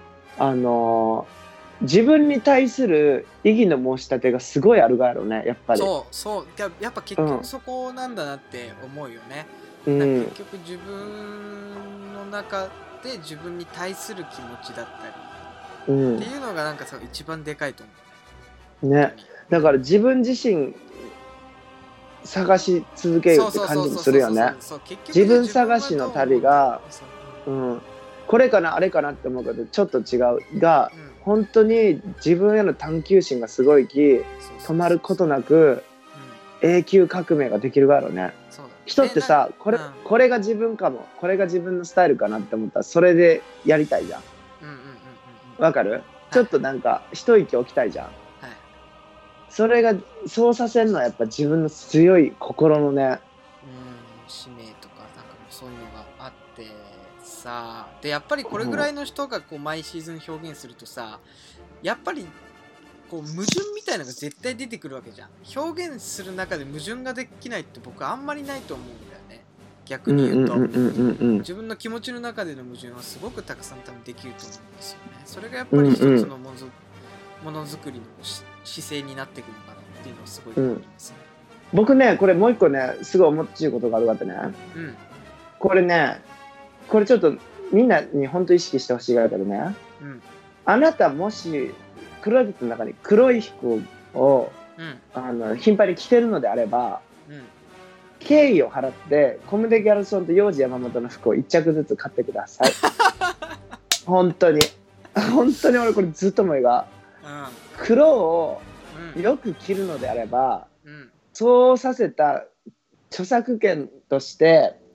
Speaker 2: 自分に対する異議の申し立てがすごいあるがやろうね、やっぱり。
Speaker 1: そうやっぱ結局そこなんだなって思うよね、結局自分の中で自分に対する気持ちだったり、っていうのがなんか一番でかいと思うね。
Speaker 2: だから自分自身探し続けるって感じもするよね。自分探しの旅が、これかなあれかなって思うけどちょっと違うが、本当に自分への探求心がすごいき止まることなく永久革命ができるがやろうね。人ってさこれが自分かも、これが自分のスタイルかなって思ったらそれでやりたいじゃん。わかる？ちょっとなんか一息置きたいじゃん。それがそうさせるのはやっぱ自分の強い心のね
Speaker 1: 使命とかなんかそういうのがあってさ、でやっぱりこれぐらいの人がこう毎シーズン表現するとさ、やっぱりこう矛盾みたいなのが絶対出てくるわけじゃん。表現する中で矛盾ができないって僕はあんまりないと思うんだよね。逆に言うと自分の気持ちの中での矛盾はすごくたくさん多分できると思うんですよね。それがやっぱり一つのものづくりの姿勢になっていくのかなっていうのはすごい思いますね。
Speaker 2: 僕ねこれもう一個ねすごい思っていることがあるわけね、これちょっとみんなに本当意識してほしいがあるけどね、あなたもしクローゼットの中に黒い服を、頻繁に着てるのであれば、敬意を払ってコムデ・ギャルソンとヨウジ・ヤマモトの服を1着ずつ買ってください本当に俺これずっと思いが、黒をよく着るのであれば、そうさせた著作権として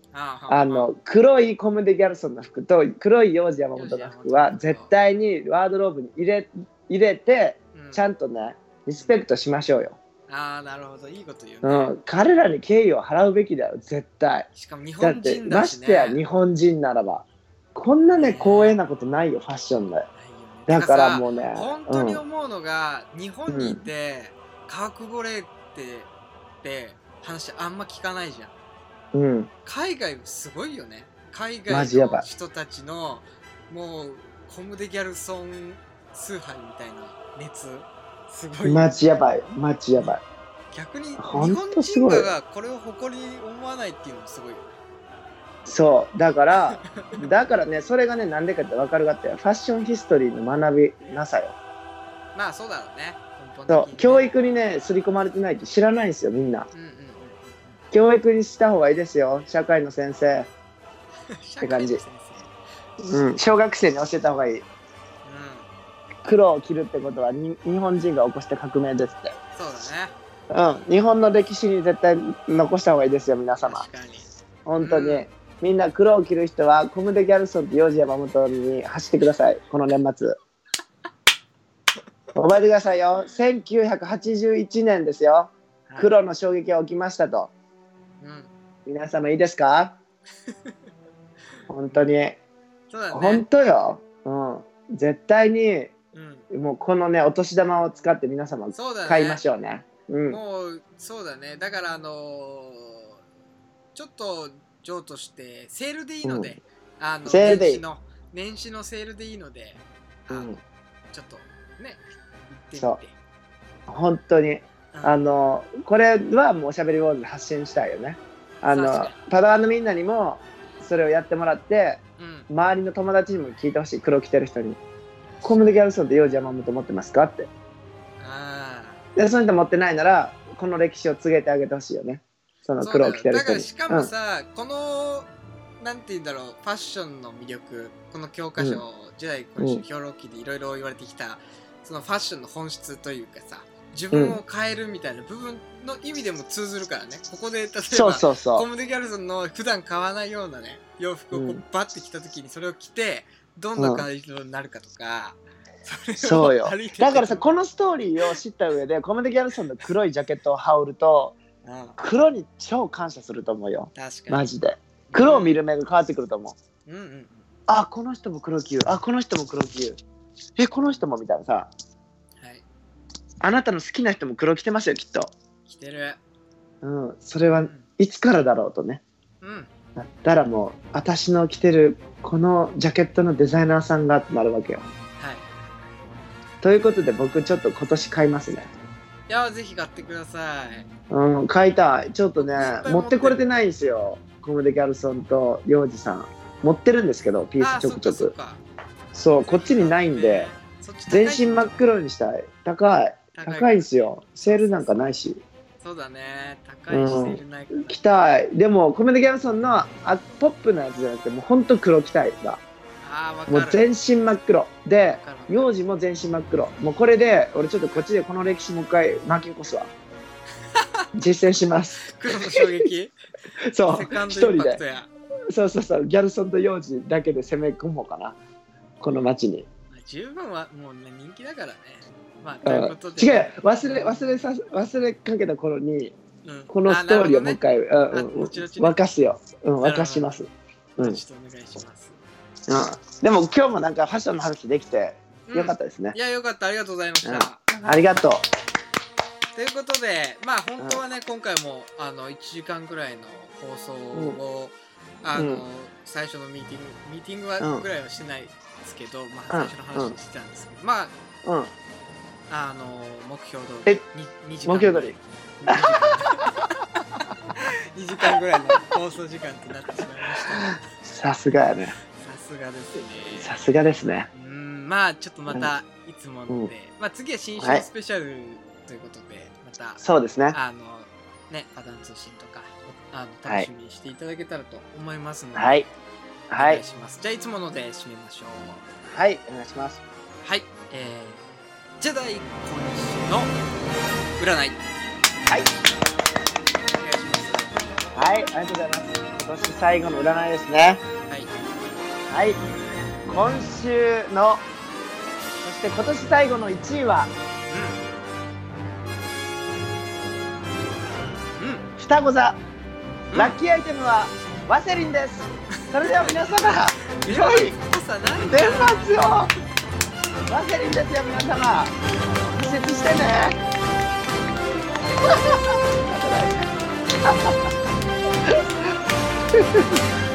Speaker 2: 黒いコムデ・ギャルソンの服と黒い幼児山本の服は絶対にワードローブに入れて、ちゃんとねリスペクトしましょうよ。
Speaker 1: なるほど、いいこと言うね。
Speaker 2: 彼らに敬意を払うべきだよ絶対。
Speaker 1: しかも日本人だしね。
Speaker 2: ましてや日本人ならばこんなね光栄なことないよファッションで。だからもうね
Speaker 1: 本当に思うのが、日本にいて川久保玲って話あんま聞かないじゃん。海外すごいよね。海外の人たちのもうコムデ・ギャルソン崇拝みたいな熱すごい。
Speaker 2: マジやばい。
Speaker 1: 逆に日本人がこれを誇りに思わないっていうのもすごいよね。そう
Speaker 2: だからねそれがねなんでかって分かるかってファッションヒストリーの学びなさよ。
Speaker 1: まあそうだろうね。
Speaker 2: そう教育にね刷り込まれてないって知らないんですよみんな。教育にした方がいいですよ社会の先生って感じ。小学生に教えた方がいい。黒を着るってことは日本人が起こした革命ですって。
Speaker 1: そうだね。
Speaker 2: 日本の歴史に絶対残した方がいいですよ皆様。
Speaker 1: 確かに
Speaker 2: 本当に、みんな黒を着る人はコムデ・ギャルソンと幼児山本に走ってくださいこの年末。覚えてくださいよ。1981年ですよ。黒の衝撃が起きましたと。皆様いいですか？本当に。
Speaker 1: そうだね。
Speaker 2: 本当よ。絶対に、もうこのねお年玉を使って皆様買いましょうね。
Speaker 1: もうそうだね。だからちょっと譲渡してセールでいいので、年始のセールでいいので、ちょっとね行ってみて。
Speaker 2: そう本当にこれはもうおしゃべりウォーズで発信したいよね。パダワンのみんなにもそれをやってもらって、周りの友達にも聞いてほしい。黒着てる人にコムデ・ギャルソンって幼児山本持ってますかって。でその人持ってないならこの歴史を告げてあげてほしいよね。その黒を着てる人に。
Speaker 1: だからしかもさ、このなんて言うんだろうファッションの魅力、この教科書、時代今週評論記でいろいろ言われてきたそのファッションの本質というかさ、自分を変えるみたいな部分の意味でも通ずるからね。ここで例えばコムデ・ギャルソンの普段買わないようなね洋服をこうバッて着た時にそれを着てどんな感じになるかとか、
Speaker 2: そうよ。だからさこのストーリーを知った上でコムデ・ギャルソンの黒いジャケットを羽織ると、黒に超感謝すると思うよ。
Speaker 1: 確かに
Speaker 2: マジで黒を見る目が変わってくると思う。この人も黒着る、この人も黒着る、この人もみたいなさ、あなたの好きな人も黒着てますよきっと。
Speaker 1: 着てる。
Speaker 2: それはいつからだろうとね。だったらもう私の着てるこのジャケットのデザイナーさんがってなるわけよ。ということで僕ちょっと今年買いますね。
Speaker 1: いやぜひ買ってください。
Speaker 2: 買いたい。ちょっとね持ってこれてないんですよ。コムデ・ギャルソンと幼児さん持ってるんですけどピースちょくちょく。そうこっちにないんで全身真っ黒にしたい。高いんですよ。セールなんかないし。
Speaker 1: そうだね。高いしセールないから。
Speaker 2: 着たい。でもコムデ・ギャルソンのポップなやつじゃなくてもうほんと黒着たいが。もう全身真っ黒で幼児も全身真っ黒。もうこれで俺ちょっとこっちでこの歴史もう一回巻き起こすわ。実践します。
Speaker 1: 黒の衝撃
Speaker 2: そう一人でそうギャルソンと幼児だけで攻め込もうかな街に。
Speaker 1: 十分はもうね人気だからね。
Speaker 2: 違う忘れかけた頃に、このストーリーをもう一回沸かすよ。沸かします。
Speaker 1: ちょっとお願いします。
Speaker 2: でも今日もなんかファッションの話できてよかったですね。
Speaker 1: いやよかった。ありがとうございました。
Speaker 2: ありがとう。
Speaker 1: ということで本当はね今回も1時間くらいの放送を最初のミーティングはぐらいはしてないですけど最初の話にしてたんですけど目標通り2時間ぐらい2時間ぐらいの放送時間となってしまいました。
Speaker 2: さすがやね。
Speaker 1: さすがですね。
Speaker 2: さすがですね。
Speaker 1: ちょっとまたいつもので次は新春スペシャルということでまた
Speaker 2: そうですね
Speaker 1: パダン通信とか楽しみにしていただけたらと思いますので、お願いします。じゃあいつもので締めましょう。
Speaker 2: はいお願いします。
Speaker 1: ジェダイ今週の占い。お願いします。
Speaker 2: はい、ありがとうございます。今年最後の占いですね。
Speaker 1: はい。
Speaker 2: はい。今週の、そして今年最後の1位は、双子座。ラッキーアイテムはワセリンです。それでは皆様、良い年末を。ワセリンですよ、皆様。季節してね。また来年。